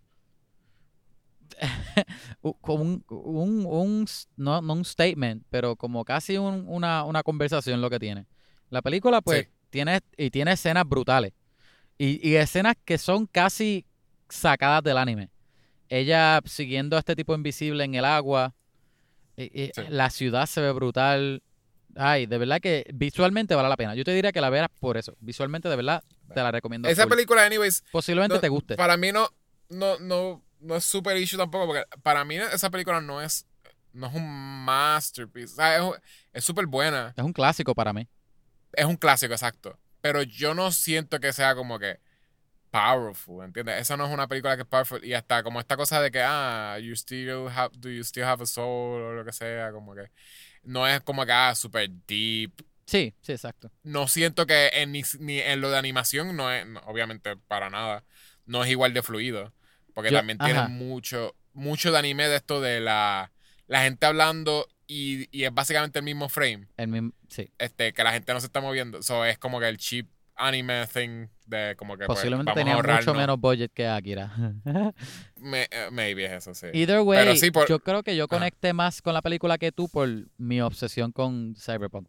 como un, un, un- no, no un statement, pero como casi un- una, una conversación lo que tiene. La película, pues, Sí. tiene, y tiene escenas brutales. Y, y escenas que son casi sacadas del anime. Ella siguiendo a este tipo invisible en el agua. y- y Sí. La ciudad se ve brutal. Ay, de verdad que visualmente vale la pena. Yo te diría que la veas por eso. Visualmente, de verdad, te la recomiendo. Esa full. película, anyways, Posiblemente no- te guste. para mí no, no, no, no es super issue tampoco, porque para mí esa película no es, no es un masterpiece. O sea, es, es súper buena. Es un clásico para mí. Es un clásico, exacto. Pero yo no siento que sea como que powerful, ¿entiendes? Esa no es una película que es powerful. Y hasta como esta cosa de que, ah, you still have, do you still have a soul o lo que sea, como que no es como que, ah, super deep. Sí, sí, exacto. No siento que en, ni, ni en lo de animación, no es, no, obviamente para nada, no es igual de fluido. Porque Yo- también tiene ajá. mucho, mucho de anime de esto de la, la gente hablando y, y es básicamente el mismo frame. El mismo, sí. Este, que la gente no se está moviendo. Eso es como que el cheap anime thing de como que pues, Posiblemente vamos a tenía mucho ahorrarnos. menos budget que Akira. Me- eh, maybe es eso, sí. Either way, Pero sí, por- yo creo que yo Ajá. conecté más con la película que tú por mi obsesión con Cyberpunk.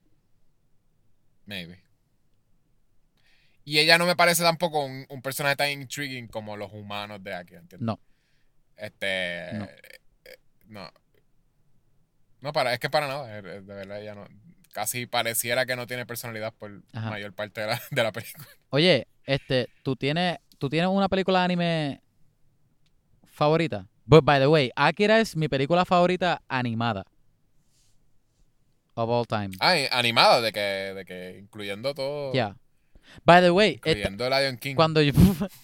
Maybe. Y ella no me parece tampoco un, un personaje tan intriguing como los humanos de aquí, ¿entiendes? No. Este. No. eh, eh, No. No, para, es que para nada. eh, eh, De verdad, ella no. Casi pareciera que no tiene personalidad por Ajá. mayor parte de la, de la película. Oye, este, ¿tú tienes, tú tienes una película de anime favorita? But by the way, Akira es mi película favorita animada. Of all time. Ah, y animada, de que, de que incluyendo todo. Yeah. By the way, esta- Incluyendo Lion King. cuando yo...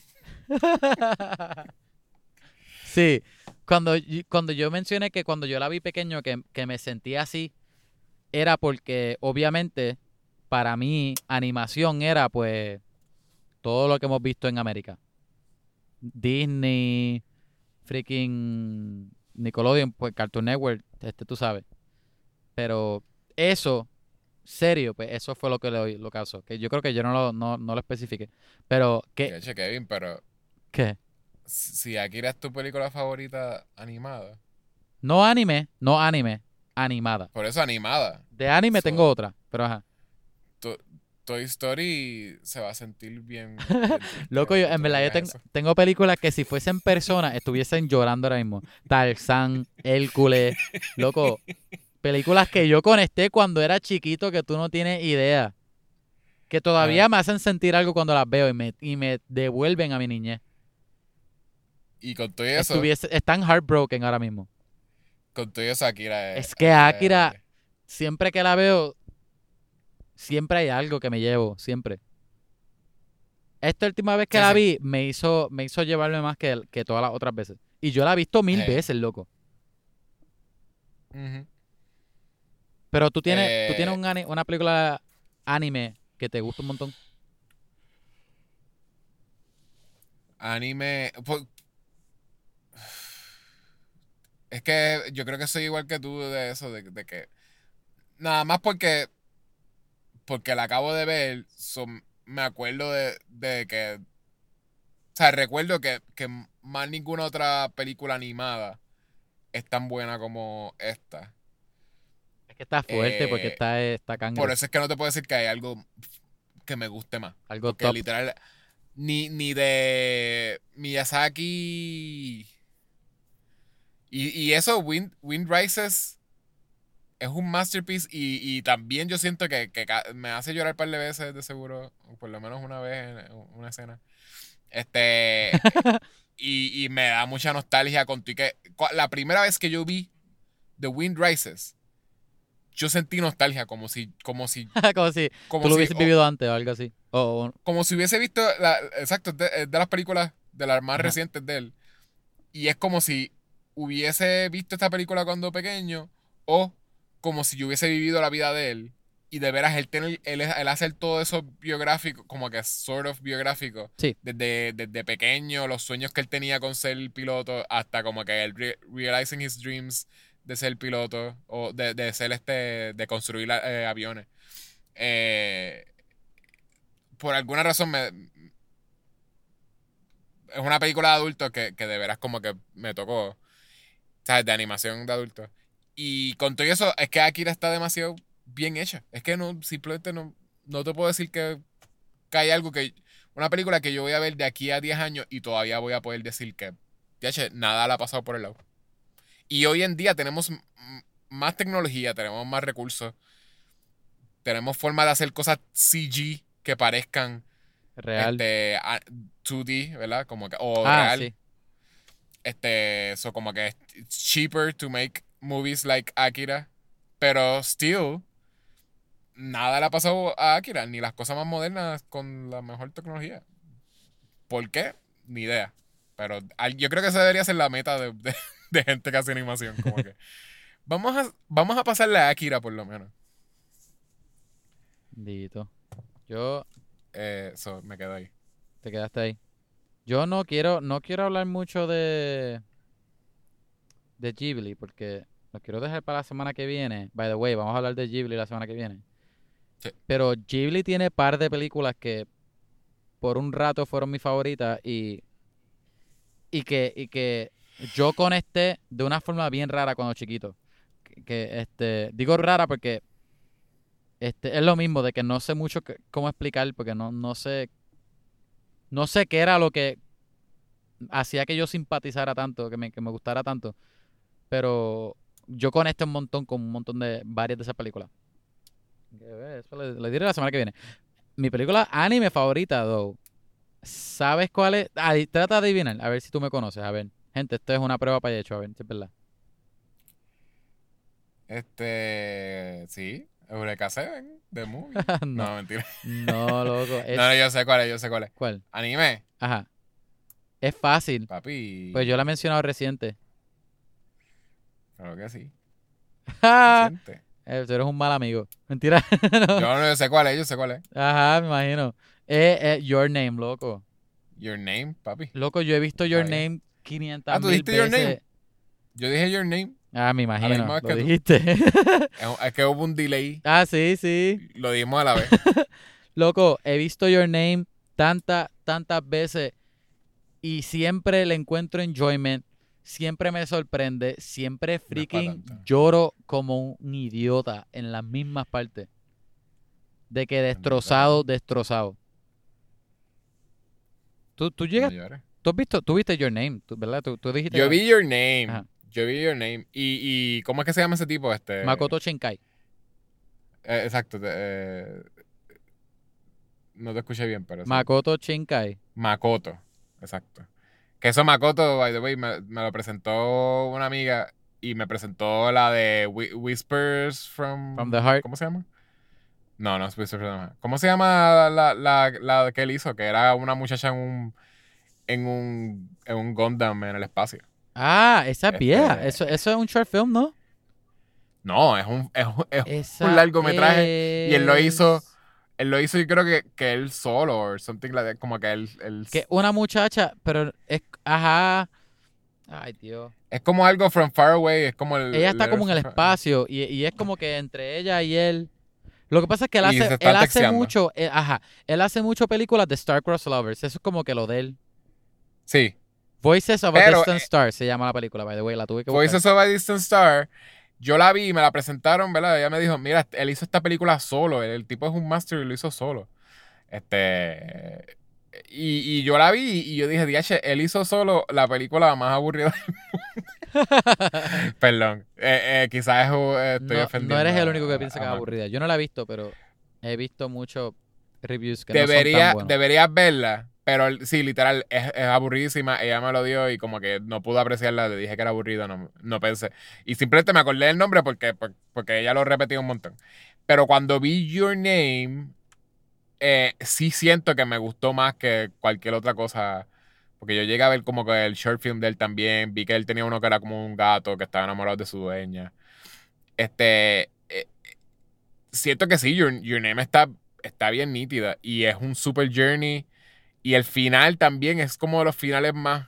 sí, cuando, yo- cuando yo mencioné que cuando yo la vi pequeño que, que me sentía así, era porque obviamente para mí animación era pues todo lo que hemos visto en América. Disney, freaking Nickelodeon, pues Cartoon Network, este tú sabes. Pero eso, serio, pues eso fue lo que le, lo causó. Que yo creo que yo no lo, no, no lo especifiqué. Pero, ¿qué? Che, Kevin, pero ¿Qué? si Akira es tu película favorita animada, No anime, no anime, animada. por eso animada. De anime So- tengo otra, pero ajá. To- Toy Story se va a sentir bien. bien triste Loco, yo, cuando en tú verdad yo veas tengo, eso. tengo películas que si fuesen personas estuviesen llorando ahora mismo. Tarzán, Hércules, loco. Películas que yo conecté cuando era chiquito que tú no tienes idea. Que todavía Ajá. me hacen sentir algo cuando las veo y me, y me devuelven a mi niñez. Y con todo eso, Estuviese, están heartbroken ahora mismo. con todo eso, Akira es... Es que Akira Akira, siempre que la veo, siempre hay algo que me llevo, siempre. Esta última vez que Sí, la sí. vi, me hizo, me hizo llevarme más que, que todas las otras veces. Y yo la he visto mil Eh. veces, loco. Ujú. Pero tú tienes, tú Eh, tienes un ani- una película anime que te gusta un montón. Anime... pues, es que yo creo que soy igual que tú de eso, de, de que... Nada más porque... Porque la acabo de ver, so, me acuerdo de, de que... O sea, recuerdo que, que más ninguna otra película animada es tan buena como esta. Es que está fuerte porque Eh, está, está por cangre. eso es que no te puedo decir que hay algo que me guste más. Algo Porque top. literal, ni, ni de Miyazaki... Y, y eso, Wind, Wind Rises es un masterpiece y, y también yo siento que, que ca- me hace llorar un par de veces de seguro, o por lo menos una vez en una escena. Este, y, y me da mucha nostalgia con tu y que cua- la primera vez que yo vi The Wind Rises, yo sentí nostalgia como si, como si, Como si como tú lo si, hubieses o- vivido antes o algo así. O, o- como si hubiese visto, la, exacto, de, eh, de las películas de las más Ajá. recientes de él. Y es como si hubiese visto esta película cuando pequeño o como si yo hubiese vivido la vida de él. Y de veras, él, tiene, él, él hacer todo eso biográfico, como que sort of biográfico. Sí. Desde, desde pequeño, los sueños que él tenía con ser piloto, hasta como que él re- realizing his dreams de ser piloto o de, de ser este, de construir eh, aviones. Eh, por alguna razón me, es una película de adultos que, que de veras como que me tocó. ¿Sabes? De animación de adultos. Y con todo eso, es que Akira está demasiado bien hecha. Es que no, simplemente no, no te puedo decir que, que hay algo que. Una película que yo voy a ver de aquí a diez años y todavía voy a poder decir que. Ya, che, nada la ha pasado por el lado. Y hoy en día tenemos m- más tecnología, tenemos más recursos. Tenemos forma de hacer cosas C G que parezcan real. este a- dos D, ¿verdad? Como que, o Ah, real. sí. Este, eso como que es it's cheaper to make movies like Akira, pero still nada le ha pasado a Akira, ni las cosas más modernas con la mejor tecnología. ¿Por qué? Ni idea. Pero al- yo creo que esa debería ser la meta de, de- de gente que hace animación, como que vamos a vamos a pasarle a Akira por lo menos. Dito. Yo Eh, Eso me quedo ahí. te quedaste ahí. Yo no quiero, no quiero hablar mucho de de Ghibli porque lo quiero dejar para la semana que viene. By the way, vamos a hablar de Ghibli la semana que viene. Sí. Pero Ghibli tiene par de películas que por un rato fueron mis favoritas y y que y que yo conecté de una forma bien rara cuando chiquito. Que, que, este digo rara porque este es lo mismo de que no sé mucho que- cómo explicar porque no no sé no sé qué era lo que hacía que yo simpatizara tanto, que me, que me gustara tanto. Pero yo conecté un montón con un montón de varias de esas películas. Que, eh, Eso le, le diré la semana que viene. Mi película anime favorita, though. ¿Sabes cuál es? Ah, y trata de adivinar, a ver si tú me conoces. A ver, gente, esto es una prueba para hecho, a ver si es verdad. Este, sí, Eureka Seven, The Movie. No, No, mentira. no, loco. Es, No, no, yo sé cuál es, yo sé cuál es. ¿cuál? Anime, Ajá. Es fácil. papi. Pues yo la he mencionado reciente. Claro que sí. ¡Ja! Reciente. Eh, tú eres un mal amigo. Mentira. No. Yo no yo sé cuál es, yo sé cuál es. Ajá, me imagino. Eh, eh, Your Name, loco. Your Name, papi. Loco, yo he visto Your Está bien. Name quinientas Ah, ¿tú mil dijiste Your veces. Name? Yo dije Your Name. Ah, me A la imagino. misma vez Lo que tú. dijiste. Es, es que hubo un delay. Ah, sí, sí. Lo dimos a la vez. Loco, he visto Your Name tantas, tantas veces y siempre le encuentro enjoyment. Siempre me sorprende. Siempre pa' freaking tanto. lloro como un idiota en las mismas partes. De que destrozado, destrozado. Tú, tú No llegas, llores. tú has visto, tú viste Your Name, tú- ¿verdad? Tú, tú dijiste. Yo vi Your Name. Ajá. Yo vi Your Name. Y, y ¿cómo es que se llama ese tipo? Este. Makoto Shinkai. Eh, exacto. te- eh, no te escuché bien, pero sí. Makoto Shinkai. Makoto. Exacto. Que eso Makoto, by the way, me, me lo presentó una amiga y me presentó la de Whi- Whispers from... From the Heart. ¿Cómo se llama? No, no es Whispers from the Heart. ¿Cómo se llama la, la, la que él hizo? Que era una muchacha en un, en un, en un Gundam en el espacio. Ah, esa es Este- vieja. Eso, eso es un short film, ¿no? No, es un, es, un- es Esa un largometraje. Y él lo hizo, es- él lo hizo yo creo que, que él solo, o something like that, como que él, él- Que una muchacha, pero es... Ajá. Ay, Dios. es como algo from far away, es como el... Ella está como en el Letter from- espacio y, y es como que entre ella y él. Lo que pasa es que él Y se hace, están él hace texteando. mucho, eh, ajá, él hace mucho películas de Star-Crossed Lovers. Eso es como que lo de él. Sí. Voices of a Pero, Distant eh, Star se llama la película, by the way, la tuve que buscar. Voices of a Distant Star, yo la vi y me la presentaron, ¿verdad? Ella me dijo, mira, él hizo esta película solo, el, el tipo es un master y lo hizo solo. Este... Y, y yo la vi y yo dije, diache, él hizo solo la película más aburrida del mundo. Perdón, eh, eh, quizás eh, estoy no, ofendiendo. no eres el a- único que piensa a que es Marco. aburrida. Yo no la he visto, pero he visto muchos reviews que no son Debería, tan buenos. deberías verla, pero sí, literal, es, es aburridísima. Ella me lo dio y como que no pude apreciarla, le dije que era aburrida, no, no pensé. Y simplemente me acordé del nombre porque, por- porque ella lo repetía un montón. Pero cuando vi Your Name, eh, sí siento que me gustó más que cualquier otra cosa. Porque yo llegué a ver como que el short film de él también. Vi que él tenía uno que era como un gato que estaba enamorado de su dueña. Este... eh, siento que sí, Your, Your Name está, está bien nítida y es un super journey y el final también es como de los finales más,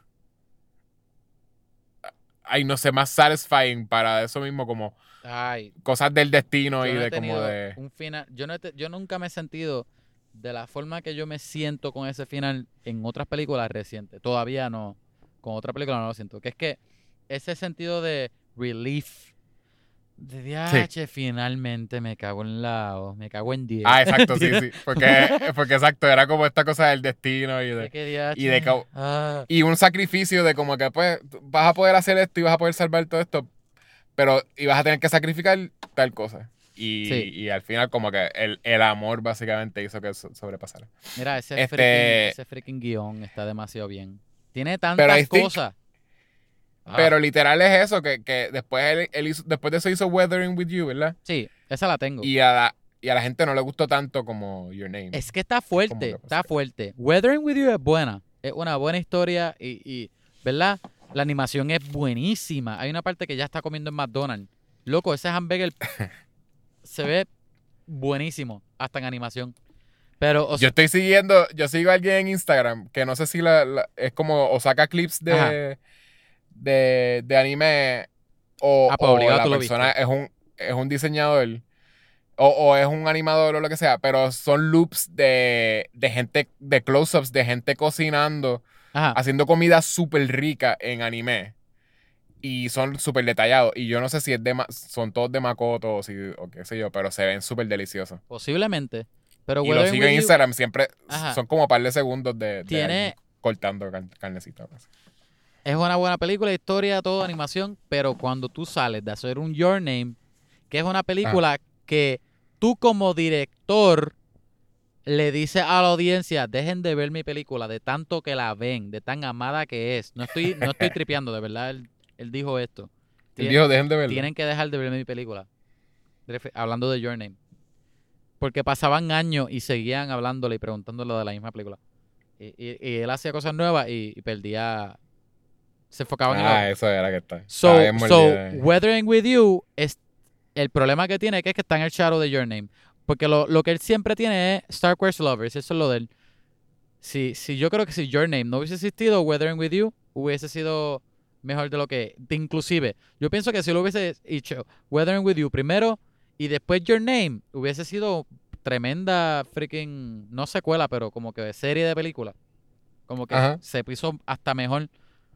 ay no sé, más satisfying para eso mismo, como Ay, cosas del destino yo y no he de como tenido de... un final. Yo, no he te- yo nunca me he sentido de la forma que yo me siento con ese final en otras películas recientes. Todavía no. Con otra película no lo siento. Que es que ese sentido de relief. De diache, finalmente me cago en la... Me cago en diez. Ah, exacto, sí, sí, porque, porque exacto, era como esta cosa del destino y De de... que diache, y de que- ah. Y un sacrificio de como que pues vas a poder hacer esto y vas a poder salvar todo esto, pero y vas a tener que sacrificar tal cosa. Y, Sí. y al final como que el, el amor básicamente hizo que so- sobrepasara. Mira, ese, Este- freaking, ese freaking guión está demasiado bien. Tiene Pero I tantas think- cosas. Ah, Pero literal es eso, que, que después él, él hizo, después de eso hizo Weathering With You, ¿verdad? sí, esa la tengo. Y a la, y a la gente no le gustó tanto como Your Name. Es que está Como fuerte, que está pasa. fuerte. Weathering With You es buena. Es una buena historia y, y, ¿verdad? La animación es buenísima. Hay una parte que ya está comiendo en McDonald's. Loco, ese hamburger se ve buenísimo, hasta en animación. Pero, o Yo sea, estoy siguiendo, yo sigo a alguien en Instagram que no sé si la, la- es como o saca clips Ajá. de, de, de anime o, Ah, pues o obligado la tú lo persona viste. es un, es un diseñador o, o es un animador o lo que sea, pero son loops de, de gente, de close-ups, de gente cocinando, ajá, haciendo comida súper rica en anime. Y son súper detallados. Y yo no sé si es de Ma- son todos de Makoto o, si, o qué sé yo, pero se ven súper deliciosos. posiblemente. Pero Y lo Weathering sigo en With You Instagram, siempre Ajá. son como un par de segundos de, de Tiene- alguien cortando car- carnecita. pues. es una buena película, historia, todo, animación. Pero cuando tú sales de hacer un Your Name, que es una película que tú como director le dices a la audiencia, dejen de ver mi película, de tanto que la ven, de tan amada que es. No estoy, no estoy tripeando, de verdad, él, él dijo esto. Él Tien- dijo, dejen de verlo. Tienen que dejar de ver mi película. Refe- Hablando de Your Name. Porque pasaban años y seguían hablándole y preguntándole de la misma película. Y, y- y él hacía cosas nuevas y, y perdía... Se enfocaba en Ah, el... eso era que está. So, Estaba bien so mordido. Weathering With You, es el problema que tiene que es que está en el shadow de Your Name. Porque lo, lo que él siempre tiene es Star Wars Lovers, eso es lo de él. Si, si yo creo que si Your Name no hubiese existido, Weathering With You hubiese sido mejor de lo que... de inclusive, yo pienso que si lo hubiese hecho Weathering With You primero y después Your Name, hubiese sido tremenda freaking... No secuela, pero como que serie de película. Como que Ajá. se puso hasta mejor.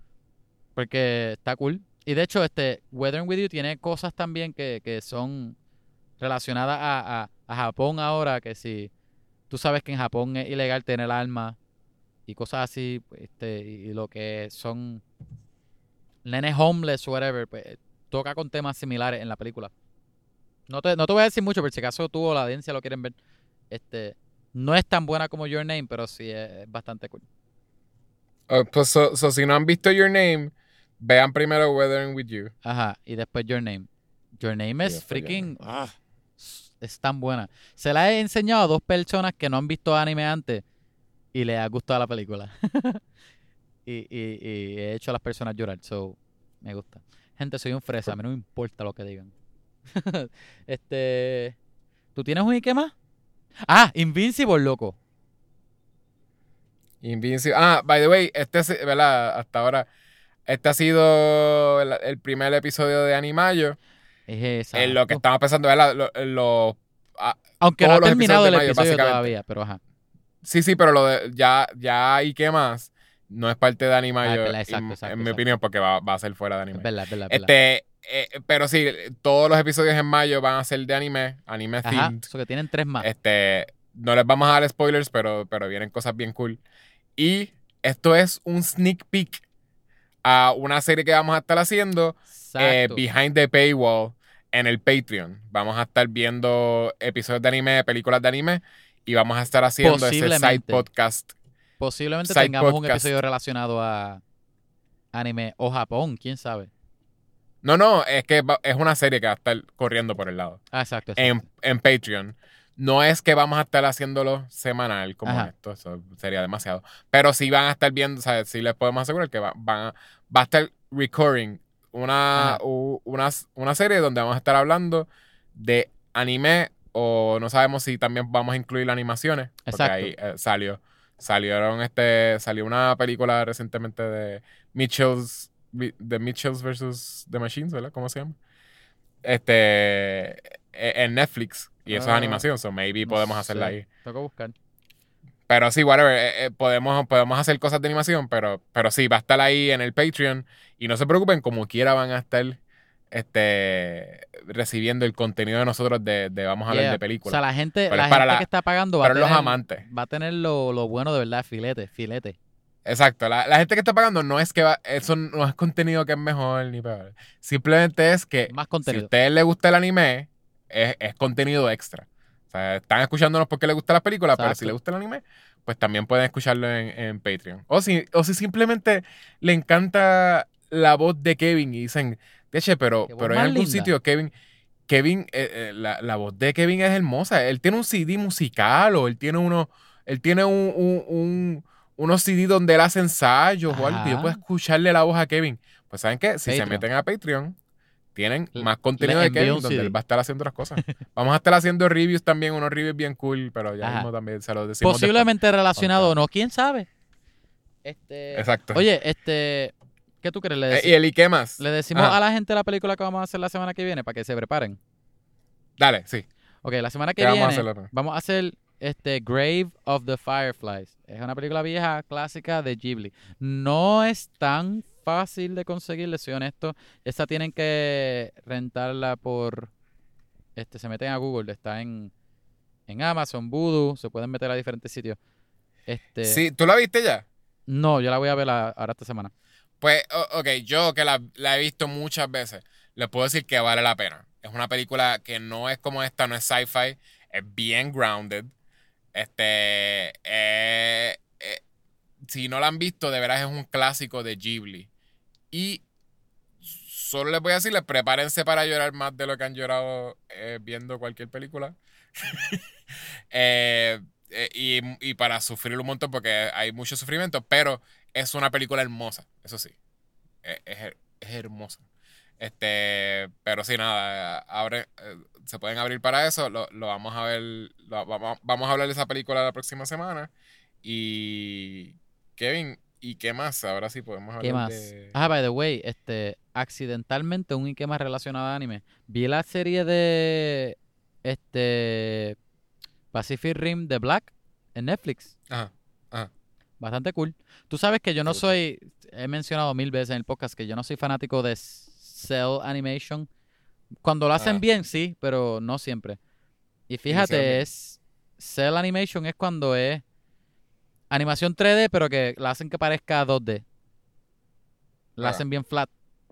Porque está cool. Y de hecho, este Weathering With You tiene cosas también que, que son relacionadas a, a, a Japón ahora, que si tú sabes que en Japón es ilegal tener armas y cosas así, pues, este, y, y lo que son nenes homeless o whatever, pues toca con temas similares en la película. No te, no te voy a decir mucho, por si acaso tú o la audiencia lo quieren ver. Este, no es tan buena como Your Name, pero sí es, es bastante cool. Uh, pues, so, so, si no han visto Your Name, vean primero Weathering With You. Ajá, y después Your Name. Your Name Y es después Your freaking... ah, es tan buena. Se la he enseñado a dos personas que no han visto anime antes y les ha gustado la película. y, y, y he hecho a las personas llorar, so me gusta. Gente, soy un fresa, a mí no me importa lo que digan. este... ¿Tú tienes un Ike más? Ah, Invincible, loco. Invincible. Ah, by the way, este es, ¿verdad? Hasta ahora, este ha sido el, el primer episodio de Animayo. Es esa. En lo que estamos pensando, ¿verdad? Lo, lo, ah, Aunque no ha todos los terminado el episodios de Mayo, episodio básicamente. todavía, pero ajá. Sí, sí, pero lo de, ya, ya y qué más, no es parte de Ah, Animayo, es verdad, exacto, en, exacto, en mi exacto. opinión, porque va, va a ser fuera de anime. Es verdad, es verdad, es verdad. Este, eh, pero sí, todos los episodios en mayo van a ser de anime, anime Ajá, themed. eso que tienen tres más. Este, no les vamos a dar spoilers, pero, pero vienen cosas bien cool. Y esto es un sneak peek a una serie que vamos a estar haciendo eh, Exacto. behind the paywall en el Patreon. Vamos a estar viendo episodios de anime, películas de anime, y vamos a estar haciendo ese side Posiblemente. podcast. Posiblemente Side tengamos un podcast. episodio relacionado a anime o Japón, quién sabe. No, no, es que va- es una serie que va a estar corriendo por el lado. Ah, exacto, exacto. En, en Patreon. No es que vamos a estar haciéndolo semanal como Ajá. esto, eso sería demasiado. Pero sí van a estar viendo, o sea, sí les podemos asegurar que va, van a, va a estar recurring una, Ajá. u- una, una serie donde vamos a estar hablando de anime o no sabemos si también vamos a incluir animaciones. Porque Exacto. ahí eh, salió, salieron este, salió una película recientemente de Mitchells, de Mitchells versus The Machines, ¿verdad? ¿Cómo se llama? Este, e- en Netflix. Y eso es Ah, animación, so maybe no podemos hacerla sé. ahí. Tengo que buscar. Pero sí, whatever, eh, eh, podemos, podemos hacer cosas de animación, pero, pero sí, va a estar ahí en el Patreon. Y no se preocupen, como quiera van a estar este, recibiendo el contenido de nosotros de, de vamos a hablar Yeah. de O películas. sea, la gente, Pero la es para gente la- que está pagando va a para tener, los amantes. va a tener lo, lo bueno de verdad, filete, filete. Exacto, la, la gente que está pagando no es que va, eso no es contenido que es mejor ni peor. Simplemente es que Más si a contenido. ustedes les gusta el anime, es, es contenido extra. O sea, están escuchándonos porque les gustan las películas, pero si Exacto. les gusta el anime, pues también pueden escucharlo en, en Patreon. O si, o si simplemente le encanta la voz de Kevin y dicen, Deche, pero, Qué voz pero en más algún linda. sitio Kevin, Kevin, eh, eh, la, la voz de Kevin es hermosa. Él tiene un C D musical o él tiene uno, él tiene un, un, un- unos C D donde él hace ensayos o algo que yo Ajá. pueda escucharle la voz a Kevin. Pues ¿saben qué? Si se Patreon. meten a Patreon, tienen Le- más contenido les de envío Kevin un donde C D. él va a estar haciendo las cosas. Vamos a estar haciendo reviews también, unos reviews bien cool, pero ya Ajá. mismo también se los decimos después. Posiblemente relacionado o Ok. no, quién sabe. Este, Exacto. Oye, este, ¿qué tú crees? Le, Eh, deci- ¿Y el y qué más? le decimos Ajá. a la gente la película que vamos a hacer la semana que viene para que se preparen. Dale, sí. Ok, la semana que ¿Qué vamos a viene hacer, López? vamos a hacer este Grave of the Fireflies. Es una película vieja, clásica de Ghibli. No es tan fácil de conseguir, les soy honesto. Esta tienen que rentarla por... Este, se meten a Google, está en, en Amazon, Vudu, se pueden meter a diferentes sitios. Este, Sí, ¿tú la viste ya? No, yo la voy a ver la- ahora esta semana. Pues, o- ok, yo que la, la he visto muchas veces, les puedo decir que vale la pena. Es una película que no es como esta, no es sci-fi, es bien grounded. Este, eh, eh, si no la han visto, de veras es un clásico de Ghibli. Y solo les voy a decirles, prepárense para llorar más de lo que han llorado eh, viendo cualquier película. Eh, eh, y, y para sufrir un montón porque hay mucho sufrimiento, pero es una película hermosa, eso sí. Es, es her- es hermosa. Este, pero sí, nada, abre, eh, se pueden abrir para eso. Lo, lo vamos a ver, lo- vamos, vamos a hablar de esa película la próxima semana. Y Kevin, ¿y qué más? Ahora sí podemos hablar ¿Qué más? de... Ah, by the way, este, accidentalmente un Ike más relacionado a anime. Vi la serie de este Pacific Rim de Black en Netflix. Ajá, ajá. Bastante cool. Tú sabes que yo no Qué gusto. soy, he mencionado mil veces en el podcast que yo no soy fanático de Cell Animation. Cuando lo hacen Ah. bien, sí, pero no siempre. Y hicieron fíjate, bien. es Cell Animation es cuando es animación tres D, pero que la hacen que parezca dos D. La Ah. hacen bien flat.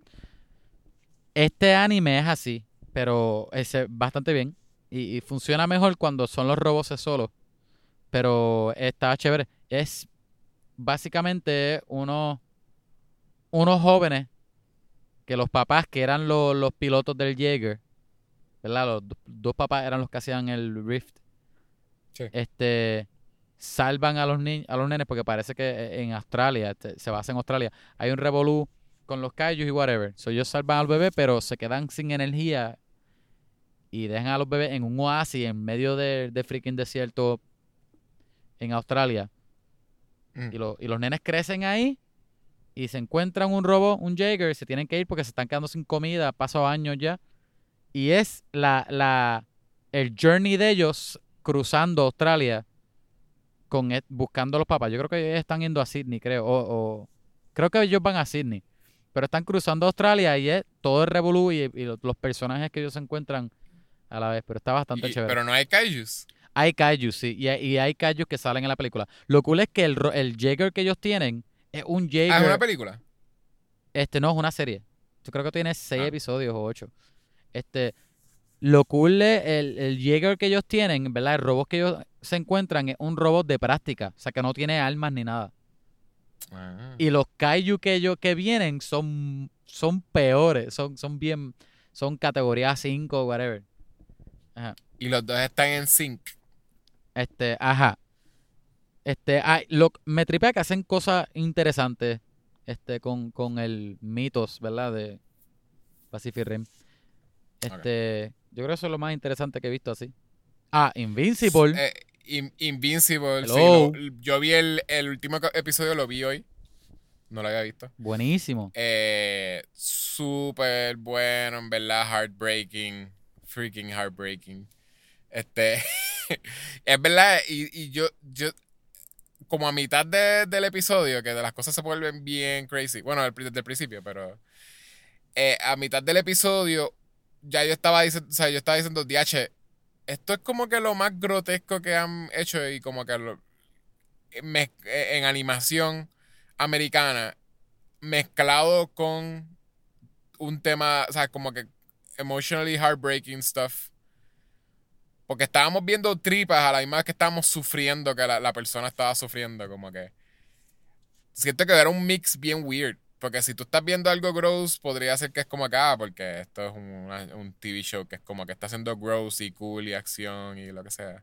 Este anime es así, pero es eh, bastante bien. Y, y funciona mejor cuando son los robots solos. Pero está chévere. Es básicamente es unos, unos jóvenes que los papás, que eran los, los pilotos del Jaeger, ¿verdad? Los do- dos papás eran los que hacían el Rift. Sí. Este, salvan a los ni a los nenes porque parece que en Australia, este, se basa en Australia, hay un revolú con los kaijus y whatever. So, ellos salvan al bebé, pero se quedan sin energía y dejan a los bebés en un oasis en medio de, de freaking desierto en Australia. Mm. Y, lo- y los nenes crecen ahí y se encuentran un robot, un Jaeger, y se tienen que ir porque se están quedando sin comida, pasó años ya. Y es la, la, el journey de ellos cruzando Australia con et- buscando a los papás. Yo creo que ellos están yendo a Sydney, creo. O, o- creo que ellos van a Sydney. Pero están cruzando Australia y es todo el revolú y, y los, los personajes que ellos se encuentran a la vez. Pero está bastante Y- chévere. pero no hay kaijus. Hay kaijus, sí. Y hay, y hay kaijus que salen en la película. Lo cool es que el, ro- el Jaeger que ellos tienen es un Ah, Jaeger. es una película. Este no es una serie. Yo creo que tiene seis Ah. episodios o ocho. Este, lo cool es el, el Jaeger que ellos tienen, ¿verdad? El robot que ellos se encuentran es un robot de práctica. O sea, que no tiene armas ni nada. Ah. Y los kaiju que ellos que vienen son, son peores. Son, son bien. Son categoría cinco, whatever. Ajá. Y los dos están en sync. Este, ajá. Este, ay, lo, me tripea que hacen cosas interesantes. Este, con, con el mitos, ¿verdad? De Pacific Rim. Este, yo creo que eso es lo más interesante que he visto así. Ah, Invincible. Eh, In- Invincible. sí, Hello. lo- yo vi el, el último co- episodio, lo vi hoy. No lo había visto. Buenísimo. Eh, Súper bueno, en verdad. Heartbreaking. Freaking heartbreaking. Este. Es verdad. Y, y yo, yo. Como a mitad de- del episodio, que de las cosas se vuelven bien crazy. Bueno, al pri- desde el principio, pero. eh, a mitad del episodio. Ya yo estaba diciendo. O sea, yo estaba diciendo, D H. Esto es como que lo más grotesco que han hecho. Y como que lo- mez- eh, en animación americana. Mezclado con un tema, o sea, como que emotionally heartbreaking stuff. Porque estábamos viendo tripas a la misma vez que estábamos sufriendo, que la, la persona estaba sufriendo, como que. Siento que era un mix bien weird. Porque si tú estás viendo algo gross, podría ser que es como acá, porque esto es una- un T V show que es como que está haciendo gross y cool y acción y lo que sea.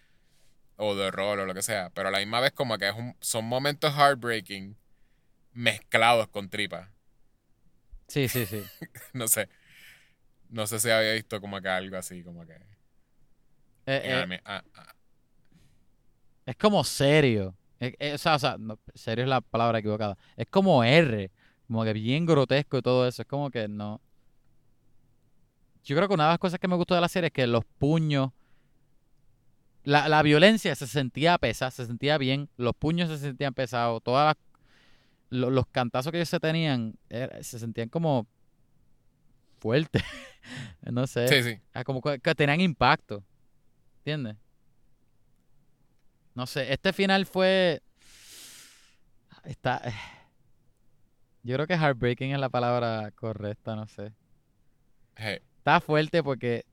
O de horror o lo que sea. Pero a la misma vez como que es un, son momentos heartbreaking mezclados con tripas. Sí, sí, sí. No sé. No sé si había visto como que algo así, como que. Eh, en eh, anime. Ah, ah. es como serio. Eh, eh, o sea, o sea, no, serio es la palabra equivocada. Es como R. Como que bien grotesco y todo eso. Es como que no. Yo creo que una de las cosas que me gustó de la serie es que los puños. La, la violencia se sentía pesada, se sentía bien. Los puños se sentían pesados. Todas las- lo- los cantazos que ellos se tenían era- se sentían como fuertes. No sé. Sí, sí. Ah, como que, que tenían impacto. ¿Entiendes? No sé. Este final fue. Está. eh, Yo creo que heartbreaking es la palabra correcta, no sé. Hey. Está fuerte porque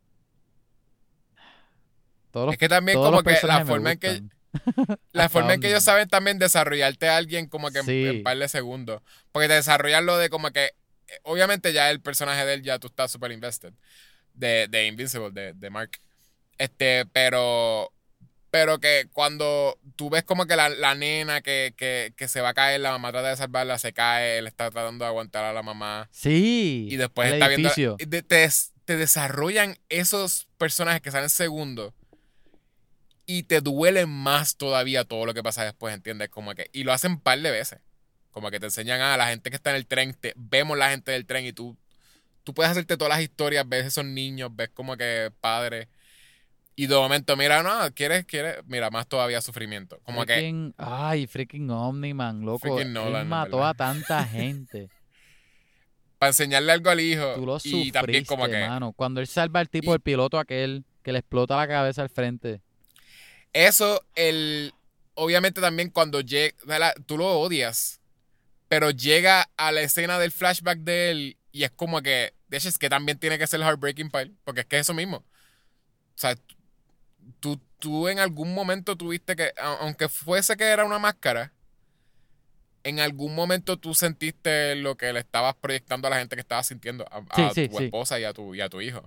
todos los, Es que también todos como los que la personajes me forma en que. gustan. La Hasta forma en que ellos Omni-Man. saben también desarrollarte a alguien como que en, Sí. en par de segundos. Porque te desarrollan lo de como que. eh, Obviamente ya el personaje de él ya tú estás super invested. De, de Invincible, de, de Mark. Este, pero. Pero que cuando tú ves como que la, la nena que, que, que se va a caer, la mamá trata de salvarla, se cae, él está tratando de aguantar a la mamá. Sí. Y después el está viendo. edificio. y de- Te, te desarrollan esos personajes que salen segundos. Y te duele más todavía todo lo que pasa después, ¿entiendes? Como que. Y lo hacen un par de veces. Como que te enseñan a la gente que está en el tren. Te, vemos la gente del tren y tú. Tú puedes hacerte todas las historias, ves esos niños, ves como que padres. Y de momento, mira, no, quieres, quieres. Mira, más todavía sufrimiento. Como que. Freaking- Ay, freaking Omni-Man, loco. Freaking Él Nolan, en mató verdad. a tanta gente. Para enseñarle algo al hijo. Tú lo y también como sufriste, que. mano. Cuando él salva al tipo, Y- el piloto aquel, que le explota la cabeza al frente. Eso, el. Obviamente también cuando llega. ¿Verdad? Tú lo odias. Pero llega a la escena del flashback de él. Y es como que. De hecho, es que también tiene que ser el heartbreaking part. Porque es que es eso mismo. O sea, tú, tú en algún momento tuviste que. a- Aunque fuese que era una máscara. ¿en algún momento tú sentiste lo que le estabas proyectando a la gente que estabas sintiendo? A, Sí, a sí, tu sí. esposa y a tu, y a tu hijo.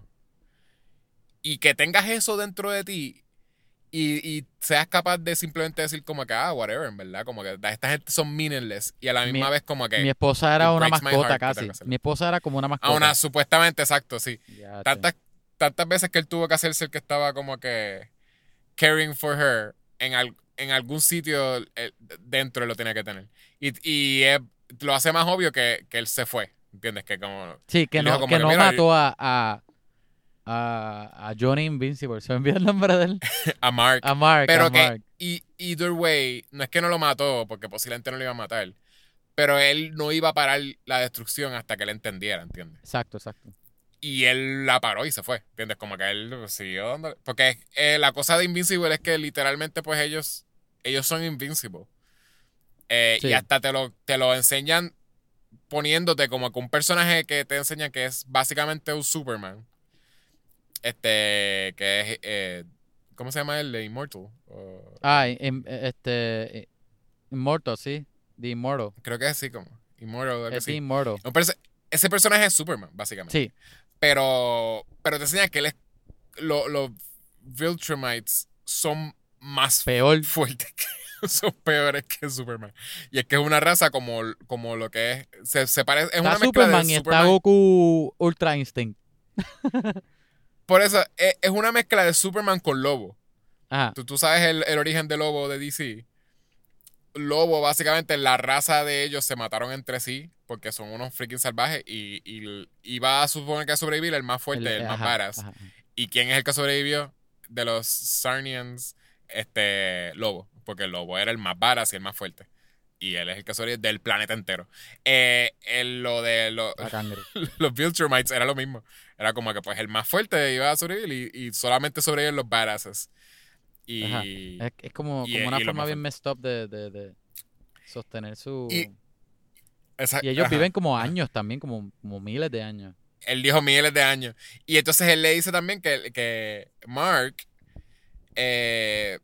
Y que tengas eso dentro de ti y, y seas capaz de simplemente decir como que, ah, whatever, en verdad. Como que esta gente son meaningless. Y a la Mi, misma vez como mi que esposa era it una breaks my mascota heart que tenga casi. que hacerlo. Mi esposa era como una A mascota. una, supuestamente, exacto, sí. Ya, che. Tantas, tantas veces que él tuvo que hacerse el que estaba como que caring for her, en, al- en algún sitio eh, dentro lo tenía que tener. Y, y eh, lo hace más obvio que, que él se fue, ¿entiendes? Que como Sí, que él dijo no, como que que, no mira, mató a, a, a, a Johnny Invincible. ¿Se me olvidó el nombre de él? a Mark. A Mark, a Pero que, Mark. y, either way, no es que no lo mató, porque posiblemente no lo iba a matar, pero él no iba a parar la destrucción hasta que él entendiera, ¿entiendes? Exacto, exacto. Y él la paró y se fue, ¿entiendes? Como que él siguió dándole. Porque eh, la cosa de Invincible es que literalmente, pues ellos, ellos son Invincible. Eh, Sí. Y hasta te lo, te lo enseñan poniéndote como que un personaje que te enseña que es básicamente un Superman. Este, que es, eh, ¿cómo se llama él? De Immortal. O- Ah, im- este. eh, Immortal, sí. The Immortal. creo que es así como. Immortal o algo Es The así. Immortal. Un perso- ese personaje es Superman, básicamente. Sí. Pero, pero te enseña que él es, lo- los Viltrumites son más Peor. fuertes que son peores que Superman. Y es que es una raza como, como lo que es. Se, se parece. Es Está una mezcla Superman de y está Superman. Goku Ultra Instinct. Por eso, es, es una mezcla de Superman con Lobo. Ajá. Tú, tú sabes el, el origen de Lobo de D C. Lobo, básicamente, la raza de ellos se mataron entre sí porque son unos freaking salvajes y, y iba a suponer que a sobrevivir el más fuerte, el, El- más ajá, badass. ajá, ajá. ¿Y quién es el que sobrevivió? De los Sarnians, este, Lobo. Porque Lobo era el más badass y el más fuerte. Y él es el que sobrevive del planeta entero. Eh, el- lo de lo- La cangre. los Viltrumites era lo mismo. Era como que pues el más fuerte iba a sobrevivir y, y solamente sobreviven los badasses. Ajá. Y, Es, es como, y- como una y lo forma más bien fuerte. messed up de, de, de sostener su... Y- esa- Y ellos ajá, viven como ajá. años también, como, como miles de años. Él dijo miles de años. Y entonces él le dice también que, que Mark. eh,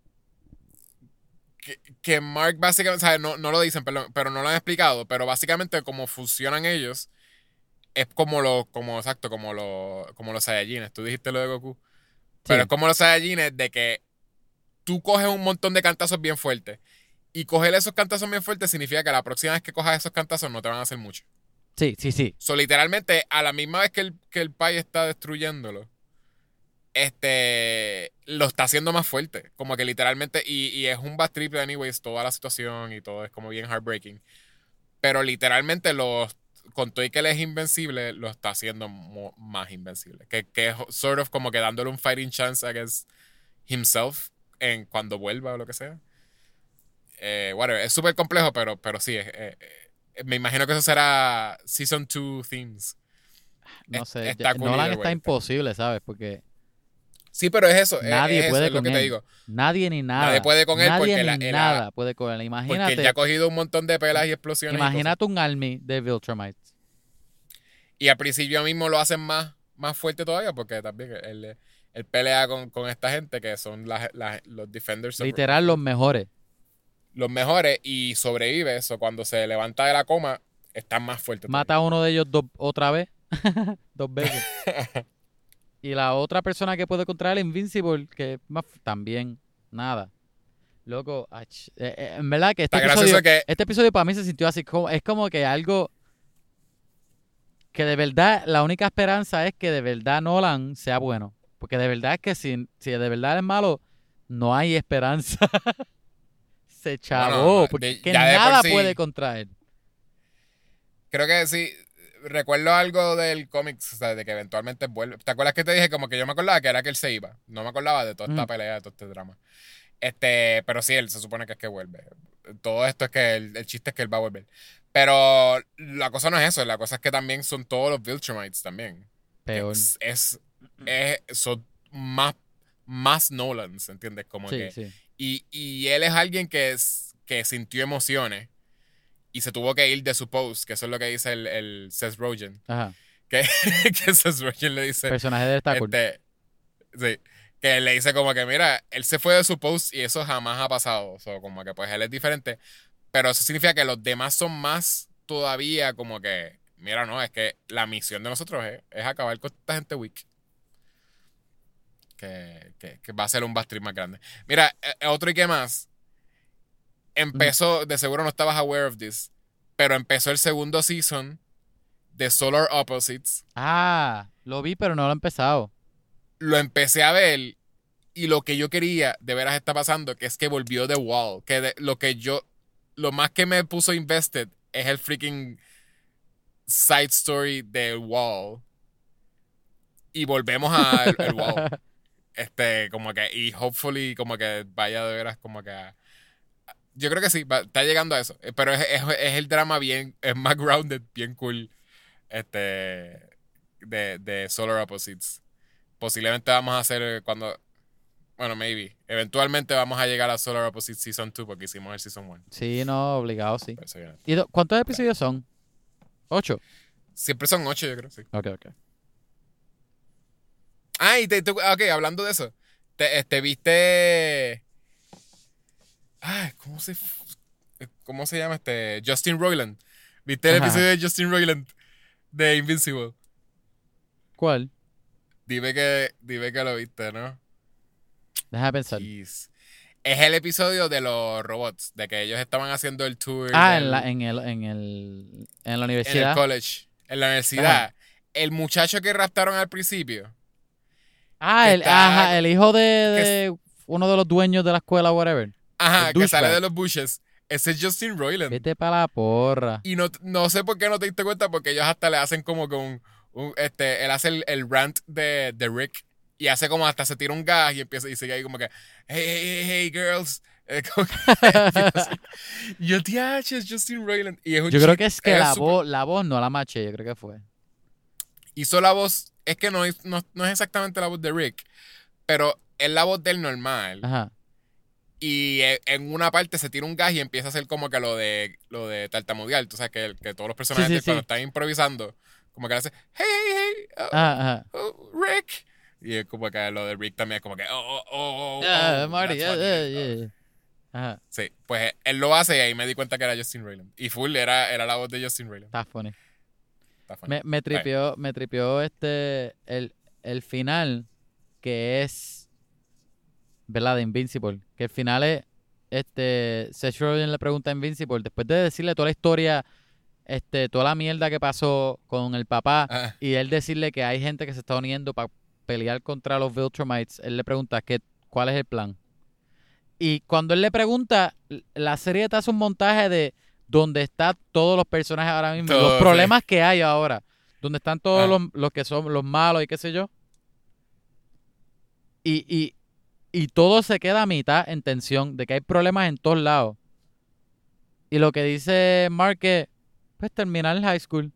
que, que Mark básicamente. O sea, no, no lo dicen, pero, pero no lo han explicado. Pero básicamente, como funcionan ellos. Es como los. Como, exacto, como los. Como los Saiyajines. Tú dijiste lo de Goku. Pero Sí. es como los Saiyajines de que tú coges un montón de cantazos bien fuertes. Y coger esos cantazos bien fuertes significa que la próxima vez que cojas esos cantazos no te van a hacer mucho. Sí, sí, sí. So, literalmente, a la misma vez que el, que el país está destruyéndolo, este, lo está haciendo más fuerte. Como que literalmente, y, y es un bad trip, anyways, toda la situación y todo es como bien heartbreaking. Pero literalmente, los, con todo y que él es invencible, lo está haciendo mo- más invencible. Que, que es sort of como que dándole un fighting chance against himself en cuando vuelva o lo que sea. Eh, whatever, es súper complejo, pero, pero sí, es, eh, eh, me imagino que eso será Season dos Themes. No Es- sé. está ya- cool Nolan either está way. imposible, ¿sabes? Porque Sí, pero es eso. es- nadie es, eso, puede es lo con que te él. digo. Nadie ni nada. Nadie puede con él Nadie porque ni la- él ha- nada puede con él. Porque Imagínate, él ya ha cogido un montón de pelas y explosiones. y imagínate cosas. un army de Viltrumites. Y, al principio mismo lo hacen más, más fuerte todavía porque también él, él pelea con, con esta gente que son las- las- los Defenders. of- Literal, los mejores. los mejores y sobrevive eso. Cuando se levanta de la coma, están más fuertes. Mata a uno de ellos dos, otra vez. Dos veces. Y la otra persona que puede contra él, Invincible, que es más también nada. Loco, ach, eh, eh, en verdad que este Está episodio, gracioso que- este episodio para mí se sintió así, como, es como que algo que de verdad, la única esperanza es que de verdad Nolan sea bueno. Porque de verdad es que si, si de verdad es malo, no hay esperanza. Se chavó, no, porque de- es que ya de por nada sí- puede contra él. Creo que sí. Recuerdo algo del cómic, o sea, de que eventualmente vuelve. ¿Te acuerdas que te dije? Como que yo me acordaba que era que él se iba. No me acordaba de toda esta Mm. pelea, de todo este drama. Este, pero sí, él se supone que es que vuelve. Todo esto es que el, el chiste es que él va a volver. Pero la cosa no es eso. La cosa es que también son todos los Viltrumites también. Peor. Es, es, es- son más, más Nolans, ¿entiendes? Como Sí, que, sí. y, y él es alguien que, es, que sintió emociones y se tuvo que ir de su post, que eso es lo que dice el, el Seth Rogen. Ajá. Que, que Seth Rogen le dice. Personaje de esta cool. Este, sí, que le dice como que, mira, él se fue de su post y eso jamás ha pasado. O sea, como que pues él es diferente. Pero eso significa que los demás son más todavía como que, mira, no, es que la misión de nosotros es, es acabar con esta gente weak. Que, que, que va a ser un backstreet más grande. Mira, eh, otro y que más. Empezó, de seguro no estabas aware of this, pero empezó el segundo season de Solar Opposites. Ah, lo vi, pero no lo he empezado. Lo empecé a ver y lo que yo quería de veras está pasando, que es que volvió The Wall. Que de, lo que yo, lo más que me puso invested es el freaking side story del Wall. Y volvemos al el Wall. Este, como que, y hopefully, como que vaya de veras, como que. A, yo creo que sí, va, está llegando a eso. Pero es, es, es el drama bien, es más grounded, bien cool. Este, de, de Solar Opposites. Posiblemente vamos a hacer cuando. Bueno, maybe. Eventualmente vamos a llegar a Solar Opposites Season dos porque hicimos el Season uno. Sí, no, obligado, sí. Por eso viene. ¿Y do- cuántos episodios son? ¿Ocho? Siempre son ocho, yo creo, sí. Ok, ok. Ah, y te, te- ok, hablando de eso. Te, este, viste. Ay, ¿cómo se, f- ¿cómo se llama este? Justin Roiland. ¿Viste el Ajá. episodio de Justin Roiland de Invincible? ¿Cuál? Dime que, dime que lo viste, ¿no? Deja pensar. Jeez. Es el episodio de los robots, de que ellos estaban haciendo el tour Ah, del- en la, en el, en el, en la en el universidad. college, en la universidad. El muchacho que raptaron al principio. Ah, que el, está- ajá, el hijo de, que de uno de los dueños de la escuela, whatever. Ajá, El que sale douchebag. de los bushes. Ese es Justin Roiland. Vete para la porra. Y no, no sé por qué no te diste cuenta, porque ellos hasta le hacen como con un, este, él hace el, el rant de, de Rick y hace como hasta se tira un gas y empieza y sigue ahí como que, hey, hey, hey, hey, girls. Eh, como que- y yo, tiache, es Justin Roiland. Y es un Yo creo chico- que es que la, súper- voz, la voz no la maché, yo creo que fue. hizo la voz, es que no es, no, no es exactamente la voz de Rick, pero es la voz del normal. Ajá. Y eh, en una parte se tira un gas y empieza a hacer como que lo de lo de tartamudear. Tú sabes que, que todos los personajes Sí, sí, de- cuando sí. están improvisando, como que le hace, hey, hey, hey, oh, Ajá, ajá. oh, Rick. Y es como que lo de Rick también es como que, oh, oh, oh, oh, Ah, oh, Marty, that's yeah, funny. yeah, yeah. Ajá, Sí, pues él lo hace y ahí me di cuenta que era Justin Roiland. Y full era, era la voz de Justin Roiland. está funny. Está funny. Me, me tripió, me tripió este, el, el final, que es, ¿verdad? De Invincible. Que el final es, este, Seth Rogen le pregunta a Invincible, después de decirle toda la historia, este, toda la mierda que pasó con el papá, Ah, y él decirle que hay gente que se está uniendo para pelear contra los Viltrumites, él le pregunta ¿qué, cuál es el plan. Y cuando él le pregunta, la serie te hace un montaje de donde están todos los personajes ahora mismo, Todo, los sí. problemas que hay ahora, donde están todos Ah. los, los que son los malos y qué sé yo. Y, y, y todo se queda a mitad en tensión, de que hay problemas en todos lados. Y lo que dice Mark es, pues terminar el high school.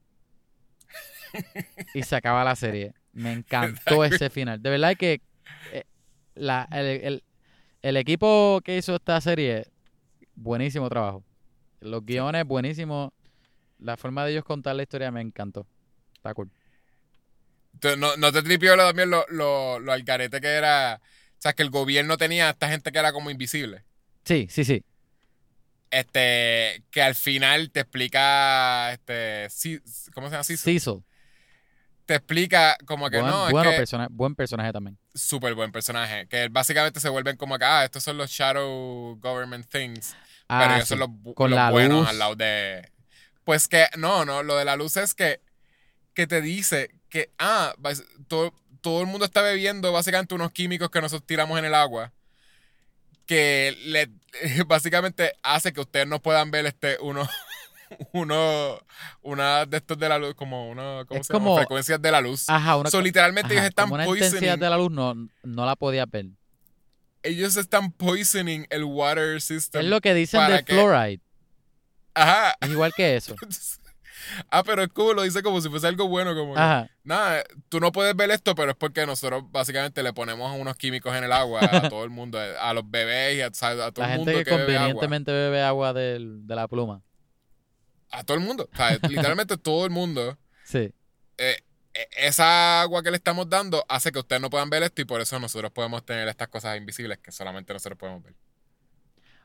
Y se acaba la serie. Me encantó ese final. De verdad que eh, la, el, el, el equipo que hizo esta serie, buenísimo trabajo. Los guiones, buenísimos. La forma de ellos contar la historia me encantó. Está cool. Entonces, ¿no, no te tripió lo- también lo, lo, lo algarete que era? O sea, que el gobierno tenía a esta gente que era como invisible. Sí, sí, sí. Este, que al final te explica, este, sí, ¿cómo se llama? Cecil. Cecil. Te explica como que Buen, no, bueno es que persona- buen personaje también. súper buen personaje. Que básicamente se vuelven como que, ah, estos son los shadow government things. pero Ah, ellos sí. son los, bu- Con los la buenos luz. al lado de... Pues que, no, no, lo de la luz es que, que te dice que, ah, bas- todo, todo el mundo está bebiendo básicamente unos químicos que nosotros tiramos en el agua. Que le, básicamente hace que ustedes no puedan ver este uno, uno, una de estos de la luz, como una, ¿cómo Es se llama? como- Frecuencias de la luz. Ajá, una, So, literalmente ajá, ellos están como una intensidad poisoning, de la luz no, no la podía ver. ellos están poisoning el water system. Es lo que dicen para de que- fluoride. Ajá. Es igual que eso. Ah, pero es como lo dice como si fuese algo bueno, como que, Ajá. nada, tú no puedes ver esto, pero es porque nosotros básicamente le ponemos unos químicos en el agua a todo el mundo, a los bebés y a, a todo La el gente mundo que, que, bebe agua. convenientemente bebe agua del- de la pluma. A todo el mundo. O sea, literalmente todo el mundo. Sí. Eh, eh, esa agua que le estamos dando hace que ustedes no puedan ver esto y por eso nosotros podemos tener estas cosas invisibles que solamente nosotros podemos ver.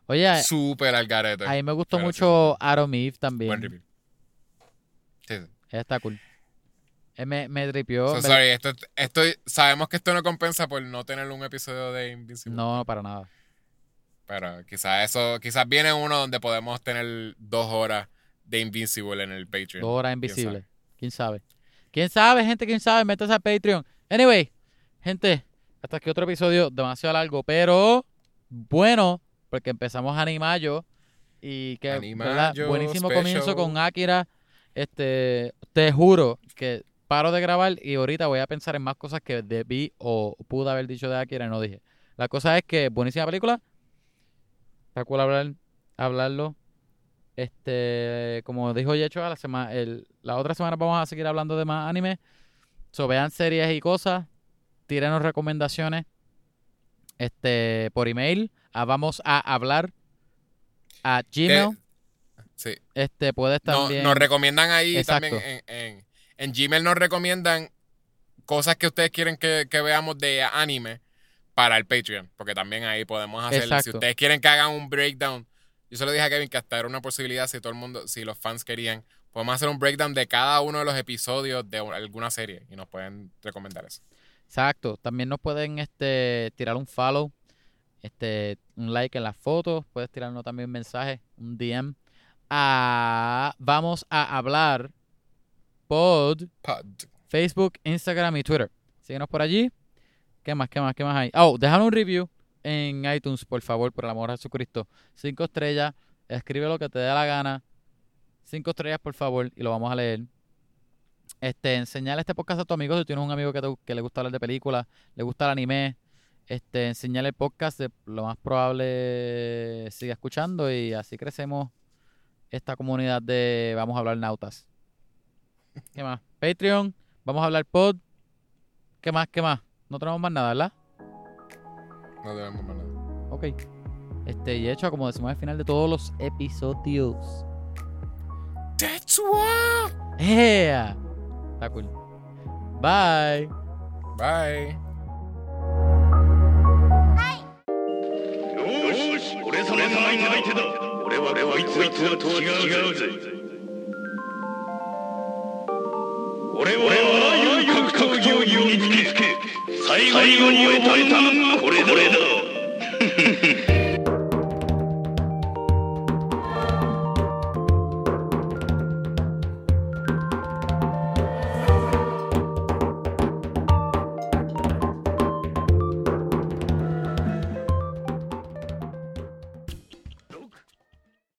Oye, súper al garete. a mí me gustó Pero mucho sí, Adam Eve buen también. review. Sí, sí. Ella está cool. Eh, me, me tripió. So, me- sorry, esto, esto, sabemos que esto no compensa por no tener un episodio de Invincible. No, no, para nada. Pero quizás eso, quizás viene uno donde podemos tener dos horas de Invincible en el Patreon. Dos horas ¿Quién invisibles. sabe? ¿Quién sabe? ¿Quién sabe, gente? ¿Quién sabe? Métase a Patreon. Anyway, gente, hasta aquí otro episodio demasiado largo, pero bueno, porque empezamos a Animayo y que Animayo, ¿verdad? Buenísimo special. comienzo con Akira. Este, te juro que paro de grabar y ahorita voy a pensar en más cosas que debí o pude haber dicho de Akira y no dije. La cosa es que buenísima película. Está cool hablar, hablarlo. Este, como dijo Yecho, la semana, el, la otra semana vamos a seguir hablando de más anime. So, vean series y cosas. Tírenos recomendaciones. Este, por email. A vamos a hablar a Gmail. Sí. Este, puedes No, también. nos recomiendan ahí Exacto. también en, en, en Gmail nos recomiendan cosas que ustedes quieren que, que veamos de anime para el Patreon, porque también ahí podemos hacer, Exacto. si ustedes quieren que hagan un breakdown, yo se lo dije a Kevin que hasta era una posibilidad si todo el mundo, si los fans querían, podemos hacer un breakdown de cada uno de los episodios de alguna serie y nos pueden recomendar eso. Exacto. También nos pueden este, tirar un follow, este, un like en las fotos. Puedes tirarnos también un mensaje, un D M. Ah, vamos a hablar pod Pod. Facebook, Instagram y Twitter. Síguenos por allí. ¿Qué más? ¿Qué más? ¿Qué más hay? Oh, déjame un review en iTunes, por favor, por el amor de Jesucristo. Cinco estrellas. Escribe lo que te dé la gana. Cinco estrellas, por favor, y lo vamos a leer. Este, enseñale este podcast a tu amigo. Si tienes un amigo que, te, que le gusta hablar de películas, le gusta el anime, este, enseñale el podcast. De, lo más probable siga escuchando y así crecemos esta comunidad de Vamos a hablar nautas. ¿Qué más? Patreon, vamos a hablar pod. ¿Qué más? ¿Qué más? No tenemos más nada, ¿verdad? No tenemos más nada. Ok. Este, y hecho, como decimos al final de todos los episodios. That's what. ¡Yeah! Está cool. Bye. Bye. よーし俺様が相手だ俺はこいつらとは違うぜ俺はあらゆる格闘技を身につけ最後に終えたのがこれだ